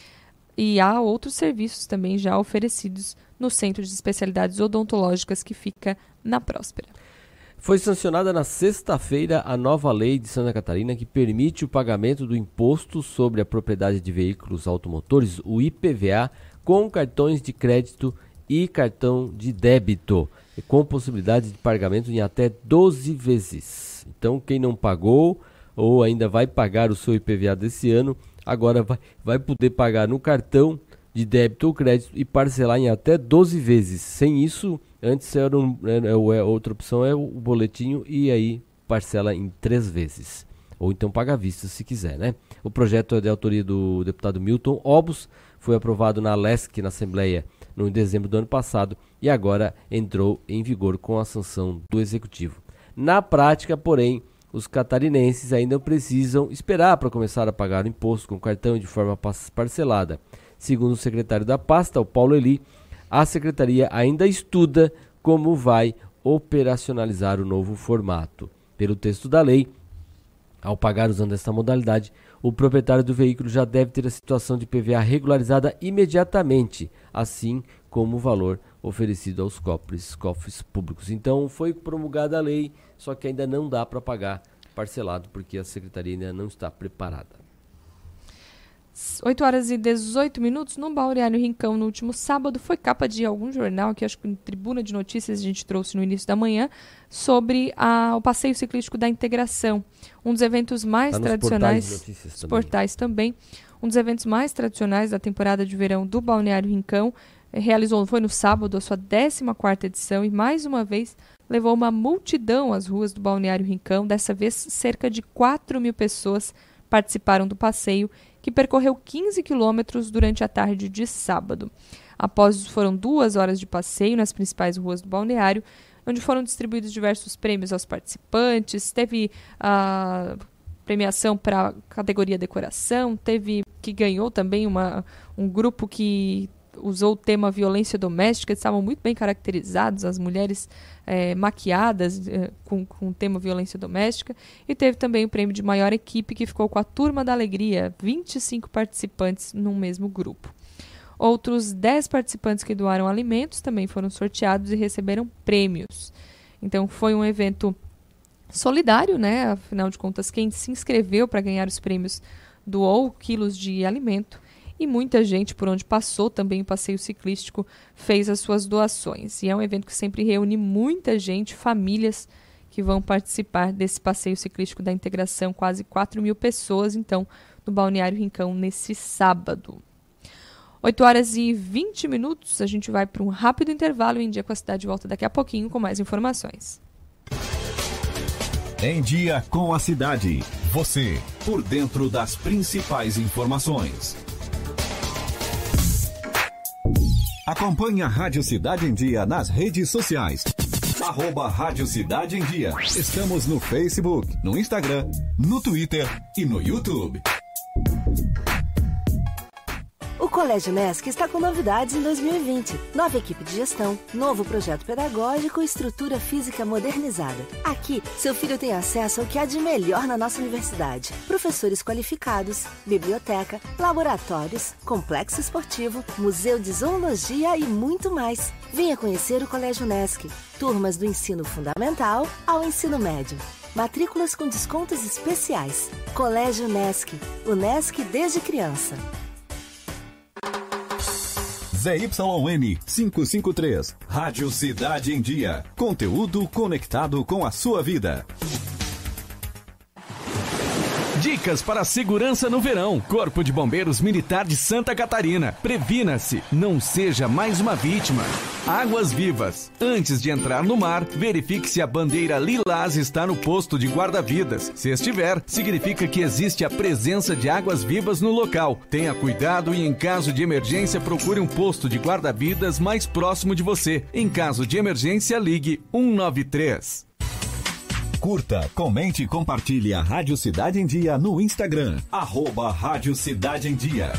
E há outros serviços também já oferecidos no Centro de Especialidades Odontológicas, que fica na Próspera. Foi sancionada na sexta-feira a nova lei de Santa Catarina que permite o pagamento do Imposto sobre a Propriedade de Veículos Automotores, o I P V A, com cartões de crédito e cartão de débito, com possibilidade de pagamento em até doze vezes. Então, quem não pagou ou ainda vai pagar o seu I P V A desse ano, agora vai, vai poder pagar no cartão de débito ou crédito e parcelar em até doze vezes. Sem isso, antes era, um, era, era outra opção é o boletinho e aí parcela em três vezes. Ou então paga à vista se quiser, né? O projeto é de autoria do deputado Milton Obos, foi aprovado na Lesc, na Assembleia, no dezembro do ano passado e agora entrou em vigor com a sanção do Executivo. Na prática, porém, os catarinenses ainda precisam esperar para começar a pagar o imposto com cartão de forma parcelada. Segundo o secretário da pasta, o Paulo Eli, a secretaria ainda estuda como vai operacionalizar o novo formato. Pelo texto da lei, ao pagar usando esta modalidade, o proprietário do veículo já deve ter a situação de I P V A regularizada imediatamente, assim como o valor oferecido aos cofres, cofres públicos. Então foi promulgada a lei, só que ainda não dá para pagar parcelado, porque a secretaria ainda não está preparada. oito horas e dezoito minutos, no Balneário Rincão, no último sábado, foi capa de algum jornal, que acho que em Tribuna de Notícias a gente trouxe no início da manhã, sobre a, o passeio ciclístico da integração. Um dos eventos mais tá tradicionais, portais, de os também. portais também, um dos eventos mais tradicionais da temporada de verão do Balneário Rincão, realizou, foi no sábado, a sua décima quarta edição e mais uma vez levou uma multidão às ruas do Balneário Rincão. Dessa vez, cerca de quatro mil pessoas participaram do passeio, que percorreu quinze quilômetros durante a tarde de sábado. Após foram duas horas de passeio nas principais ruas do balneário, onde foram distribuídos diversos prêmios aos participantes. Teve a premiação para a categoria decoração, teve que ganhou também uma, um grupo que usou o tema violência doméstica, estavam muito bem caracterizados, as mulheres é, maquiadas é, com, com o tema violência doméstica, e teve também o prêmio de maior equipe, que ficou com a Turma da Alegria, vinte e cinco participantes num mesmo grupo. Outros dez participantes que doaram alimentos também foram sorteados e receberam prêmios. Então foi um evento solidário, né? Afinal de contas, quem se inscreveu para ganhar os prêmios doou quilos de alimento. E muita gente, por onde passou também o passeio ciclístico, fez as suas doações. E é um evento que sempre reúne muita gente, famílias que vão participar desse passeio ciclístico da integração, quase quatro mil pessoas, então, no Balneário Rincão, nesse sábado. oito horas e vinte minutos, a gente vai para um rápido intervalo e Em Dia com a Cidade volta daqui a pouquinho com mais informações. Em Dia com a Cidade, você, por dentro das principais informações. Acompanhe a Rádio Cidade em Dia nas redes sociais. Arroba Rádio Cidade em Dia. Estamos no Facebook, no Instagram, no Twitter e no YouTube. O Colégio Nesc está com novidades em dois mil e vinte. Nova equipe de gestão, novo projeto pedagógico e estrutura física modernizada. Aqui, seu filho tem acesso ao que há de melhor na nossa universidade. Professores qualificados, biblioteca, laboratórios, complexo esportivo, museu de zoologia e muito mais. Venha conhecer o Colégio Nesc. Turmas do ensino fundamental ao ensino médio. Matrículas com descontos especiais. Colégio Nesc. O Nesc desde criança. Z Y N quinhentos e cinquenta e três, Rádio Cidade em Dia. Conteúdo conectado com a sua vida. Dicas para a segurança no verão. Corpo de Bombeiros Militar de Santa Catarina. Previna-se, não seja mais uma vítima. Águas Vivas. Antes de entrar no mar, verifique se a bandeira lilás está no posto de guarda-vidas. Se estiver, significa que existe a presença de águas vivas no local. Tenha cuidado e, em caso de emergência, procure um posto de guarda-vidas mais próximo de você. Em caso de emergência, ligue um nove três. Curta, comente e compartilhe a Rádio Cidade em Dia no Instagram. Arroba Rádio Cidade em Dia.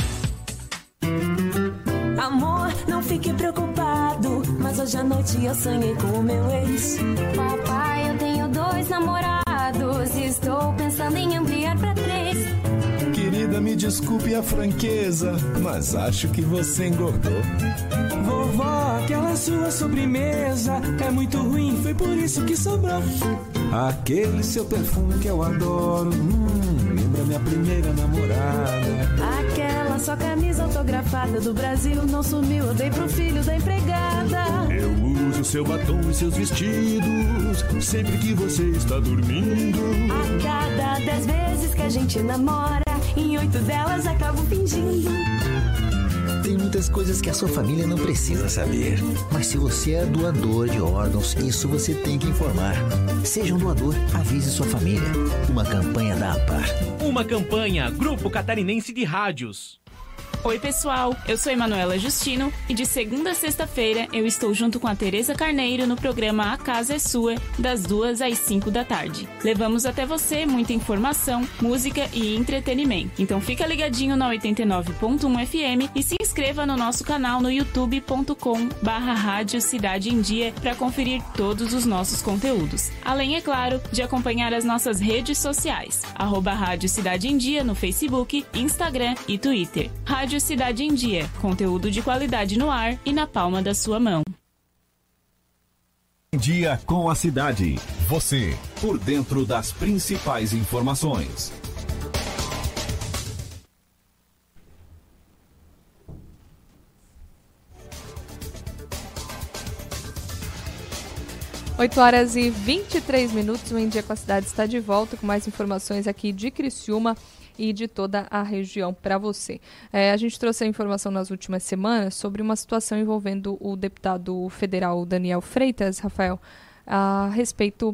Amor, não fique preocupado, mas hoje à noite eu sonhei com o meu ex. Papai, eu tenho dois namorados e estou pensando em ampliar pra três. Querida, me desculpe a franqueza, mas acho que você engordou. Vovó, aquela sua sobremesa é muito ruim, foi por isso que sobrou. Aquele seu perfume que eu adoro, hum, lembra minha primeira namorada. Aquela sua camisa autografada do Brasil não sumiu, eu dei pro filho da empregada. Eu uso seu batom e seus vestidos sempre que você está dormindo. A cada dez vezes que a gente namora, em oito delas acabo fingindo. Tem muitas coisas que a sua família não precisa saber. Mas se você é doador de órgãos, isso você tem que informar. Seja um doador, avise sua família. Uma campanha da APAR. Uma campanha, Grupo Catarinense de Rádios. Oi pessoal, eu sou Emanuela Justino e de segunda a sexta-feira eu estou junto com a Tereza Carneiro no programa A Casa é Sua, das duas às cinco da tarde. Levamos até você muita informação, música e entretenimento. Então fica ligadinho na oitenta e nove ponto um F M e se inscreva no nosso canal no youtube ponto com barra Rádio Cidade em Dia para conferir todos os nossos conteúdos. Além, é claro, de acompanhar as nossas redes sociais, arroba Rádio Cidade em Dia no Facebook, Instagram e Twitter. Rádio Cidade em Dia, conteúdo de qualidade no ar e na palma da sua mão. Em Dia com a Cidade. Você, por dentro das principais informações. oito horas e vinte e três minutos, o Em Dia com a Cidade está de volta com mais informações aqui de Criciúma e de toda a região para você. É, a gente trouxe a informação nas últimas semanas sobre uma situação envolvendo o deputado federal Daniel Freitas, Rafael, a respeito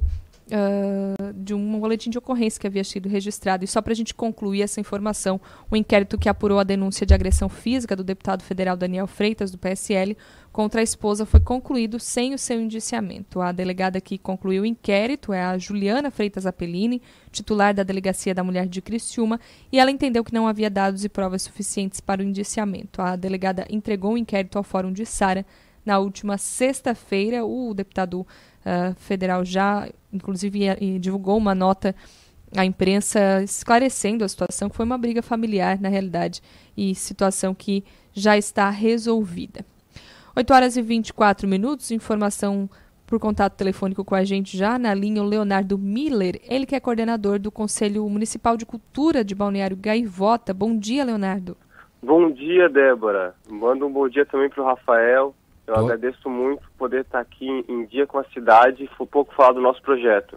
uh, de um boletim de ocorrência que havia sido registrado. E só para a gente concluir essa informação, o inquérito que apurou a denúncia de agressão física do deputado federal Daniel Freitas, do P S L, contra a esposa foi concluído sem o seu indiciamento. A delegada que concluiu o inquérito é a Juliana Freitas Apellini, titular da Delegacia da Mulher de Criciúma, e ela entendeu que não havia dados e provas suficientes para o indiciamento. A delegada entregou o inquérito ao Fórum de Sara na última sexta-feira. O deputado uh, federal já, inclusive, uh, divulgou uma nota à imprensa esclarecendo a situação, que foi uma briga familiar, na realidade, e situação que já está resolvida. oito horas e vinte e quatro minutos, informação por contato telefônico com a gente já na linha, o Leonardo Miller, ele que é coordenador do Conselho Municipal de Cultura de Balneário Gaivota. Bom dia, Leonardo. Bom dia, Débora. Manda um bom dia também para o Rafael. Eu oh. agradeço muito poder estar aqui em Dia com a Cidade e um pouco falar do nosso projeto.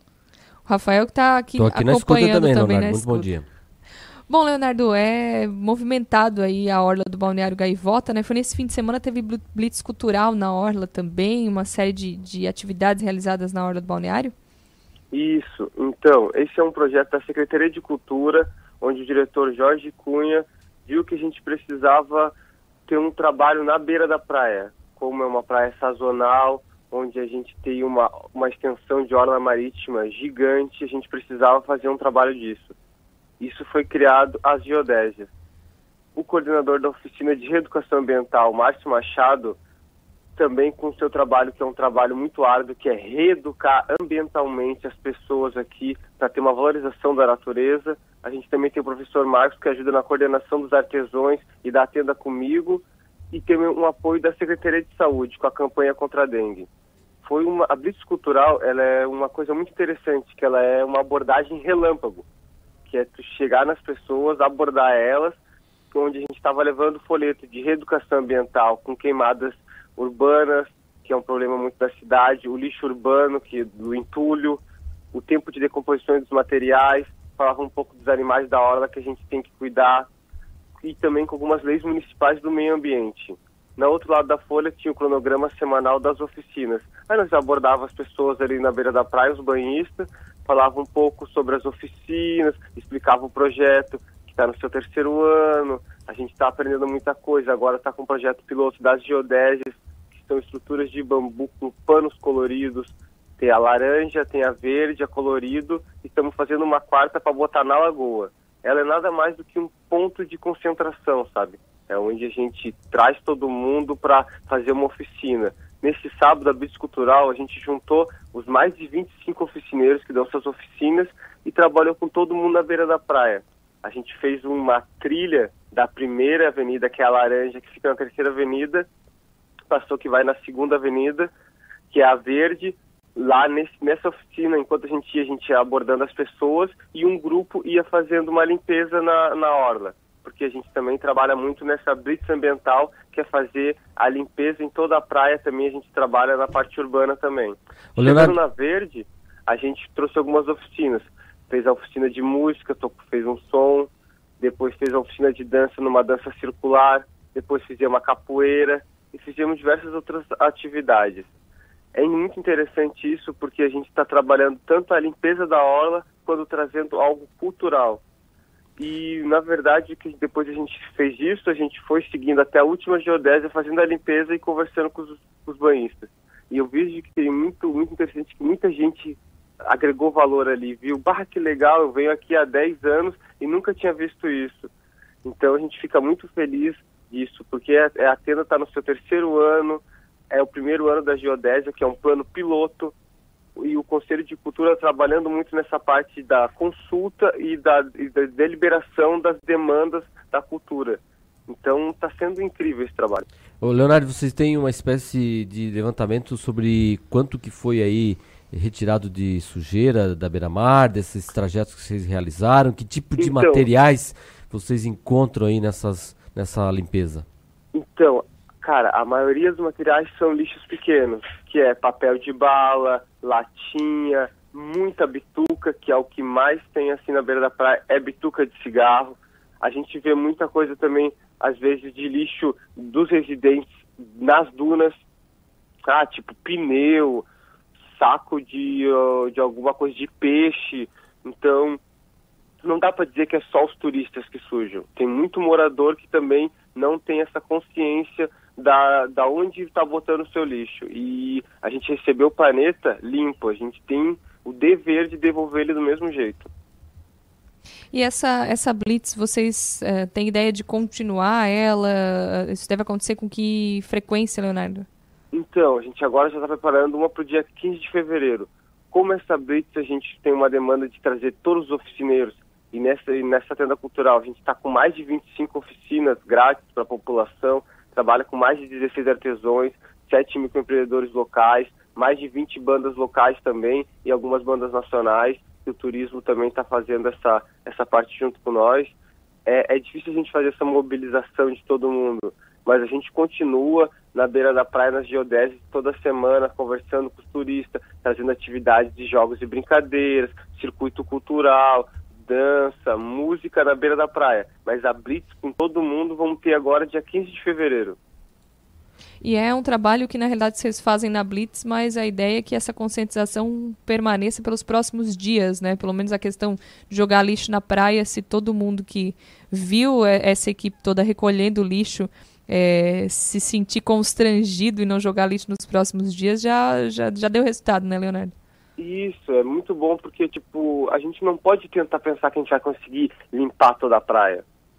O Rafael que está aqui, aqui acompanhando também, também Leonardo, muito bom dia. Bom, Leonardo, é movimentado aí a Orla do Balneário Gaivota, né? Foi nesse fim de semana, teve blitz cultural na Orla também, uma série de, de atividades realizadas na Orla do Balneário? Isso, então, esse é um projeto da Secretaria de Cultura, onde o diretor Jorge Cunha viu que a gente precisava ter um trabalho na beira da praia, como é uma praia sazonal, onde a gente tem uma, uma extensão de orla marítima gigante, a gente precisava fazer um trabalho disso. Isso foi criado as geodésias. o coordenador da oficina de reeducação ambiental, Márcio Machado, também com o seu trabalho, que é um trabalho muito árduo, que é reeducar ambientalmente as pessoas aqui para ter uma valorização da natureza. A gente também tem o professor Marcos, que ajuda na coordenação dos artesãos e da Atenda Comigo, e tem um apoio da Secretaria de Saúde com a campanha contra a dengue. Foi uma, a Blitz Cultural, ela é uma coisa muito interessante, que ela é uma abordagem relâmpago, que é tu chegar nas pessoas, abordar elas, onde a gente estava levando folheto de reeducação ambiental com queimadas urbanas, que é um problema muito da cidade, o lixo urbano, que do entulho, o tempo de decomposição dos materiais, falava um pouco dos animais da orla que a gente tem que cuidar, e também com algumas leis municipais do meio ambiente. Na outro lado da folha tinha o cronograma semanal das oficinas. Aí nós abordávamos as pessoas ali na beira da praia, os banhistas, falava um pouco sobre as oficinas, explicava o projeto, que está no seu terceiro ano, a gente está aprendendo muita coisa, agora está com o projeto piloto das geodésias, que são estruturas de bambu com panos coloridos, tem a laranja, tem a verde, a colorido, e estamos fazendo uma quarta para botar na lagoa. Ela é nada mais do que um ponto de concentração, sabe? É onde a gente traz todo mundo para fazer uma oficina. Nesse sábado, a Blitz Cultural, a gente juntou os mais de vinte e cinco oficineiros que dão suas oficinas e trabalhou com todo mundo na beira da praia. A gente fez uma trilha da primeira avenida, que é a laranja, que fica na terceira avenida, passou que vai na segunda avenida, que é a verde. Lá nesse, nessa oficina, enquanto a gente ia, a gente ia abordando as pessoas e um grupo ia fazendo uma limpeza na, na orla. Porque a gente também trabalha muito nessa blitz ambiental, que é fazer a limpeza em toda a praia, também a gente trabalha na parte urbana também. Chegando na verde, a gente trouxe algumas oficinas. Fez a oficina de música, fez um som, depois fez a oficina de dança numa dança circular, depois fizemos uma capoeira e fizemos diversas outras atividades. É muito interessante isso porque a gente está trabalhando tanto a limpeza da orla quanto trazendo algo cultural. E, na verdade, que depois a gente fez isso, a gente foi seguindo até a última geodésia, fazendo a limpeza e conversando com os, com os banhistas. E eu vejo que tem muito, muito interessante que muita gente agregou valor ali, viu? Barra, que legal, eu venho aqui há dez anos e nunca tinha visto isso. Então a gente fica muito feliz disso, porque a, a Atena está no seu terceiro ano, é o primeiro ano da geodésia, que é um plano piloto, e o Conselho de Cultura trabalhando muito nessa parte da consulta e da, e da deliberação das demandas da cultura. Então está sendo incrível esse trabalho. Ô, Leonardo, vocês têm uma espécie de levantamento sobre quanto que foi aí retirado de sujeira da beira-mar, desses trajetos que vocês realizaram, que tipo de então, materiais vocês encontram aí nessas, nessa limpeza? Então, cara, a maioria dos materiais são lixos pequenos, que é papel de bala, latinha, muita bituca, que é o que mais tem assim na beira da praia, é bituca de cigarro. A gente vê muita coisa também, às vezes, de lixo dos residentes nas dunas, ah, tipo pneu, saco de, uh, de alguma coisa de peixe. Então, não dá para dizer que é só os turistas que sujam. Tem muito morador que também não tem essa consciência da, da onde está botando o seu lixo. E a gente recebeu o planeta limpo, a gente tem o dever de devolver ele do mesmo jeito. E essa, essa Blitz, vocês uh, têm ideia de continuar ela? Isso deve acontecer com que frequência, Leonardo? Então, a gente agora já está preparando uma para o dia quinze de fevereiro. Como essa Blitz, a gente tem uma demanda de trazer todos os oficineiros. E nessa, e nessa tenda cultural, a gente está com mais de vinte e cinco oficinas grátis para a população, trabalha com mais de dezesseis artesãos, sete microempreendedores locais, mais de vinte bandas locais também e algumas bandas nacionais. E o turismo também está fazendo essa, essa parte junto com nós. É, é difícil a gente fazer essa mobilização de todo mundo, mas a gente continua na beira da praia, nas geodésias, toda semana, conversando com os turistas, trazendo atividades de jogos e brincadeiras, circuito cultural, dança, música na beira da praia. Mas a Blitz com todo mundo vamos ter agora dia quinze de fevereiro. E é um trabalho que, na realidade, vocês fazem na Blitz, mas a ideia é que essa conscientização permaneça pelos próximos dias, né? Pelo menos a questão de jogar lixo na praia, se todo mundo que viu essa equipe toda recolhendo lixo é, se sentir constrangido e não jogar lixo nos próximos dias, já, já, já deu resultado, né, Leonardo? Isso, é muito bom porque, tipo, a gente não pode tentar pensar que a gente vai conseguir limpar toda a praia.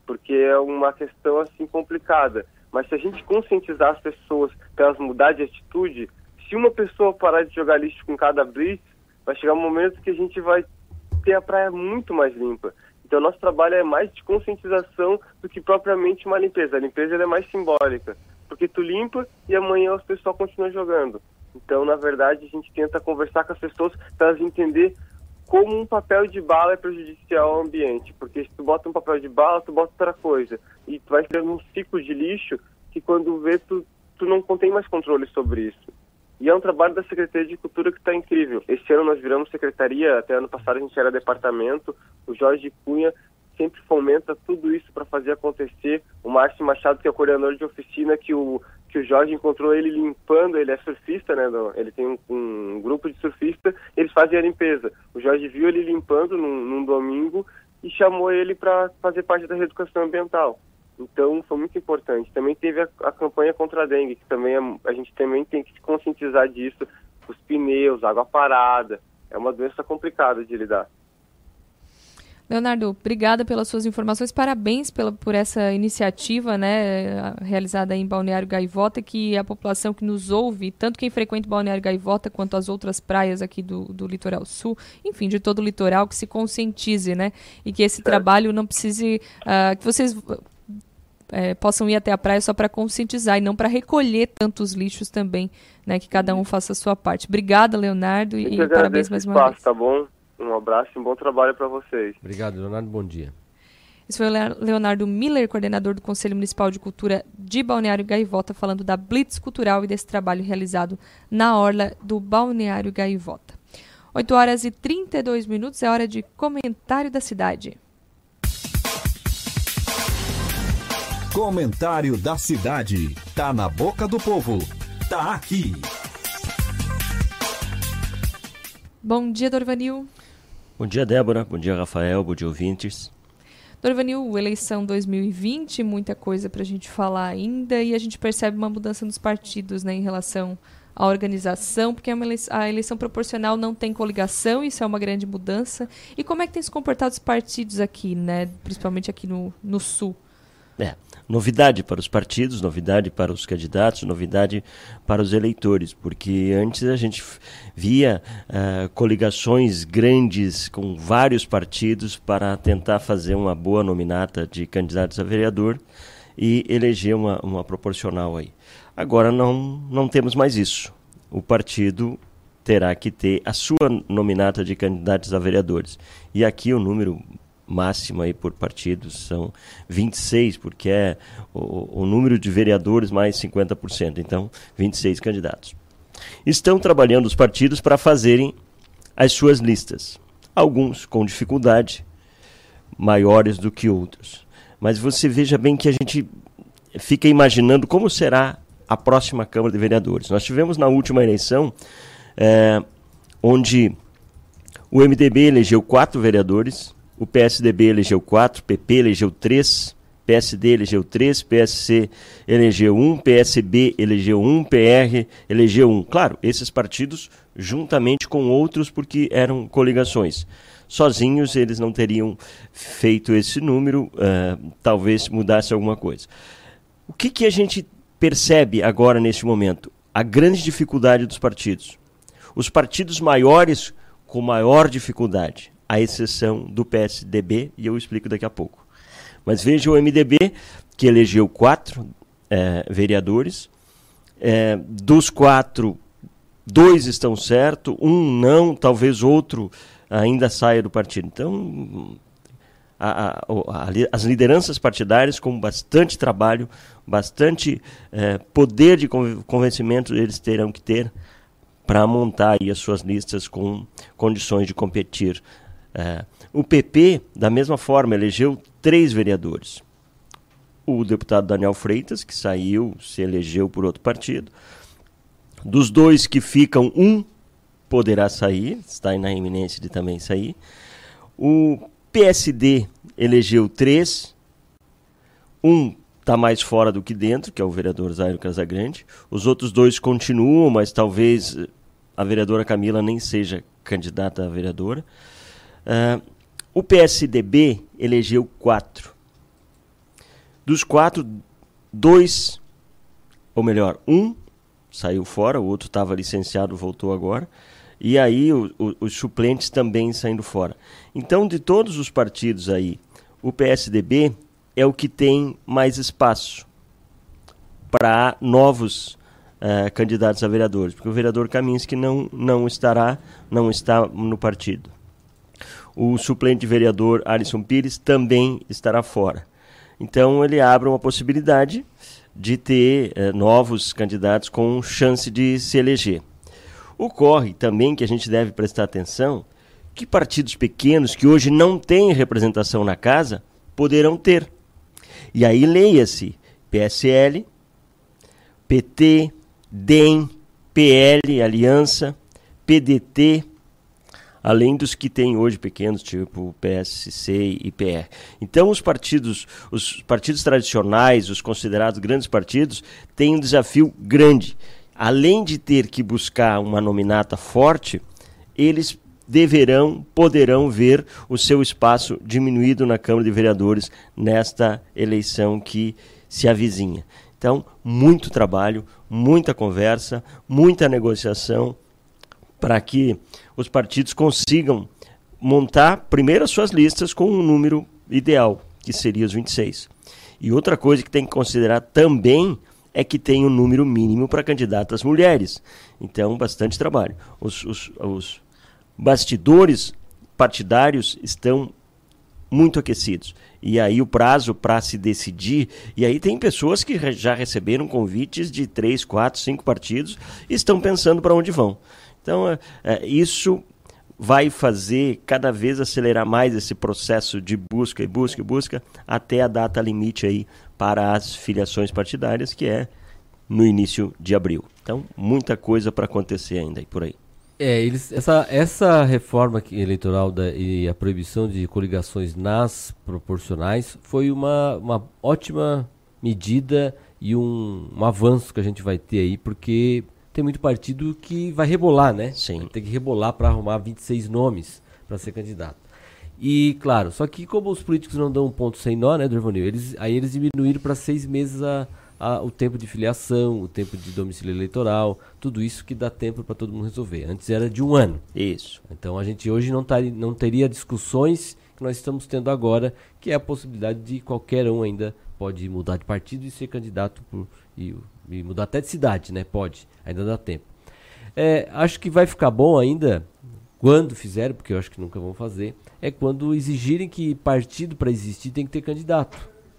porque é uma questão assim complicada. Mas se a gente conscientizar as pessoas para elas mudar de atitude, se uma pessoa parar de jogar lixo com cada blitz, vai chegar um momento que a gente vai ter a praia muito mais limpa. Então, nosso trabalho é mais de conscientização do que propriamente uma limpeza. A limpeza ela é mais simbólica, porque tu limpa e amanhã as pessoas continuam jogando. Então, na verdade, a gente tenta conversar com as pessoas para elas entenderem como um papel de bala é prejudicial ao ambiente. Porque se tu bota um papel de bala, tu bota outra coisa. E tu vai criando um ciclo de lixo que quando vê, tu, tu não tem mais controle sobre isso. E é um trabalho da Secretaria de Cultura que está incrível. Esse ano nós viramos secretaria, até ano passado a gente era departamento. O Jorge Cunha sempre fomenta tudo isso para fazer acontecer. O Márcio Machado, que é o coordenador de oficina, que o, que o Jorge encontrou ele limpando, ele é surfista, né? Ele tem um, um grupo de surfistas, eles fazem a limpeza. O Jorge viu ele limpando num, num domingo e chamou ele para fazer parte da reeducação ambiental. Então, foi muito importante. Também teve a, a campanha contra a dengue, que também é, a gente também tem que se conscientizar disso. Os pneus, água parada, é uma doença complicada de lidar. Leonardo, obrigada pelas suas informações, parabéns pela, por essa iniciativa, né, realizada em Balneário Gaivota, que a população que nos ouve, tanto quem frequenta Balneário Gaivota quanto as outras praias aqui do, do litoral sul, enfim, de todo o litoral, que se conscientize, né, e que esse é. trabalho não precise, uh, que vocês é, possam ir até a praia só para conscientizar e não para recolher tantos lixos também, né, que cada um faça a sua parte. Obrigada, Leonardo, e, e parabéns mais uma espaço, vez. Tá bom? Um abraço e um bom trabalho para vocês. Obrigado, Leonardo. Bom dia. Esse foi o Leonardo Miller, coordenador do Conselho Municipal de Cultura de Balneário Gaivota, falando da Blitz Cultural e desse trabalho realizado na orla do Balneário Gaivota. oito horas e trinta e dois minutos, é hora de comentário da cidade. Comentário da cidade. Tá na boca do povo. Tá aqui. Bom dia, Dorvanil. Bom dia, Débora. Bom dia, Rafael. Bom dia, ouvintes. Dorvanil, eleição dois mil e vinte, muita coisa para a gente falar ainda, e a gente percebe uma mudança nos partidos, né, em relação à organização, porque a eleição proporcional não tem coligação, isso é uma grande mudança. E como é que tem se comportado os partidos aqui, né, principalmente aqui no, no Sul? É, novidade para os partidos, novidade para os candidatos, novidade para os eleitores, porque antes a gente via uh, coligações grandes com vários partidos para tentar fazer uma boa nominata de candidatos a vereador e eleger uma, uma proporcional aí. Agora não, não temos mais isso. O partido terá que ter a sua nominata de candidatos a vereadores. E aqui o número máximo aí por partido são vinte e seis, porque é o, o número de vereadores mais cinquenta por cento, então vinte e seis candidatos. Estão trabalhando os partidos para fazerem as suas listas, alguns com dificuldade, maiores do que outros. Mas você veja bem que a gente fica imaginando como será a próxima Câmara de Vereadores. Nós tivemos na última eleição, é, onde o M D B elegeu quatro vereadores, o P S D B elegeu quatro, P P elegeu três, P S D elegeu três, P S C elegeu um, P S B elegeu um, P R elegeu um. Claro, esses partidos juntamente com outros porque eram coligações. Sozinhos eles não teriam feito esse número, uh, talvez mudasse alguma coisa. O que, que a gente percebe agora neste momento? A grande dificuldade dos partidos. Os partidos maiores com maior dificuldade, à exceção do P S D B, e eu explico daqui a pouco. Mas veja o M D B, que elegeu quatro é, vereadores. É, dos quatro, dois estão certos, um não, talvez outro ainda saia do partido. Então, a, a, a, as lideranças partidárias, com bastante trabalho, bastante é, poder de convencimento, eles terão que ter para montar aí as suas listas com condições de competir. É, o P P, da mesma forma, elegeu três vereadores. O deputado Daniel Freitas, que saiu, se elegeu por outro partido. Dos dois que ficam, um poderá sair, está na iminência de também sair. O P S D elegeu três. Um está mais fora do que dentro, que é o vereador Zairo Casagrande. Os outros dois continuam, mas talvez a vereadora Camila nem seja candidata a vereadora. Uh, o P S D B elegeu quatro. Dos quatro, dois, ou melhor, um saiu fora, o outro estava licenciado, voltou agora. E aí o, o, os suplentes também saindo fora. Então, de todos os partidos aí, o P S D B é o que tem mais espaço para novos uh, candidatos a vereadores, porque o vereador Kaminski não, não estará, não está no partido. O suplente vereador Alisson Pires também estará fora. Então ele abre uma possibilidade de ter uh, novos candidatos com chance de se eleger. Ocorre também que a gente deve prestar atenção que partidos pequenos que hoje não têm representação na casa poderão ter. E aí leia-se P S L, P T, D E M, P L, Aliança, P D T, além dos que têm hoje pequenos, tipo P S C e P R. Então os partidos, os partidos tradicionais, os considerados grandes partidos, têm um desafio grande. Além de ter que buscar uma nominata forte, eles deverão, poderão ver o seu espaço diminuído na Câmara de Vereadores nesta eleição que se avizinha. Então, muito trabalho, muita conversa, muita negociação para que os partidos consigam montar primeiro as suas listas com um número ideal, que seria os vinte e seis. E outra coisa que tem que considerar também é que tem um número mínimo para candidatas mulheres. Então, bastante trabalho. Os, os, os bastidores partidários estão muito aquecidos. E aí o prazo para se decidir... E aí tem pessoas que já receberam convites de três, quatro, cinco partidos e estão pensando para onde vão. Então, é, é, isso vai fazer cada vez acelerar mais esse processo de busca e busca e busca até a data limite aí para as filiações partidárias, que é no início de abril. Então, muita coisa para acontecer ainda aí por aí. É, eles, essa, essa reforma eleitoral da, e a proibição de coligações nas proporcionais foi uma, uma ótima medida e um, um avanço que a gente vai ter aí, porque tem muito partido que vai rebolar, né? Sim. Tem que rebolar para arrumar vinte e seis nomes para ser candidato. E, claro, só que como os políticos não dão um ponto sem nó, né, Dorvanil? Eles, aí eles diminuíram para seis meses a, a, o tempo de filiação, o tempo de domicílio eleitoral, tudo isso que dá tempo para todo mundo resolver. Antes era de um ano. Isso. Então a gente hoje não, tá, não teria discussões que nós estamos tendo agora, que é a possibilidade de qualquer um ainda pode mudar de partido e ser candidato por, e, e mudar até de cidade, né? Pode, ainda dá tempo. É, acho que vai ficar bom ainda, quando fizerem, porque eu acho que nunca vão fazer, é quando exigirem que partido para existir tem que ter candidato,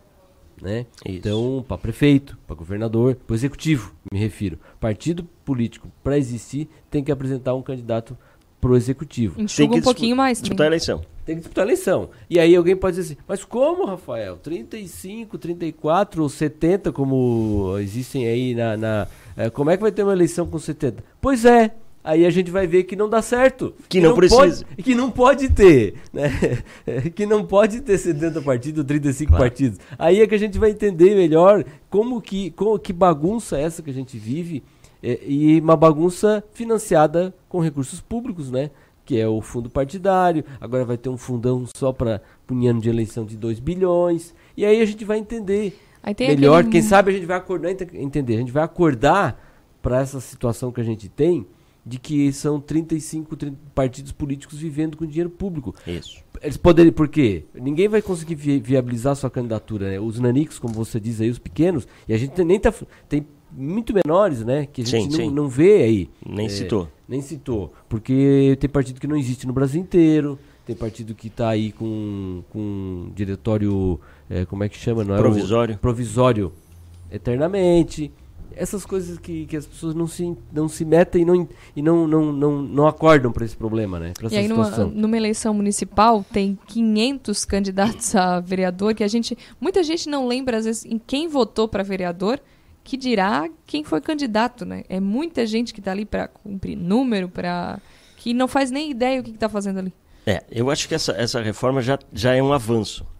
né? Então, para prefeito, para governador, para executivo, me refiro. Partido político para existir tem que apresentar um candidato para o executivo. Enxuga tem que um pouquinho mais. Disputar a eleição. Tem que disputar a eleição. E aí alguém pode dizer assim, mas como, Rafael? trinta e cinco, trinta e quatro ou setenta, como existem aí na... na é, como é que vai ter uma eleição com setenta? Pois é. Aí a gente vai ver que não dá certo. Que, que não, não precisa. Pode, que não pode ter, né? Que não pode ter setenta partidos, trinta e cinco claro. partidos. Aí é que a gente vai entender melhor como que, como, que bagunça é essa que a gente vive, é, e uma bagunça financiada com recursos públicos, né? Que é o fundo partidário, agora vai ter um fundão só para um ano de eleição de dois bilhões, e aí a gente vai entender melhor, aquele... quem sabe a gente vai acordar, entender, a gente vai acordar para essa situação que a gente tem, de que são trinta e cinco trinta partidos políticos vivendo com dinheiro público. Isso. Eles poderiam, por quê? Ninguém vai conseguir vi- viabilizar sua candidatura, né? Os nanicos, como você diz aí, os pequenos, e a gente tem, nem tá, tem muito menores, né? Que a gente sim, não, sim. não vê aí. Nem é, citou. Nem citou. Porque tem partido que não existe no Brasil inteiro, tem partido que está aí com, com um diretório, é, como é que chama? Não é provisório. O, provisório eternamente. Essas coisas que, que as pessoas não se, não se metem e não, e não, não, não, não acordam para esse problema, né? Pra essa e aí, numa, situação. numa eleição municipal, tem quinhentos candidatos a vereador, que a gente, muita gente não lembra, às vezes, em quem votou para vereador, que dirá quem foi candidato, né? É muita gente que está ali para cumprir número, para que não faz nem ideia o que está fazendo ali. É, eu acho que essa, essa reforma já, já é um avanço.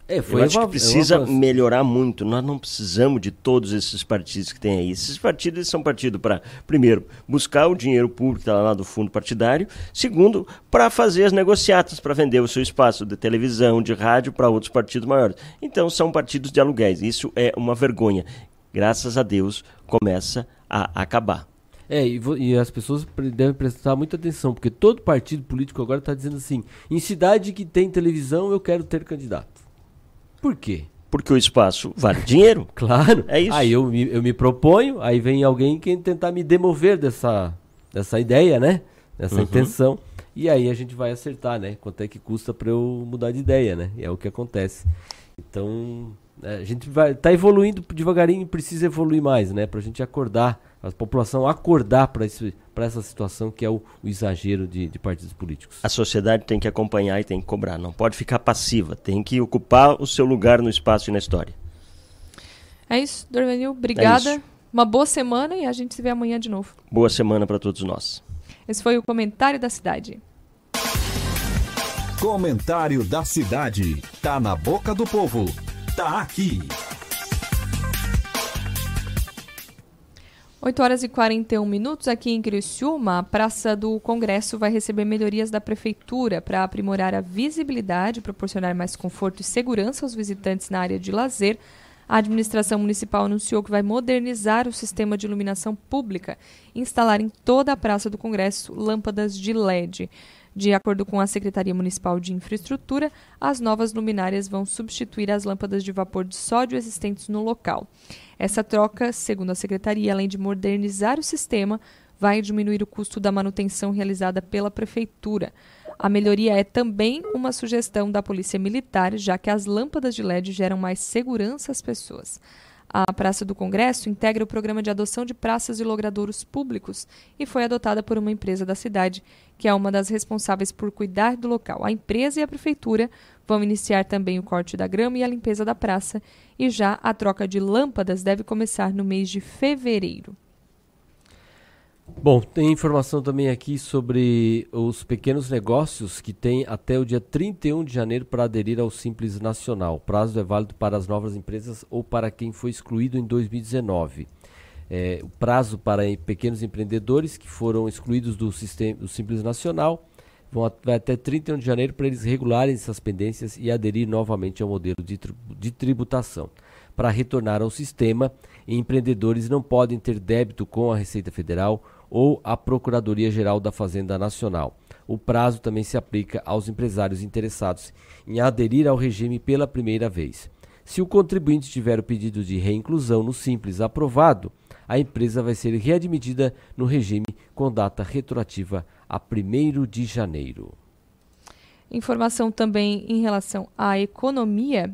É, foi Eu acho uma, que precisa uma... melhorar muito. Nós não precisamos de todos esses partidos que tem aí. Esses partidos eles são partidos para, primeiro, buscar o dinheiro público que está lá do fundo partidário. Segundo, para fazer as negociatas, para vender o seu espaço de televisão, de rádio para outros partidos maiores. Então, são partidos de aluguéis. Isso é uma vergonha. Graças a Deus, começa a acabar. É, e, e as pessoas devem prestar muita atenção, porque todo partido político agora está dizendo assim, em cidade que tem televisão, eu quero ter candidato. Por quê? Porque o espaço vale dinheiro. Claro. É isso. Aí eu me, eu me proponho, aí vem alguém que tentar me demover dessa, dessa ideia, né? Dessa uhum. intenção. E aí a gente vai acertar, né? Quanto é que custa para eu mudar de ideia, né? E é o que acontece. Então, a gente vai tá evoluindo devagarinho, precisa evoluir mais, né? Pra gente acordar, a população acordar para para essa situação que é o, o exagero de, de partidos políticos. A sociedade tem que acompanhar e tem que cobrar, não pode ficar passiva, tem que ocupar o seu lugar no espaço e na história. É isso, Dorvenil, obrigada. É Uma boa semana e a gente se vê amanhã de novo. Boa semana para todos nós. Esse foi o Comentário da Cidade. Comentário da Cidade. Tá na boca do povo. Tá aqui. oito horas e quarenta e um minutos aqui em Criciúma, a Praça do Congresso vai receber melhorias da Prefeitura para aprimorar a visibilidade, proporcionar mais conforto e segurança aos visitantes na área de lazer. A administração municipal anunciou que vai modernizar o sistema de iluminação pública e instalar em toda a Praça do Congresso lâmpadas de L E D. De acordo com a Secretaria Municipal de Infraestrutura, as novas luminárias vão substituir as lâmpadas de vapor de sódio existentes no local. Essa troca, segundo a Secretaria, além de modernizar o sistema, vai diminuir o custo da manutenção realizada pela Prefeitura. A melhoria é também uma sugestão da Polícia Militar, já que as lâmpadas de L E D geram mais segurança às pessoas. A Praça do Congresso integra o programa de adoção de praças e logradouros públicos e foi adotada por uma empresa da cidade, que é uma das responsáveis por cuidar do local. A empresa e a prefeitura vão iniciar também o corte da grama e a limpeza da praça, e já a troca de lâmpadas deve começar no mês de fevereiro. Bom, tem informação também aqui sobre os pequenos negócios que têm até o dia trinta e um de janeiro para aderir ao Simples Nacional. O prazo é válido para as novas empresas ou para quem foi excluído em dois mil e dezenove. É, o prazo para pequenos empreendedores que foram excluídos do, sistema, do Simples Nacional vão vai até trinta e um de janeiro para eles regularem essas pendências e aderir novamente ao modelo de, de tributação. Para retornar ao sistema, empreendedores não podem ter débito com a Receita Federal ou a Procuradoria-Geral da Fazenda Nacional. O prazo também se aplica aos empresários interessados em aderir ao regime pela primeira vez. Se o contribuinte tiver o pedido de reinclusão no Simples aprovado, a empresa vai ser readmitida no regime com data retroativa a primeiro de janeiro. Informação também em relação à economia.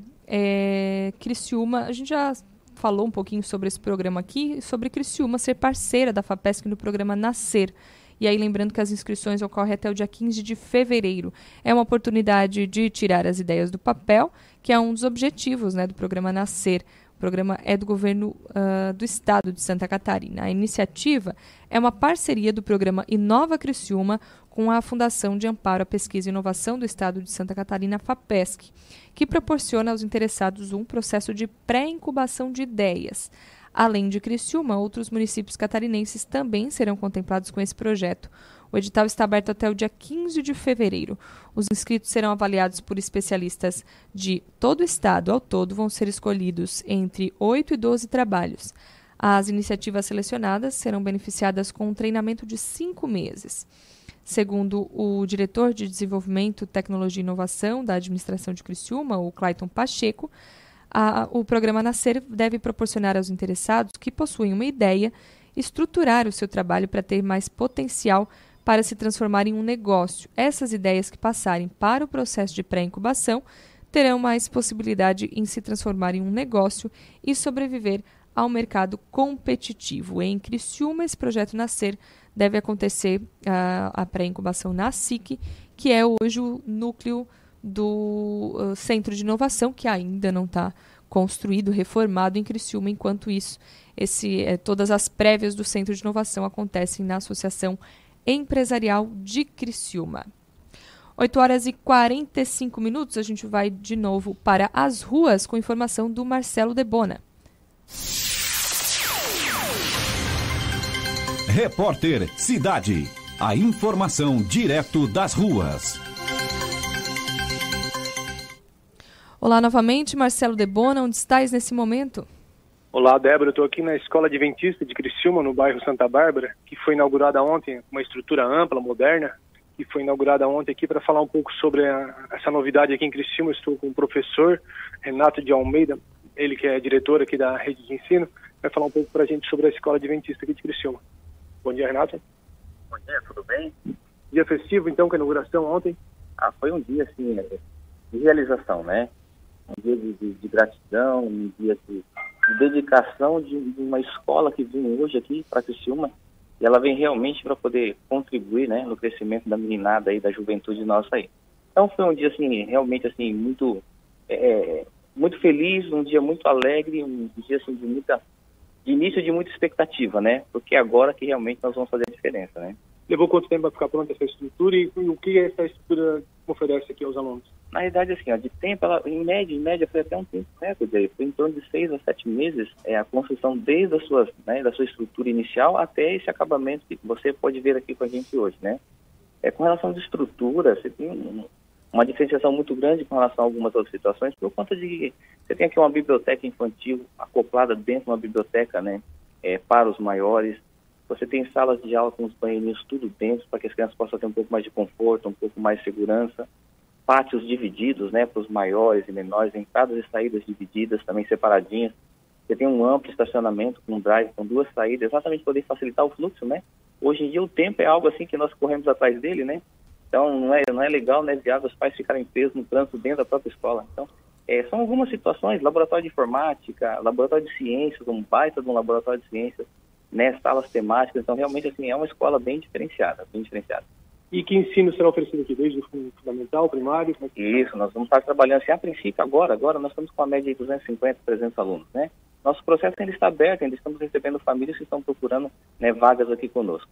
É, Criciúma, a gente já falou um pouquinho sobre esse programa aqui, sobre Criciúma ser parceira da FAPESC no programa Nascer. E aí, lembrando que as inscrições ocorrem até o dia quinze de fevereiro. É uma oportunidade de tirar as ideias do papel, que é um dos objetivos, né, do programa Nascer. O programa é do governo uh, do estado de Santa Catarina. A iniciativa é uma parceria do programa Inova Criciúma com a Fundação de Amparo à Pesquisa e Inovação do estado de Santa Catarina, FAPESC, que proporciona aos interessados um processo de pré-incubação de ideias. Além de Criciúma, outros municípios catarinenses também serão contemplados com esse projeto. O edital está aberto até o dia quinze de fevereiro. Os inscritos serão avaliados por especialistas de todo o estado. Ao todo, vão ser escolhidos entre oito e doze trabalhos. As iniciativas selecionadas serão beneficiadas com um treinamento de cinco meses. Segundo o diretor de Desenvolvimento, Tecnologia e Inovação da Administração de Criciúma, o Clayton Pacheco, a, o programa Nascer deve proporcionar aos interessados que possuem uma ideia estruturar o seu trabalho para ter mais potencial para se transformar em um negócio. Essas ideias que passarem para o processo de pré-incubação terão mais possibilidade em se transformar em um negócio e sobreviver ao mercado competitivo. Em Criciúma, esse projeto Nascer deve acontecer a, a pré-incubação na S I C, que é hoje o núcleo do uh, Centro de Inovação, que ainda não está construído, reformado em Criciúma. Enquanto isso, esse, eh, todas as prévias do Centro de Inovação acontecem na Associação Empresarial de Criciúma. oito horas e quarenta e cinco minutos, a gente vai de novo para as ruas com informação do Marcelo Debona. Repórter Cidade. A informação direto das ruas. Olá novamente, Marcelo Debona, onde estás nesse momento? Olá, Débora, eu estou aqui na Escola Adventista de Criciúma, no bairro Santa Bárbara, que foi inaugurada ontem, uma estrutura ampla, moderna, que foi inaugurada ontem aqui para falar um pouco sobre a, essa novidade aqui em Criciúma. Eu estou com o professor Renato de Almeida, ele que é diretor aqui da rede de ensino, vai falar um pouco para a gente sobre a Escola Adventista aqui de Criciúma. Bom dia, Renato. Bom dia, tudo bem? Dia festivo, então, com a inauguração ontem? Ah, foi um dia, assim, de realização, né? Um dia de, de, de gratidão, um dia de, de dedicação de, de uma escola que vem hoje aqui para Criciúma, e ela vem realmente para poder contribuir, né, no crescimento da meninada aí, da juventude nossa aí. Então foi um dia, assim, realmente, assim, muito, é, muito feliz, um dia muito alegre, um dia, assim, de muita, de início de muita expectativa, né? Porque agora que realmente nós vamos fazer a diferença, né? Levou quanto tempo para ficar pronta essa estrutura e, e o que essa estrutura oferece aqui aos alunos? Na realidade, assim, ó, de tempo, ela, em média, em média, foi até um tempo recorde aí, foi em torno de seis a sete meses, é, a construção desde a sua, né, da sua estrutura inicial até esse acabamento que você pode ver aqui com a gente hoje, né? É, com relação à estrutura, você tem um, uma diferenciação muito grande com relação a algumas outras situações, por conta de que você tem aqui uma biblioteca infantil acoplada dentro de uma biblioteca, né, é, para os maiores. Você tem salas de aula com os banheirinhos tudo dentro, para que as crianças possam ter um pouco mais de conforto, um pouco mais de segurança. Pátios divididos, né, para os maiores e menores, entradas e saídas divididas, também separadinhas. Você tem um amplo estacionamento com um drive, com duas saídas, exatamente para poder facilitar o fluxo, né? Hoje em dia o tempo é algo assim que nós corremos atrás dele, né? Então não é, não é legal, né, viável os pais ficarem presos no trânsito dentro da própria escola. Então, é, são algumas situações, laboratório de informática, laboratório de ciências, um baita de um laboratório de ciências, né, salas temáticas. Então realmente, assim, é uma escola bem diferenciada, bem diferenciada. E que ensino será oferecido aqui, desde o fundamental, primário? Isso, nós vamos estar trabalhando assim, a princípio agora, agora nós estamos com a média de duzentos e cinquenta, trezentos alunos, né? Nosso processo ainda está aberto, ainda estamos recebendo famílias que estão procurando, né, vagas aqui conosco.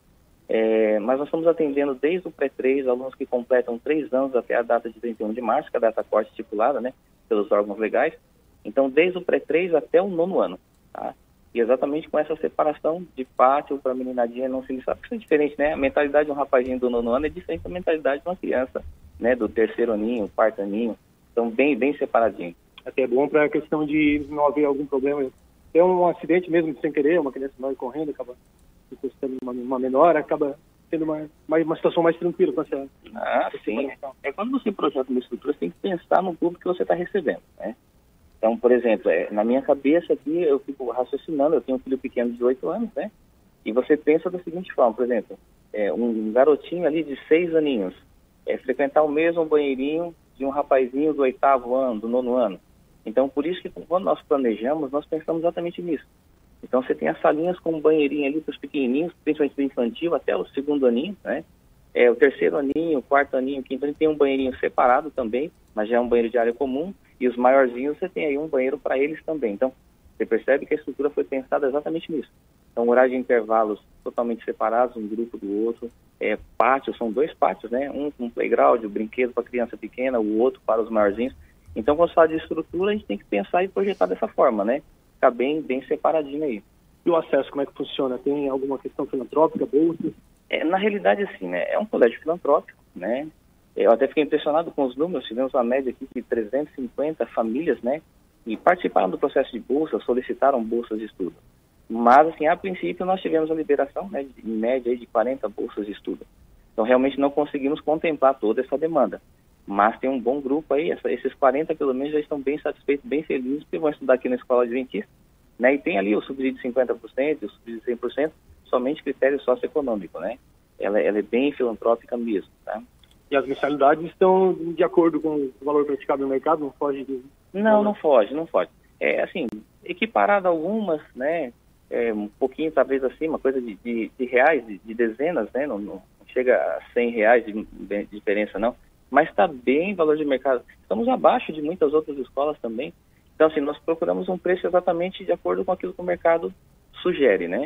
É, mas nós estamos atendendo desde o pré três, alunos que completam três anos até a data de trinta e um de março, que é a data corte estipulada, né, pelos órgãos legais. Então, desde o pré três até o nono ano, tá? E exatamente com essa separação de pátio para meninadinha não se sabe, porque isso é diferente, né? A mentalidade de um rapazinho do nono ano é diferente da mentalidade de uma criança, né? Do terceiro aninho, quarto aninho. Então, bem, bem separadinho. Até é bom para a questão de não haver algum problema. É um acidente mesmo sem querer, uma criança vai correndo, acaba encostando uma, uma menor, acaba tendo uma, uma, uma situação mais tranquila com essa... Ah, sim. É quando você projeta uma estrutura, você tem que pensar no público que você está recebendo, né? Então, por exemplo, é, na minha cabeça aqui, eu fico raciocinando, eu tenho um filho pequeno de oito anos, né? E você pensa da seguinte forma, por exemplo, é, um garotinho ali de seis aninhos, é, frequentar o mesmo banheirinho de um rapazinho do oitavo ano, do nono ano. Então, por isso que quando nós planejamos, nós pensamos exatamente nisso. Então, você tem as salinhas com um banheirinho ali para os pequenininhos, principalmente do infantil, até o segundo aninho, né? É, o terceiro aninho, o quarto aninho, o quinto aninho, tem um banheirinho separado também, mas já é um banheiro de área comum. E os maiorzinhos, você tem aí um banheiro para eles também. Então, você percebe que a estrutura foi pensada exatamente nisso. Então, horário de intervalos totalmente separados, um grupo do outro. É, pátios, são dois pátios, né? Um com um playground, um brinquedo para criança pequena, o outro para os maiorzinhos. Então, quando se fala de estrutura, a gente tem que pensar e projetar dessa forma, né? Ficar bem, bem separadinho aí. E o acesso, como é que funciona? Tem alguma questão filantrópica, bolsa? É, na realidade, assim, né? É um colégio filantrópico, né? Eu até fiquei impressionado com os números, tivemos uma média aqui de trezentas e cinquenta famílias, né, e participaram do processo de bolsa, solicitaram bolsas de estudo. Mas, assim, a princípio nós tivemos a liberação, né, de, em média aí, de quarenta bolsas de estudo. Então, realmente não conseguimos contemplar toda essa demanda. Mas tem um bom grupo aí, essa, esses quarenta pelo menos já estão bem satisfeitos, bem felizes, porque vão estudar aqui na Escola Adventista, né, e tem ali o subsídio de cinquenta por cento, o subsídio de cem por cento, somente critério socioeconômico, né. Ela, ela é bem filantrópica mesmo, tá? E as mensalidades estão de acordo com o valor praticado no mercado? Não foge de... Não, não foge, não foge. É assim, equiparado a algumas, né, é, um pouquinho talvez acima, coisa de, de, de reais, de, de dezenas, né, não, não chega a cem reais de, de diferença não, mas está bem valor de mercado. Estamos abaixo de muitas outras escolas também. Então, assim, nós procuramos um preço exatamente de acordo com aquilo que o mercado sugere, né.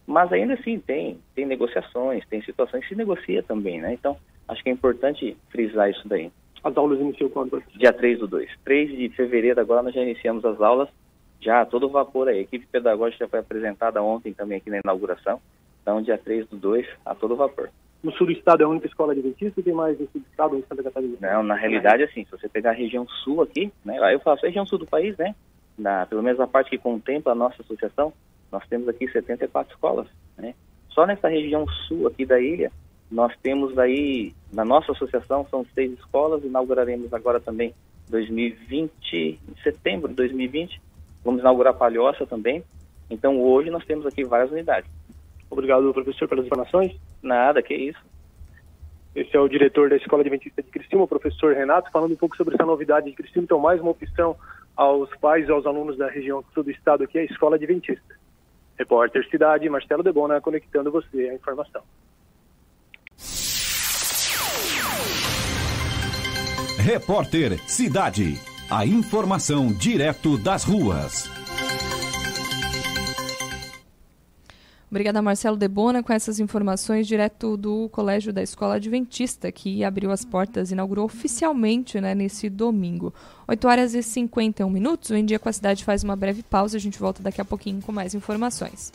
Mas ainda assim tem, tem negociações, tem situações que se negocia também, né? Então, acho que é importante frisar isso daí. As aulas iniciam quando, professor? Dia três do dois. três de fevereiro agora nós já iniciamos as aulas, já a todo vapor aí. A equipe pedagógica já foi apresentada ontem também aqui na inauguração. Então, dia três do dois, a todo vapor. No sul do estado é a única escola adventista ou tem mais no sul do estado ou em Santa Catarina? Não, na realidade, assim, se você pegar a região sul aqui, né? Aí eu faço a região sul do país, né? Na, pelo menos a parte que contempla a nossa associação, nós temos aqui setenta e quatro escolas, né? Só nessa região sul aqui da ilha, nós temos aí, na nossa associação, são seis escolas, inauguraremos agora também dois mil e vinte, em setembro de dois mil e vinte, vamos inaugurar Palhoça também. Então hoje nós temos aqui várias unidades. Obrigado, professor, pelas informações. Nada, que isso. Esse é o diretor da Escola Adventista de Criciúma, o professor Renato, falando um pouco sobre essa novidade de Criciúma. Então, mais uma opção aos pais e aos alunos da região sul do estado aqui, a Escola Adventista. Repórter Cidade, Marcelo Debona, conectando você à informação. Repórter Cidade. A informação direto das ruas. Obrigada, Marcelo Debona, com essas informações direto do Colégio da Escola Adventista, que abriu as portas, inaugurou oficialmente, né, nesse domingo. oito horas e cinquenta e um minutos, o Em Dia com a Cidade faz uma breve pausa, a gente volta daqui a pouquinho com mais informações.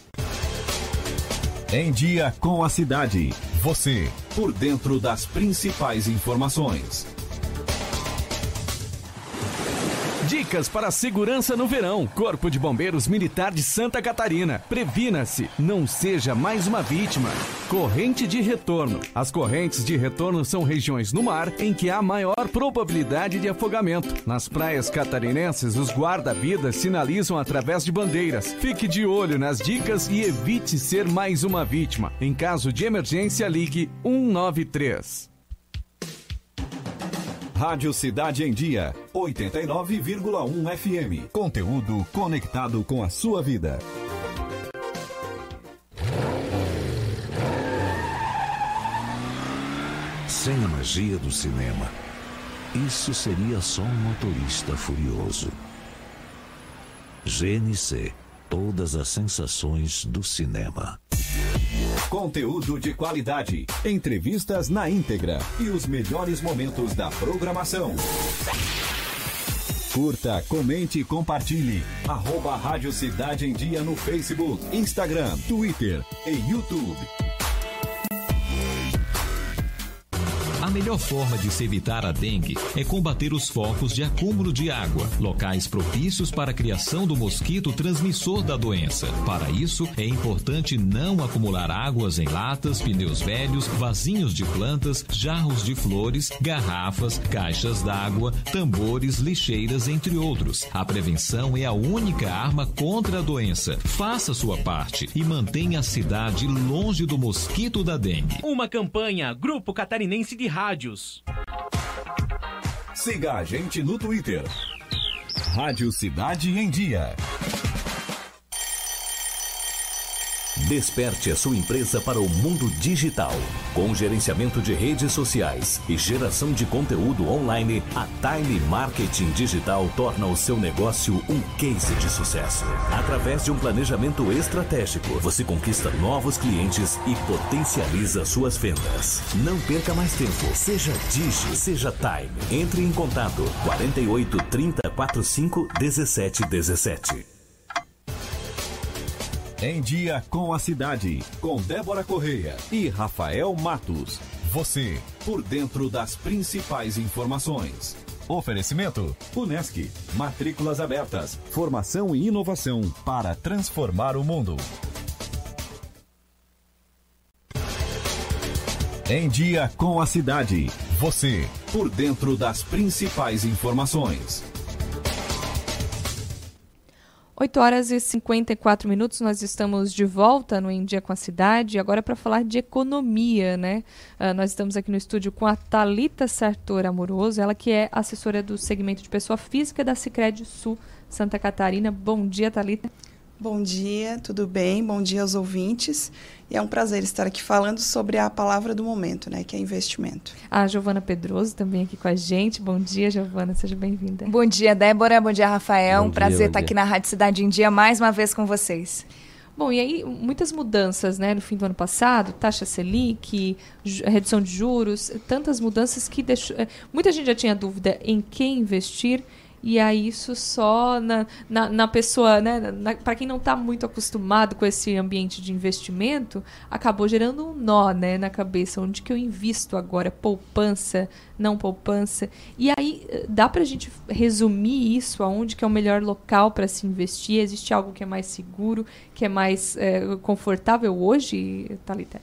Em Dia com a Cidade, você, por dentro das principais informações. Dicas para a segurança no verão. Corpo de Bombeiros Militar de Santa Catarina. Previna-se, não seja mais uma vítima. Corrente de retorno. As correntes de retorno são regiões no mar em que há maior probabilidade de afogamento. Nas praias catarinenses, os guarda-vidas sinalizam através de bandeiras. Fique de olho nas dicas e evite ser mais uma vítima. Em caso de emergência, ligue um nove três. Rádio Cidade em Dia, oitenta e nove vírgula um F M. Conteúdo conectado com a sua vida. Sem a magia do cinema, isso seria só um motorista furioso. G N C, todas as sensações do cinema. Conteúdo de qualidade, entrevistas na íntegra e os melhores momentos da programação. Curta, comente e compartilhe. Arroba Rádio Cidade em Dia no Facebook, Instagram, Twitter e YouTube. A melhor forma de se evitar a dengue é combater os focos de acúmulo de água, locais propícios para a criação do mosquito transmissor da doença. Para isso, é importante não acumular águas em latas, pneus velhos, vasinhos de plantas, jarros de flores, garrafas, caixas d'água, tambores, lixeiras, entre outros. A prevenção é a única arma contra a doença. Faça sua parte e mantenha a cidade longe do mosquito da dengue. Uma campanha Grupo Catarinense de Rádios. Siga a gente no Twitter. Rádio Cidade em Dia. Desperte a sua empresa para o mundo digital. Com gerenciamento de redes sociais e geração de conteúdo online, a Time Marketing Digital torna o seu negócio um case de sucesso. Através de um planejamento estratégico, você conquista novos clientes e potencializa suas vendas. Não perca mais tempo. Seja Digi, seja Time. Entre em contato quarenta e oito, trinta, quarenta e cinco, dezessete dezessete. Em Dia com a Cidade, com Débora Correia e Rafael Matos. Você, por dentro das principais informações. Oferecimento: Unesc, matrículas abertas, formação e inovação para transformar o mundo. Em Dia com a Cidade, você, por dentro das principais informações. oito horas e cinquenta e quatro minutos, nós estamos de volta no Em Dia com a Cidade, agora para falar de economia, né? Uh, nós estamos aqui no estúdio com a Thalita Sartor Amoroso, ela que é assessora do segmento de pessoa física da Sicredi Sul Santa Catarina. Bom dia, Thalita. Bom dia, tudo bem? Bom dia aos ouvintes. E é um prazer estar aqui falando sobre a palavra do momento, né, que é investimento. A Giovana Pedroso também aqui com a gente. Bom dia, Giovana, seja bem-vinda. Bom dia, Débora. Bom dia, Rafael. Bom um prazer dia, estar dia. aqui na Rádio Cidade em Dia mais uma vez com vocês. Bom, e aí muitas mudanças, né, no fim do ano passado, taxa Selic, redução de juros, tantas mudanças que deixou, muita gente já tinha dúvida em que investir. E aí isso só na, na, na pessoa, né, para quem não está muito acostumado com esse ambiente de investimento, acabou gerando um nó, né, na cabeça. Onde que eu invisto agora? Poupança, não poupança? E aí dá para a gente resumir isso, aonde que é o melhor local para se investir? Existe algo que é mais seguro, que é mais é, confortável hoje, Thalita?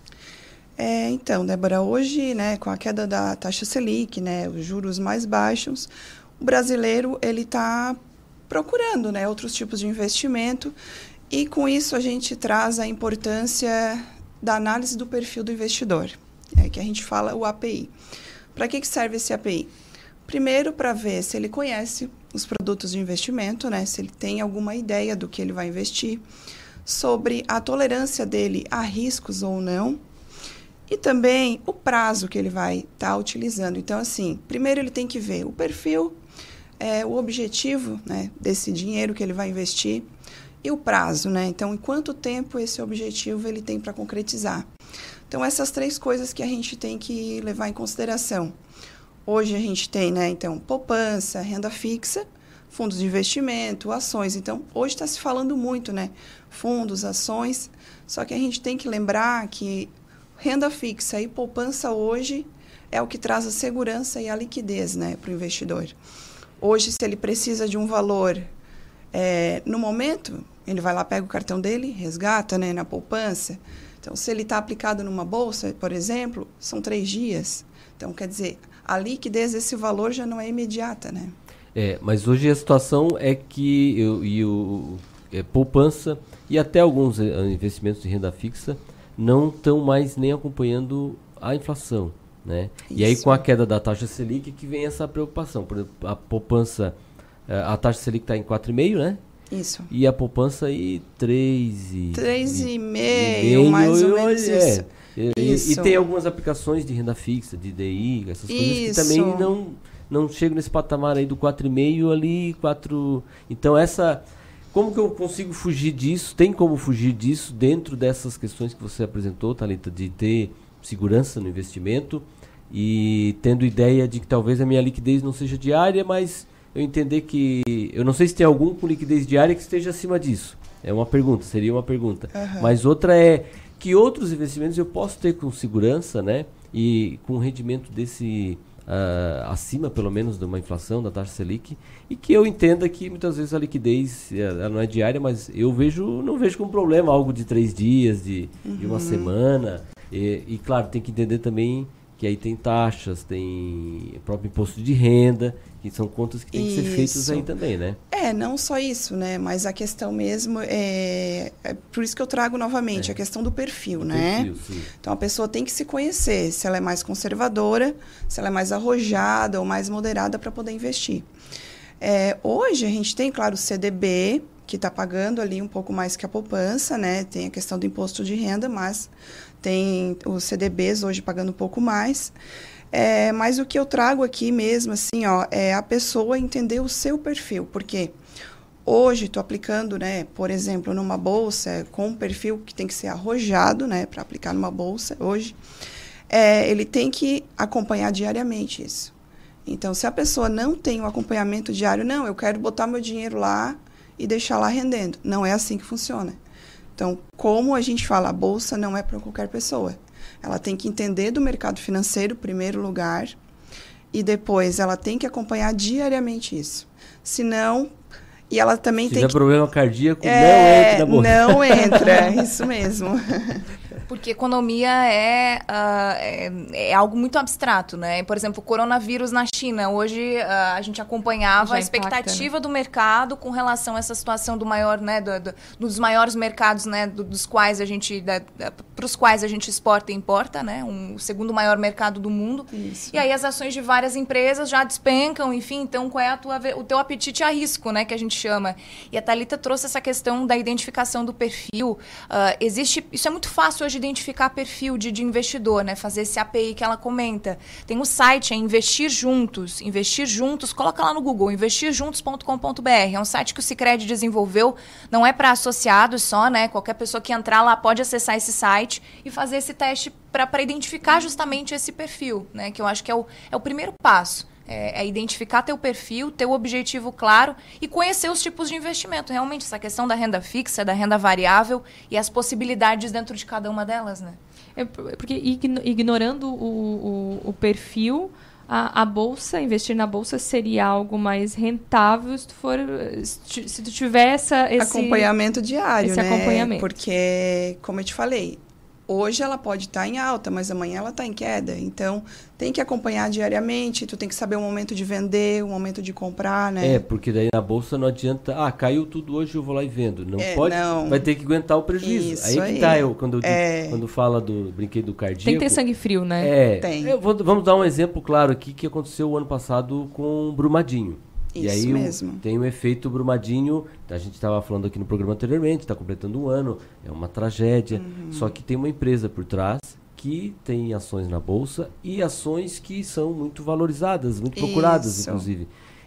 É, então, Débora, hoje, né, com a queda da taxa Selic, né, os juros mais baixos, o brasileiro ele está procurando, né, outros tipos de investimento, e com isso a gente traz a importância da análise do perfil do investidor, é, que a gente fala o A P I. Para que, que serve esse A P I? Primeiro, para ver se ele conhece os produtos de investimento, né, se ele tem alguma ideia do que ele vai investir, sobre a tolerância dele a riscos ou não, e também o prazo que ele vai estar tá utilizando. Então, assim, primeiro ele tem que ver o perfil, é, o objetivo, né, desse dinheiro que ele vai investir e o prazo, né? Então, em quanto tempo esse objetivo ele tem para concretizar. Então, essas três coisas que a gente tem que levar em consideração. Hoje a gente tem, né, então, poupança, renda fixa, fundos de investimento, ações. Então, hoje está se falando muito, né, fundos, ações, só que a gente tem que lembrar que renda fixa e poupança hoje é o que traz a segurança e a liquidez, né, para o investidor. Hoje, se ele precisa de um valor é, no momento, ele vai lá, pega o cartão dele, resgata, né, na poupança. Então, se ele está aplicado numa bolsa, por exemplo, são três dias. Então, quer dizer, a liquidez desse valor já não é imediata, né? É, mas hoje a situação é que eu, e o, é, poupança e até alguns investimentos de renda fixa não estão mais nem acompanhando a inflação, né? E aí com a queda da taxa Selic que vem essa preocupação. Por exemplo, a poupança, a taxa Selic está em quatro vírgula cinco, né? Isso. E a poupança aí três e três vírgula cinco, mais ou menos é. isso. E, isso. E tem algumas aplicações de renda fixa, de D I, essas coisas isso. que também não, não chegam nesse patamar aí do quatro vírgula cinco ali, quatro... Então essa... Como que eu consigo fugir disso? Tem como fugir disso dentro dessas questões que você apresentou, Thalita, de ter segurança no investimento e tendo ideia de que talvez a minha liquidez não seja diária, mas eu entender que... Eu não sei se tem algum com liquidez diária que esteja acima disso. É uma pergunta, seria uma pergunta. Uhum. Mas outra é que outros investimentos eu posso ter com segurança, né? E com rendimento desse... Uh, acima, pelo menos, de uma inflação, da taxa Selic, e que eu entenda que muitas vezes a liquidez ela não é diária, mas eu vejo, não vejo como problema algo de três dias, de, uhum. de uma semana. E, e, claro, tem que entender também que aí tem taxas, tem o próprio imposto de renda, que são contas que têm que ser feitas aí também, né? É, não só isso, né? Mas a questão mesmo é... é por isso que eu trago novamente é. a questão do perfil, do né? Perfil, sim. Então, a pessoa tem que se conhecer, se ela é mais conservadora, se ela é mais arrojada ou mais moderada para poder investir. É, hoje, a gente tem, claro, o C D B, que está pagando ali um pouco mais que a poupança, né? Tem a questão do imposto de renda, mas tem os C D Bs hoje pagando um pouco mais. É, mas o que eu trago aqui mesmo, assim, ó, é a pessoa entender o seu perfil, porque hoje estou aplicando, né, por exemplo, numa bolsa com um perfil que tem que ser arrojado, né, para aplicar numa bolsa hoje, é, ele tem que acompanhar diariamente isso. Então, se a pessoa não tem um acompanhamento diário, não, eu quero botar meu dinheiro lá e deixar lá rendendo. Não é assim que funciona. Então, como a gente fala, a bolsa não é para qualquer pessoa. Ela tem que entender do mercado financeiro, em primeiro lugar, e depois ela tem que acompanhar diariamente isso. Senão, e ela também Se tem tiver que... problema cardíaco, é, não entra na bolsa. Não entra, isso mesmo. Porque economia é, uh, é, é algo muito abstrato, né? Por exemplo, o coronavírus na China. Hoje uh, a gente acompanhava Já a expectativa impacta, né? do mercado com relação a essa situação do maior, né, do, do, dos maiores mercados, né, do, dos quais a gente, para os quais a gente exporta e importa, né? Um, o segundo maior mercado do mundo. Isso. E aí as ações de várias empresas já despencam, enfim. Então, qual é a tua, o teu apetite a risco, né? Que a gente chama. E a Thalita trouxe essa questão da identificação do perfil. Uh, existe, isso é muito fácil hoje identificar perfil de, de investidor, né? Fazer esse A P I que ela comenta. Tem o site, é Investir Juntos. Investir Juntos, coloca lá no Google, investir juntos ponto com ponto b r. É um site que o Sicredi desenvolveu, não é para associados só, né? Qualquer pessoa que entrar lá pode acessar esse site e fazer esse teste para identificar justamente esse perfil, né? Que eu acho que é o, é o primeiro passo. É, é identificar teu perfil, teu objetivo claro e conhecer os tipos de investimento. Realmente, essa questão da renda fixa, da renda variável e as possibilidades dentro de cada uma delas, né? É porque ignorando o, o, o perfil, a, a bolsa, investir na bolsa seria algo mais rentável se tu for, se tu tiver essa, esse acompanhamento diário, esse né? Acompanhamento. Porque, como eu te falei, hoje ela pode estar em alta, mas amanhã ela está em queda. Então, tem que acompanhar diariamente, tu tem que saber o momento de vender, o momento de comprar, né? É, porque daí na bolsa não adianta, ah, caiu tudo hoje, eu vou lá e vendo. Não é, pode, não. vai ter que aguentar o prejuízo. Isso aí que aí. tá, eu, quando, eu, é. quando fala do brinquedo cardíaco... Tem que ter sangue frio, né? É, tem. Eu vou, vamos dar um exemplo claro aqui que aconteceu o ano passado com Brumadinho. Isso e aí mesmo. O, tem o efeito Brumadinho, a gente estava falando aqui no programa anteriormente, está completando um ano, é uma tragédia, uhum. Só que tem uma empresa por trás que tem ações na bolsa e ações que são muito valorizadas, muito procuradas, Isso. inclusive.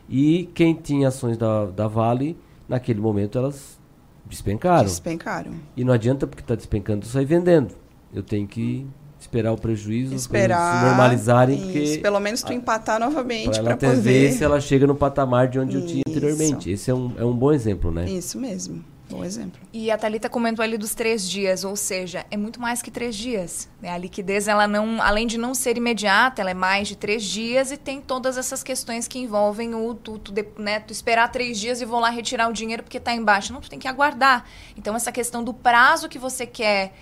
E quem tinha ações da, da Vale, naquele momento elas despencaram. Despencaram. E não adianta porque está despencando sair vendendo. Eu tenho que esperar o prejuízo, esperar se normalizarem, isso, porque pelo menos tu empatar novamente para poder ver se ela chega no patamar de onde isso. eu tinha anteriormente. Esse é um, é um bom exemplo, né? Isso mesmo. Bom exemplo. E a Thalita comentou ali dos três dias, ou seja, é muito mais que três dias. Né? A liquidez, ela não, além de não ser imediata, ela é mais de três dias e tem todas essas questões que envolvem o tu, tu, né, tu esperar três dias e vou lá retirar o dinheiro porque está embaixo. Não, tu tem que aguardar. Então, essa questão do prazo que você quer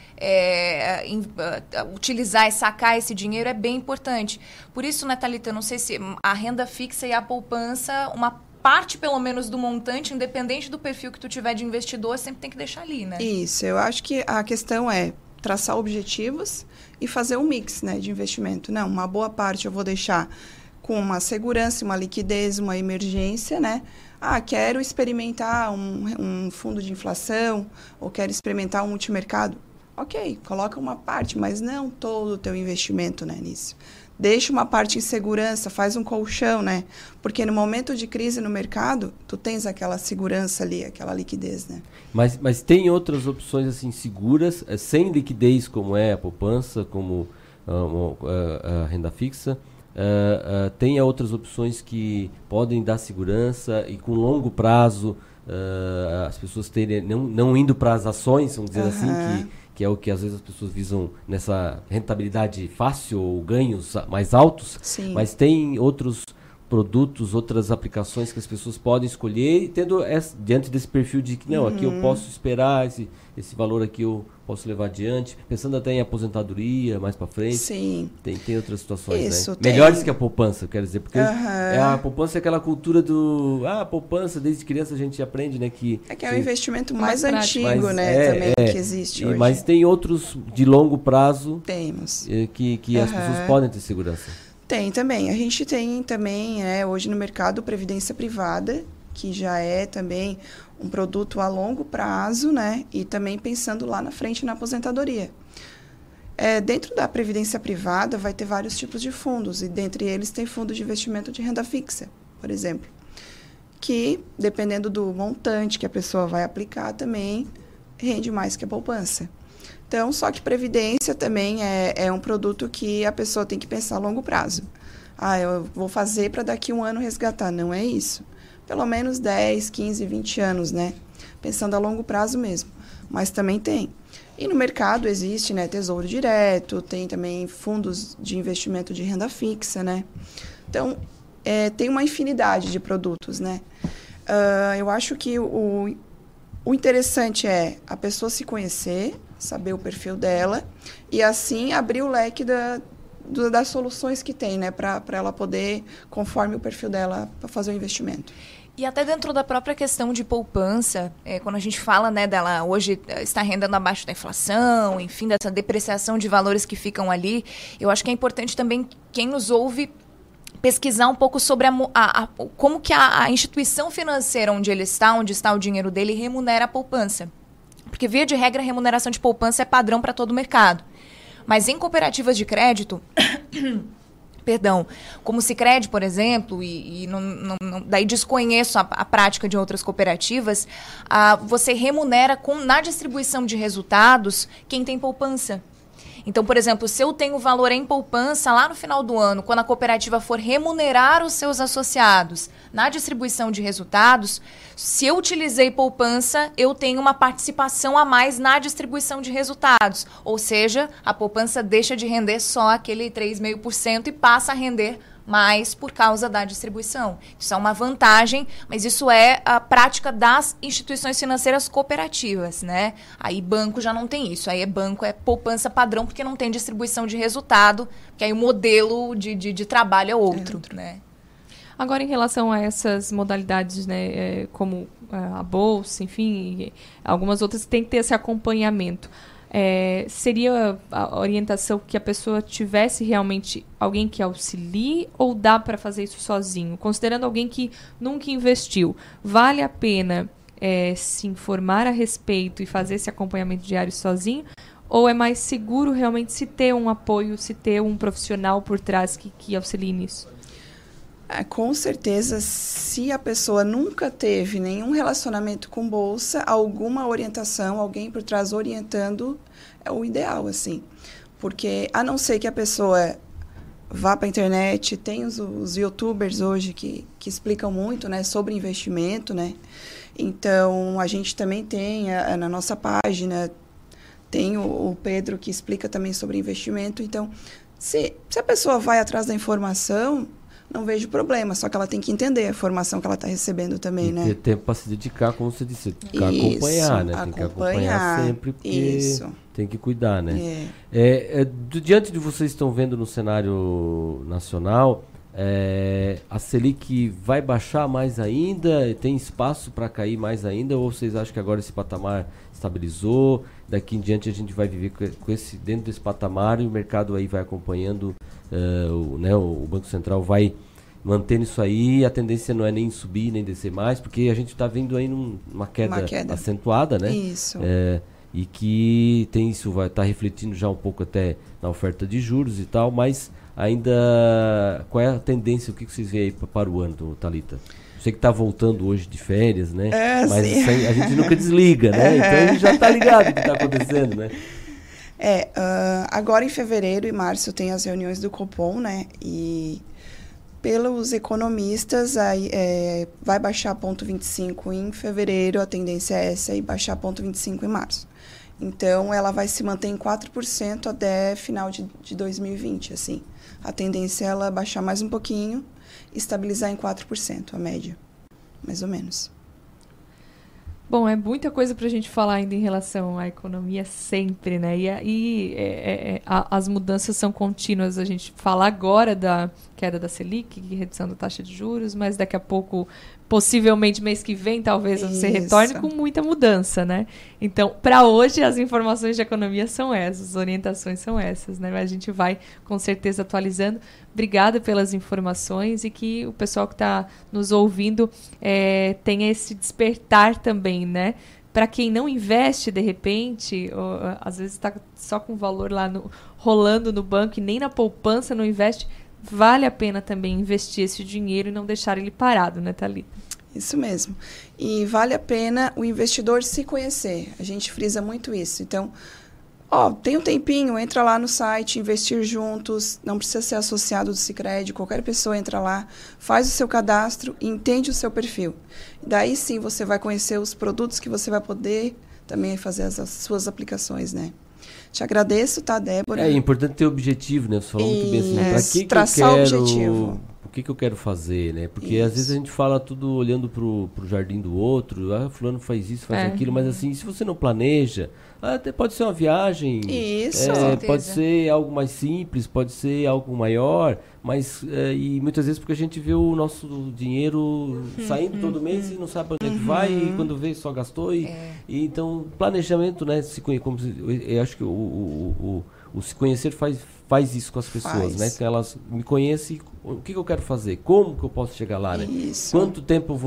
é, in, uh, utilizar e sacar esse dinheiro é bem importante. Por isso, né, Thalita, eu não sei se a renda fixa e a poupança, uma parte, pelo menos, do montante, independente do perfil que tu tiver de investidor, sempre tem que deixar ali, né? Isso, eu acho que a questão é traçar objetivos e fazer um mix, né, de investimento. Não, uma boa parte eu vou deixar com uma segurança, uma liquidez, uma emergência, né? Ah, quero experimentar um, um fundo de inflação ou quero experimentar um multimercado. Ok, coloca uma parte, mas não todo o teu investimento, né, nisso. Deixa uma parte em segurança, faz um colchão, né? Porque no momento de crise no mercado, tu tens aquela segurança ali, aquela liquidez, né? Mas, mas tem outras opções assim seguras, é, sem liquidez, como é a poupança, como uh, a, a renda fixa. Uh, uh, tem outras opções que podem dar segurança e com longo prazo uh, as pessoas terem, não, não indo para as ações, vamos dizer uhum. assim, que que é o que às vezes as pessoas visam nessa rentabilidade fácil ou ganhos mais altos, Sim. Mas tem outros produtos, outras aplicações que as pessoas podem escolher, tendo essa, diante desse perfil de que não, uhum. aqui eu posso esperar, esse, esse valor aqui eu posso levar adiante, pensando até em aposentadoria mais para frente. Sim. Tem, tem outras situações, Isso, né? tem. Melhores que a poupança, quero dizer, porque uhum. é a poupança é aquela cultura do, ah, a poupança, desde criança a gente aprende, né, que... É que é o tem, investimento mais, mais antigo, mas né, é, também, é, que existe e, hoje. Mas tem outros de longo prazo... Temos. Que, que uhum. as pessoas podem ter segurança. Tem também. A gente tem também, é, hoje no mercado, previdência privada, que já é também um produto a longo prazo, né? E também pensando lá na frente na aposentadoria. É, dentro da previdência privada vai ter vários tipos de fundos, e dentre eles tem fundo de investimento de renda fixa, por exemplo, que, dependendo do montante que a pessoa vai aplicar, também rende mais que a poupança. Então, só que previdência também é, é um produto que a pessoa tem que pensar a longo prazo. Ah, eu vou fazer para daqui a um ano resgatar. Não é isso. Pelo menos dez, quinze, vinte anos, né? Pensando a longo prazo mesmo. Mas também tem. E no mercado existe, né, Tesouro Direto, tem também fundos de investimento de renda fixa, né? Então, é, tem uma infinidade de produtos, né? Uh, eu acho que o, o interessante é a pessoa se conhecer, saber o perfil dela e assim abrir o leque da, do, das soluções que tem, né, para ela poder, conforme o perfil dela, para fazer o investimento. E até dentro da própria questão de poupança, é, quando a gente fala, né, dela hoje está rendendo abaixo da inflação, enfim, dessa depreciação de valores que ficam ali, eu acho que é importante também quem nos ouve pesquisar um pouco sobre a, a, a, como que a, a instituição financeira onde ele está, onde está o dinheiro dele, remunera a poupança. Porque, via de regra, a remuneração de poupança é padrão para todo o mercado. Mas em cooperativas de crédito, perdão, como o Sicredi, por exemplo, e, e não, não, não, daí desconheço a, a prática de outras cooperativas, ah, você remunera com, na distribuição de resultados quem tem poupança. Então, por exemplo, se eu tenho valor em poupança lá no final do ano, quando a cooperativa for remunerar os seus associados na distribuição de resultados, se eu utilizei poupança, eu tenho uma participação a mais na distribuição de resultados. Ou seja, a poupança deixa de render só aquele três vírgula cinco por cento e passa a render mais por causa da distribuição. Isso é uma vantagem, mas isso é a prática das instituições financeiras cooperativas, né? Aí banco já não tem isso, aí é banco, é poupança padrão, porque não tem distribuição de resultado, porque aí o modelo de, de, de trabalho é outro, é. né? Agora, em relação a essas modalidades, né, é, como a bolsa, enfim, algumas outras, tem que ter esse acompanhamento. É, seria a orientação que a pessoa tivesse realmente alguém que auxilie ou dá para fazer isso sozinho? Considerando alguém que nunca investiu, vale a pena é, se informar a respeito e fazer esse acompanhamento diário sozinho? Ou é mais seguro realmente se ter um apoio, se ter um profissional por trás que, que auxilie nisso? É, com certeza, se a pessoa nunca teve nenhum relacionamento com bolsa, alguma orientação, alguém por trás orientando, é o ideal, assim. Porque, a não ser que a pessoa vá para a internet, tem os, os youtubers hoje que, que explicam muito, né, sobre investimento, né? Então, a gente também tem, a, a, na nossa página, tem o, o Pedro que explica também sobre investimento. Então, se, se a pessoa vai atrás da informação, não vejo problema, só que ela tem que entender a formação que ela está recebendo também, e né? ter tempo para se dedicar, como você disse, ficar Isso, acompanhar, né? Tem acompanhar, que acompanhar sempre, porque isso. tem que cuidar, né? É. É, é, do, diante de vocês estão vendo no cenário nacional, é, a Selic vai baixar mais ainda? Tem espaço para cair mais ainda? Ou vocês acham que agora esse patamar estabilizou? Daqui em diante a gente vai viver com esse, dentro desse patamar e o mercado aí vai acompanhando, uh, o, né, o Banco Central vai mantendo isso aí, a tendência não é nem subir nem descer mais, porque a gente está vendo aí num, uma queda, uma queda acentuada, né? Isso. É, e que tem isso, vai estar tá refletindo já um pouco até na oferta de juros e tal, mas ainda, qual é a tendência, o que, que vocês veem aí para o ano, Thalita? Você que está voltando hoje de férias, né? É, mas sim. Aí, a gente nunca desliga, né? Então a gente já está ligado o que está acontecendo, né? É, uh, agora em fevereiro e março tem as reuniões do Copom, né? E pelos economistas, aí, é, vai baixar ponto vinte e cinco em fevereiro, a tendência é essa, e baixar ponto vinte e cinco em março. Então, ela vai se manter em quatro por cento até final de, de dois mil e vinte, assim. A tendência é ela baixar mais um pouquinho, estabilizar em quatro por cento, a média, mais ou menos. Bom, é muita coisa para a gente falar ainda em relação à economia sempre, né? E, e é, é, a, as mudanças são contínuas. A gente fala agora da queda da Selic, redução da taxa de juros, mas daqui a pouco, possivelmente mês que vem, talvez você Isso. retorne com muita mudança, né? Então, para hoje, as informações de economia são essas, as orientações são essas, né? Mas a gente vai, com certeza, atualizando. Obrigada pelas informações e que o pessoal que está nos ouvindo é, tenha esse despertar também, né? Para quem não investe, de repente, ou, às vezes está só com o valor lá no, rolando no banco e nem na poupança não investe, vale a pena também investir esse dinheiro e não deixar ele parado, né, Thalita? Isso mesmo. E vale a pena o investidor se conhecer. A gente frisa muito isso. Então, ó, tem um tempinho, entra lá no site, Investir Juntos, não precisa ser associado do Sicredi, qualquer pessoa entra lá, faz o seu cadastro e entende o seu perfil. Daí sim você vai conhecer os produtos que você vai poder também fazer as, as suas aplicações, né? Te agradeço, tá, Débora? É importante ter objetivo, né? Você falou muito bem assim, pra que traçar que eu o quero, objetivo. O que, que eu quero fazer, né? Porque Isso. às vezes a gente fala tudo olhando pro, pro jardim do outro, ah, fulano faz isso, faz É. aquilo, mas assim, se você não planeja, até pode ser uma viagem, Isso, é, com pode certeza. ser algo mais simples, pode ser algo maior, mas é, e muitas vezes porque a gente vê o nosso dinheiro saindo todo mês e não sabe onde é que vai, e quando vê só gastou, e, É. e então planejamento, né? Se, conhe- como se, eu acho que o, o, o, o se conhecer faz, faz isso com as pessoas, Faz. né? Que elas me conhecem, o que, que eu quero fazer, como que eu posso chegar lá, né? Isso. Quanto tempo eu vou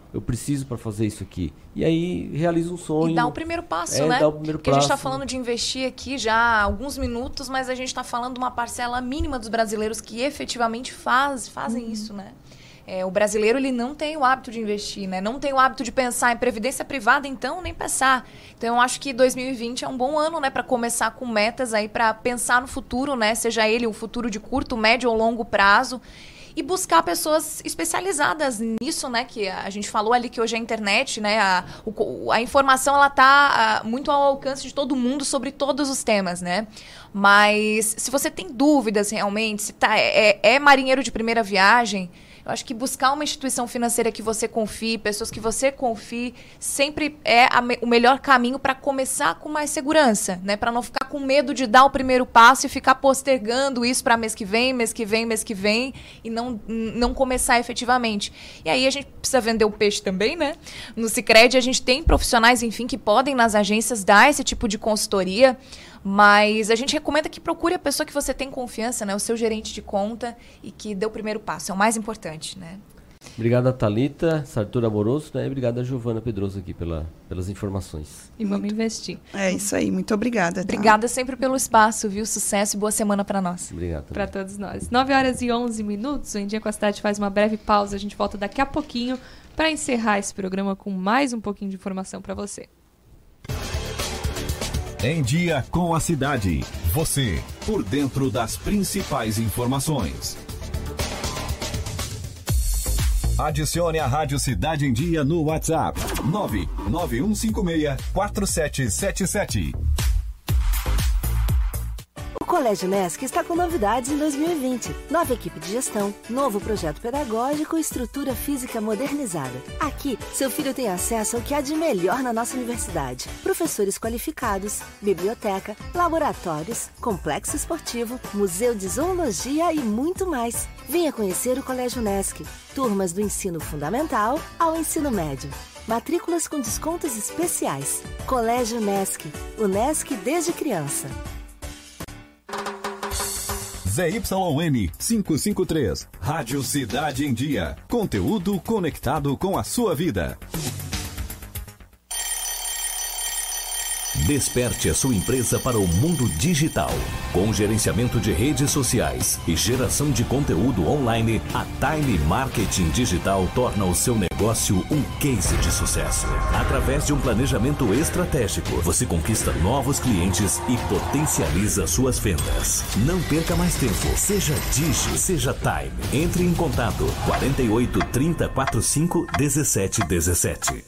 eu preciso para fazer isso aqui. E aí realiza um sonho. E dá o primeiro passo, é, né? Dá o primeiro Porque passo. a gente está falando de investir aqui já há alguns minutos, mas a gente está falando de uma parcela mínima dos brasileiros que efetivamente faz, fazem uhum. isso, né? É, o brasileiro ele não tem o hábito de investir, né? Não tem o hábito de pensar em previdência privada, então nem pensar. Então eu acho que dois mil e vinte é um bom ano, né, para começar com metas aí para pensar no futuro, né? Seja ele o futuro de curto, médio ou longo prazo. E buscar pessoas especializadas nisso, né? Que a gente falou ali que hoje a internet, né? A, o, a informação, ela tá a, muito ao alcance de todo mundo sobre todos os temas, né? Mas se você tem dúvidas realmente, se tá, é, é marinheiro de primeira viagem, eu acho que buscar uma instituição financeira que você confie, pessoas que você confie, sempre é a me, o melhor caminho para começar com mais segurança, né? Para não ficar com medo de dar o primeiro passo e ficar postergando isso para mês que vem, mês que vem, mês que vem, e não, não começar efetivamente. E aí a gente precisa vender o peixe também, né? No Sicredi a gente tem profissionais, enfim, que podem nas agências dar esse tipo de consultoria, mas a gente recomenda que procure a pessoa que você tem confiança, né? O seu gerente de conta, e que dê o primeiro passo. É o mais importante, né? Obrigado a Thalita, Sartor Amoroso, né? E obrigado a Giovana Pedroso aqui pela, pelas informações. E vamos investir. É isso aí, muito obrigada. Tá? Obrigada sempre pelo espaço, viu? Sucesso e boa semana para nós. Obrigado. Para todos nós. nove horas e onze minutos, o Em Dia com a Cidade faz uma breve pausa. A gente volta daqui a pouquinho para encerrar esse programa com mais um pouquinho de informação para você. Em Dia com a Cidade. Você, por dentro das principais informações. Adicione a Rádio Cidade em Dia no WhatsApp. nove nove um cinco seis quatro sete sete sete. O Colégio Nesc está com novidades em dois mil e vinte. Nova equipe de gestão, novo projeto pedagógico e estrutura física modernizada. Aqui, seu filho tem acesso ao que há de melhor na nossa universidade. Professores qualificados, biblioteca, laboratórios, complexo esportivo, museu de zoologia e muito mais. Venha conhecer o Colégio Nesc. Turmas do ensino fundamental ao ensino médio. Matrículas com descontos especiais. Colégio Nesc. O Nesc desde criança. Z Y N quinhentos e cinquenta e três, Rádio Cidade em Dia. Conteúdo conectado com a sua vida. Desperte a sua empresa para o mundo digital. Com gerenciamento de redes sociais e geração de conteúdo online, a Time Marketing Digital torna o seu negócio um case de sucesso. Através de um planejamento estratégico, você conquista novos clientes e potencializa suas vendas. Não perca mais tempo. Seja Digi, seja Time. Entre em contato quarenta e oito, trinta, quarenta e cinco, dezessete dezessete.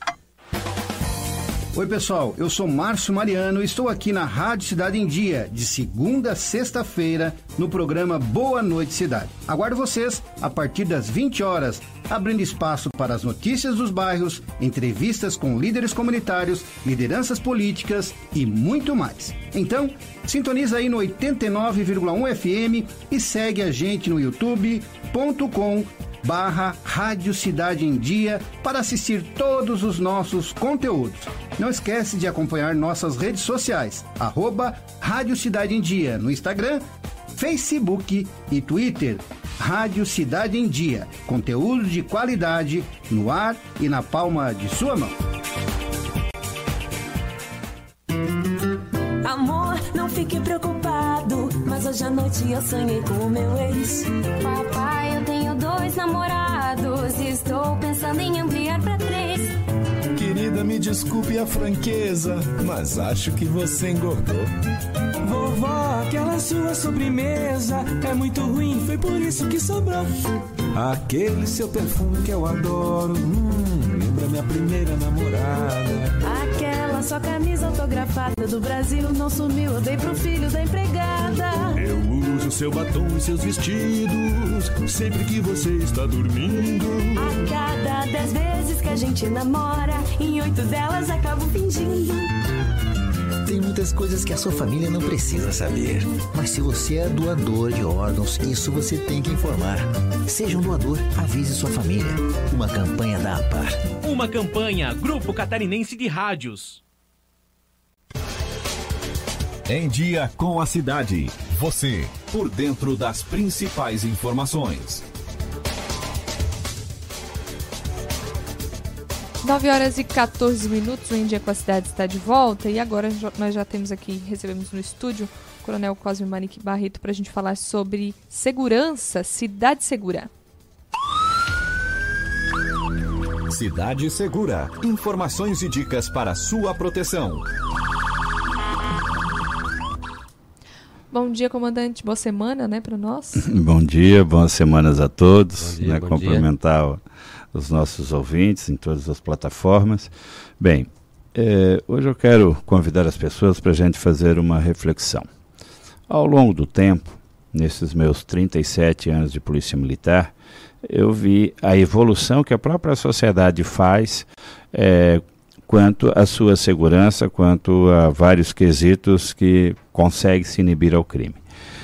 Oi pessoal, eu sou Márcio Mariano e estou aqui na Rádio Cidade em Dia, de segunda a sexta-feira, no programa Boa Noite Cidade. Aguardo vocês a partir das vinte horas, abrindo espaço para as notícias dos bairros, entrevistas com líderes comunitários, lideranças políticas e muito mais. Então, sintoniza aí no oitenta e nove vírgula um F M e segue a gente no youtube ponto com barra Rádio Cidade em Dia para assistir todos os nossos conteúdos. Não esquece de acompanhar nossas redes sociais, arroba Rádio Cidade em Dia no Instagram, Facebook e Twitter. Rádio Cidade em Dia, conteúdo de qualidade no ar e na palma de sua mão. Amor, não fique preocupado, mas hoje à noite eu sonhei com o meu ex. Papai, eu tenho dois namorados e estou pensando em ampliar pra três. Querida, me desculpe a franqueza, mas acho que você engordou. Vovó, aquela sua sobremesa é muito ruim, foi por isso que sobrou. Aquele seu perfume que eu adoro, hum, lembra minha primeira namorada. Aquela sua camisa autografada do Brasil não sumiu, eu dei pro filho da empregada. Eu uso seu batom e seus vestidos sempre que você está dormindo. A cada dez vezes que a gente namora, em oito delas acabo fingindo. Tem muitas coisas que a sua família não precisa saber. Mas se você é doador de órgãos, isso você tem que informar. Seja um doador, avise sua família. Uma campanha da APAR. Uma campanha Grupo Catarinense de Rádios. Em Dia com a Cidade. Você, por dentro das principais informações. nove horas e quatorze minutos, o Em Dia com a Cidade está de volta e agora nós já temos aqui, recebemos no estúdio o Coronel Cosme Manique Barreto para a gente falar sobre segurança, Cidade Segura. Cidade Segura. Informações e dicas para sua proteção. Bom dia, comandante. Boa semana, né, para nós. Bom dia, boas semanas a todos. Bom dia, né, bom cumprimentar dia. os nossos ouvintes em todas as plataformas. Bem, é, hoje eu quero convidar as pessoas para a gente fazer uma reflexão. Ao longo do tempo, nesses meus trinta e sete anos de polícia militar, eu vi a evolução que a própria sociedade faz é, quanto à sua segurança, quanto a vários quesitos que consegue se inibir ao crime.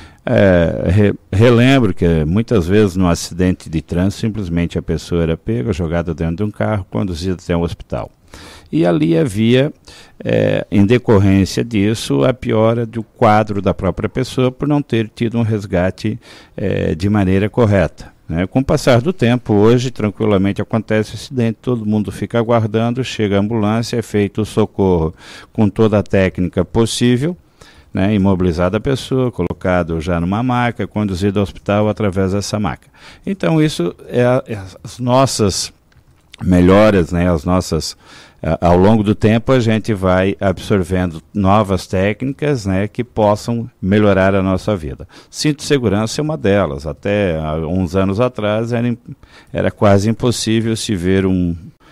É, re, relembro que muitas vezes no acidente de trânsito simplesmente a pessoa era pega, jogada dentro de um carro, conduzida até um hospital. E ali havia, é, em decorrência disso, a piora do quadro da própria pessoa por não ter tido um resgate é, de maneira correta. Né? Com o passar do tempo, hoje tranquilamente acontece o acidente, todo mundo fica aguardando, chega a ambulância, é feito o socorro com toda a técnica possível, né, imobilizada a pessoa, colocado já numa maca, conduzido ao hospital através dessa maca. Então isso é, a, é as nossas melhoras, né, as nossas, a, ao longo do tempo a gente vai absorvendo novas técnicas, né, que possam melhorar a nossa vida. Cinto de segurança é uma delas. Até há uns anos atrás era, era quase impossível se ver um,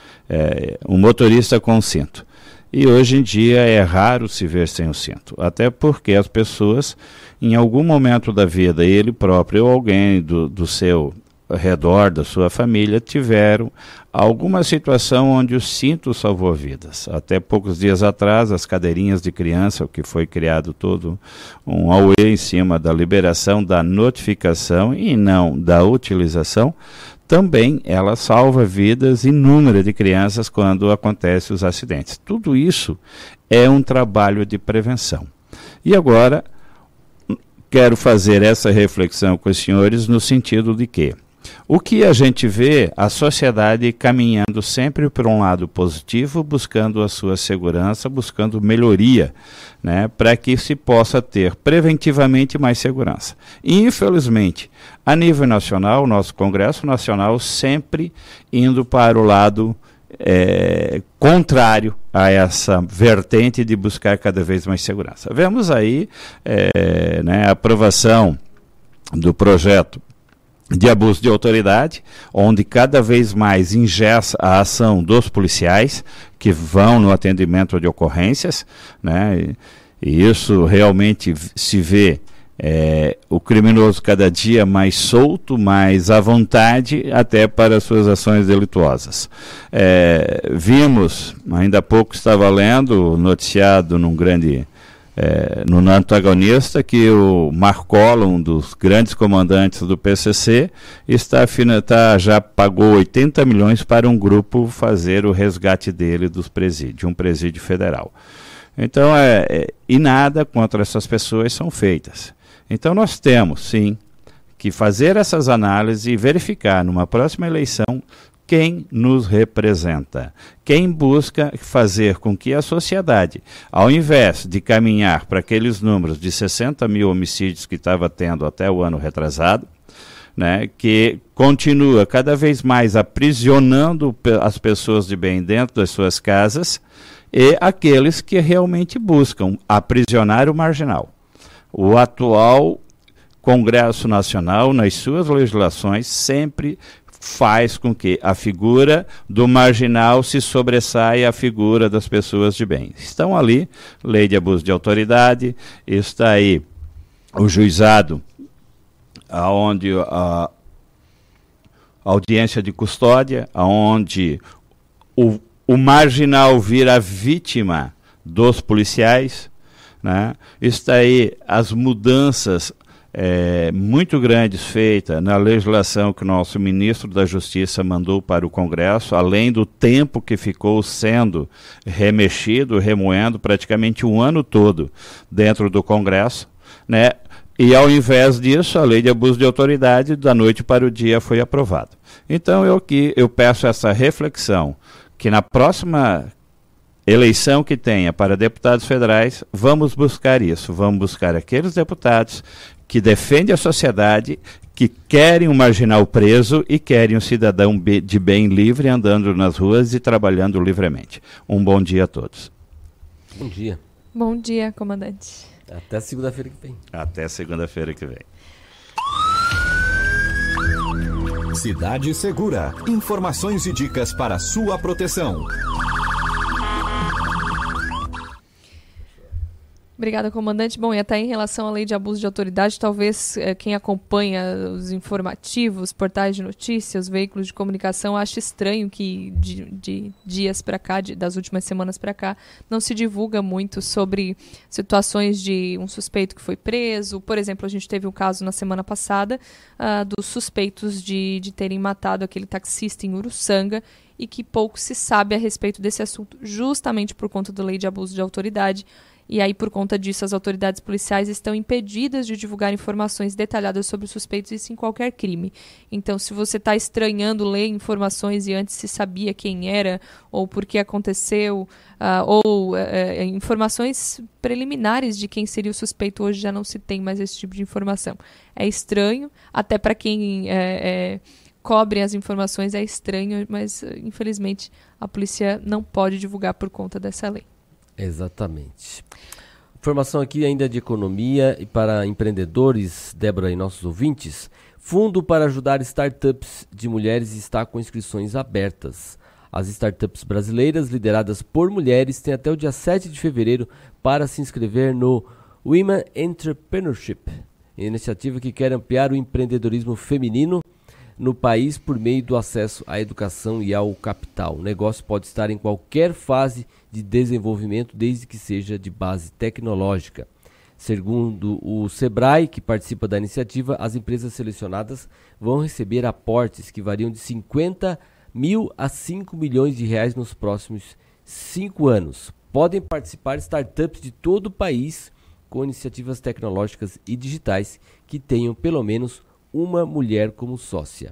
é, um motorista com cinto. E hoje em dia é raro se ver sem o cinto, até porque as pessoas, em algum momento da vida, ele próprio ou alguém do, do seu redor, da sua família, tiveram alguma situação onde o cinto salvou vidas. Até poucos dias atrás, as cadeirinhas de criança, o que foi criado todo um auê em cima da liberação da notificação e não da utilização, também ela salva vidas inúmeras de crianças quando acontecem os acidentes. Tudo isso é um trabalho de prevenção. E agora, quero fazer essa reflexão com os senhores no sentido de que o que a gente vê, a sociedade caminhando sempre por um lado positivo, buscando a sua segurança, buscando melhoria, né, para que se possa ter preventivamente mais segurança. E, infelizmente, a nível nacional, o nosso Congresso Nacional sempre indo para o lado é, contrário a essa vertente de buscar cada vez mais segurança. Vemos aí é, né, a aprovação do projeto de abuso de autoridade, onde cada vez mais engessa a ação dos policiais que vão no atendimento de ocorrências, né? E, e isso realmente se vê é, o criminoso cada dia mais solto, mais à vontade, até para suas ações delituosas. É, vimos, ainda há pouco estava lendo, noticiado num grande... É, no antagonista, que o Marcola, um dos grandes comandantes do P C C, está, tá, já pagou oitenta milhões para um grupo fazer o resgate dele dos presídios, um presídio federal. Então, é, é, e nada contra essas pessoas são feitas. Então nós temos, sim, que fazer essas análises e verificar numa próxima eleição quem nos representa, quem busca fazer com que a sociedade, ao invés de caminhar para aqueles números de sessenta mil homicídios que estava tendo até o ano retrasado, né, que continua cada vez mais aprisionando as pessoas de bem dentro das suas casas, e aqueles que realmente buscam aprisionar o marginal. O atual Congresso Nacional, nas suas legislações, sempre faz com que a figura do marginal se sobressaia à figura das pessoas de bem. Estão ali, lei de abuso de autoridade, está aí o juizado, onde a audiência de custódia, onde o, o marginal vira vítima dos policiais, né? Está aí as mudanças É, muito grandes feitas na legislação que o nosso ministro da Justiça mandou para o Congresso, além do tempo que ficou sendo remexido, remoendo praticamente um ano todo dentro do Congresso, né? E ao invés disso, a lei de abuso de autoridade da noite para o dia foi aprovada. Então eu, que, eu peço essa reflexão que na próxima eleição que tenha para deputados federais, vamos buscar isso, vamos buscar aqueles deputados que defendem a sociedade, que querem um marginal preso e querem um cidadão de bem livre andando nas ruas e trabalhando livremente. Um bom dia a todos. Bom dia. Bom dia, comandante. Até segunda-feira que vem. Até segunda-feira que vem. Cidade Segura. Informações e dicas para sua proteção. Obrigada, comandante. Bom, e até em relação à lei de abuso de autoridade, talvez eh, quem acompanha os informativos, portais de notícias, veículos de comunicação, ache estranho que de, de dias para cá, de, das últimas semanas para cá, não se divulga muito sobre situações de um suspeito que foi preso. Por exemplo, a gente teve um caso na semana passada uh, dos suspeitos de, de terem matado aquele taxista em Uruçanga, e que pouco se sabe a respeito desse assunto, justamente por conta da lei de abuso de autoridade. E aí, por conta disso, as autoridades policiais estão impedidas de divulgar informações detalhadas sobre os suspeitos e sim qualquer crime. Então, se você está estranhando ler informações e antes se sabia quem era ou por que aconteceu, uh, ou uh, uh, informações preliminares de quem seria o suspeito, hoje já não se tem mais esse tipo de informação. É estranho, até para quem é, é, cobre as informações é estranho, mas infelizmente a polícia não pode divulgar por conta dessa lei. Exatamente. Informação aqui ainda de economia e para empreendedores, Débora e nossos ouvintes. Fundo para ajudar startups de mulheres está com inscrições abertas. As startups brasileiras lideradas por mulheres têm até o dia sete de fevereiro para se inscrever no Women Entrepreneurship, iniciativa que quer ampliar o empreendedorismo feminino no país por meio do acesso à educação e ao capital. O negócio pode estar em qualquer fase de desenvolvimento, desde que seja de base tecnológica. Segundo o Sebrae, que participa da iniciativa, as empresas selecionadas vão receber aportes que variam de cinquenta mil a cinco milhões de reais nos próximos cinco anos. Podem participar startups de todo o país com iniciativas tecnológicas e digitais que tenham pelo menos uma mulher como sócia.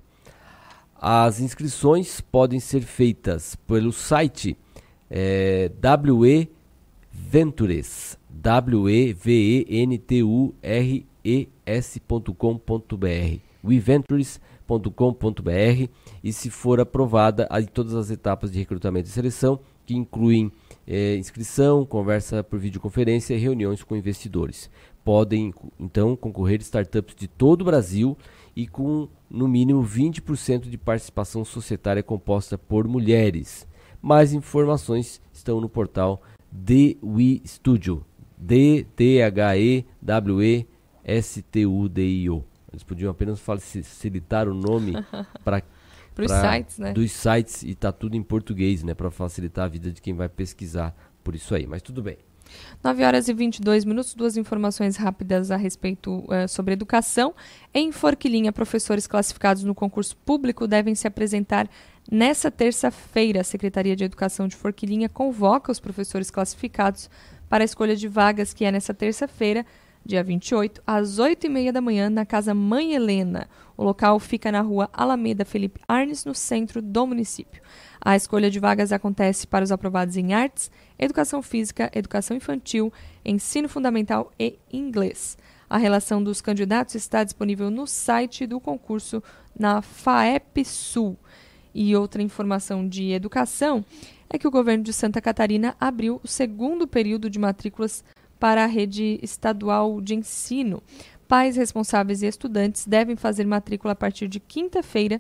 As inscrições podem ser feitas pelo site é, W E Ventures, W E V E N T U R E S ponto com ponto b r, weventures ponto com ponto b r, e se for aprovada em todas as etapas de recrutamento e seleção, que incluem é, inscrição, conversa por videoconferência e reuniões com investidores. Podem, então, concorrer startups de todo o Brasil e com, no mínimo, vinte por cento de participação societária composta por mulheres. Mais informações estão no portal D W E Studio, D T H E W E S T U D I O. Eles podiam apenas facilitar o nome para os sites, né? Dos sites, e está tudo em português, né, para facilitar a vida de quem vai pesquisar por isso aí, mas tudo bem. nove horas e vinte e dois minutos, duas informações rápidas a respeito uh, sobre educação. Em Forquilinha, professores classificados no concurso público devem se apresentar nessa terça-feira. A Secretaria de Educação de Forquilinha convoca os professores classificados para a escolha de vagas, que é nessa terça-feira, dia vinte e oito, às oito e meia da manhã, na Casa Mãe Helena. O local fica na rua Alameda Felipe Arnes, no centro do município. A escolha de vagas acontece para os aprovados em artes, educação física, educação infantil, ensino fundamental e inglês. A relação dos candidatos está disponível no site do concurso na FAEP-Sul. E outra informação de educação é que o governo de Santa Catarina abriu o segundo período de matrículas para a rede estadual de ensino. Pais responsáveis e estudantes devem fazer matrícula a partir de quinta-feira.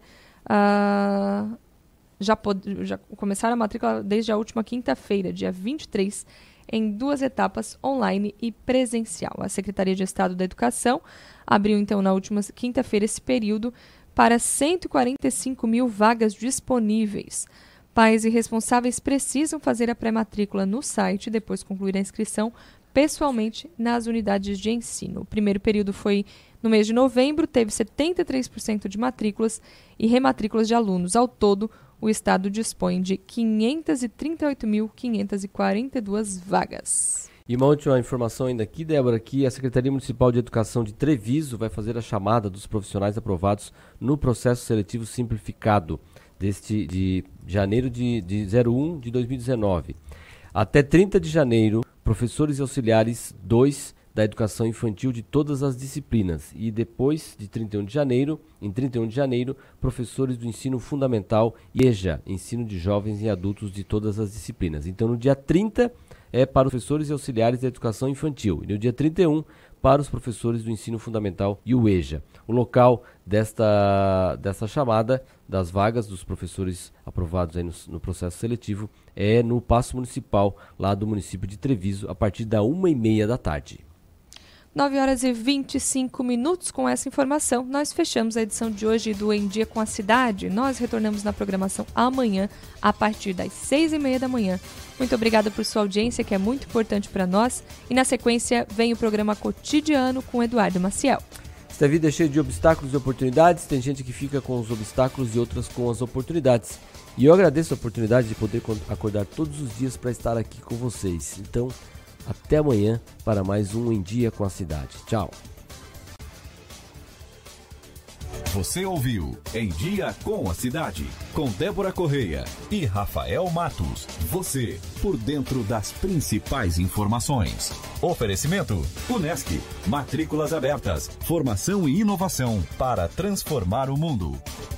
Uh, já, pod- já começaram a matrícula desde a última quinta-feira, dia vinte e três, em duas etapas, online e presencial. A Secretaria de Estado da Educação abriu, então, na última quinta-feira esse período para cento e quarenta e cinco mil vagas disponíveis. Pais e responsáveis precisam fazer a pré-matrícula no site e depois concluir a inscrição pessoalmente nas unidades de ensino. O primeiro período foi no mês de novembro, teve setenta e três por cento de matrículas e rematrículas de alunos. Ao todo, o Estado dispõe de quinhentas e trinta e oito mil, quinhentas e quarenta e duas vagas. E uma última informação ainda aqui, Débora, que a Secretaria Municipal de Educação de Treviso vai fazer a chamada dos profissionais aprovados no processo seletivo simplificado. deste, de janeiro de, de zero um de dois mil e dezenove. Até trinta de janeiro, professores e auxiliares dois da educação infantil de todas as disciplinas. E depois de trinta e um de janeiro, em trinta e um de janeiro, professores do ensino fundamental e EJA, ensino de jovens e adultos de todas as disciplinas. Então, no dia trinta, é para os professores e auxiliares da educação infantil. E no dia trinta e um, para os professores do ensino fundamental e o EJA. O local desta, dessa chamada, das vagas dos professores aprovados aí no, no processo seletivo, é no Paço Municipal, lá do município de Treviso, a partir da uma e meia da tarde. nove horas e vinte e cinco minutos. Com essa informação, nós fechamos a edição de hoje do Em Dia com a Cidade. Nós retornamos na programação amanhã, a partir das seis e meia da manhã. Muito obrigada por sua audiência, que é muito importante para nós. E na sequência, vem o programa Cotidiano com Eduardo Maciel. Esta vida é cheia de obstáculos e oportunidades. Tem gente que fica com os obstáculos e outras com as oportunidades. E eu agradeço a oportunidade de poder acordar todos os dias para estar aqui com vocês. Então, até amanhã para mais um Em Dia com a Cidade. Tchau. Você ouviu Em Dia com a Cidade, com Débora Correia e Rafael Matos. Você, por dentro das principais informações. Oferecimento Unesc, matrículas abertas, formação e inovação para transformar o mundo.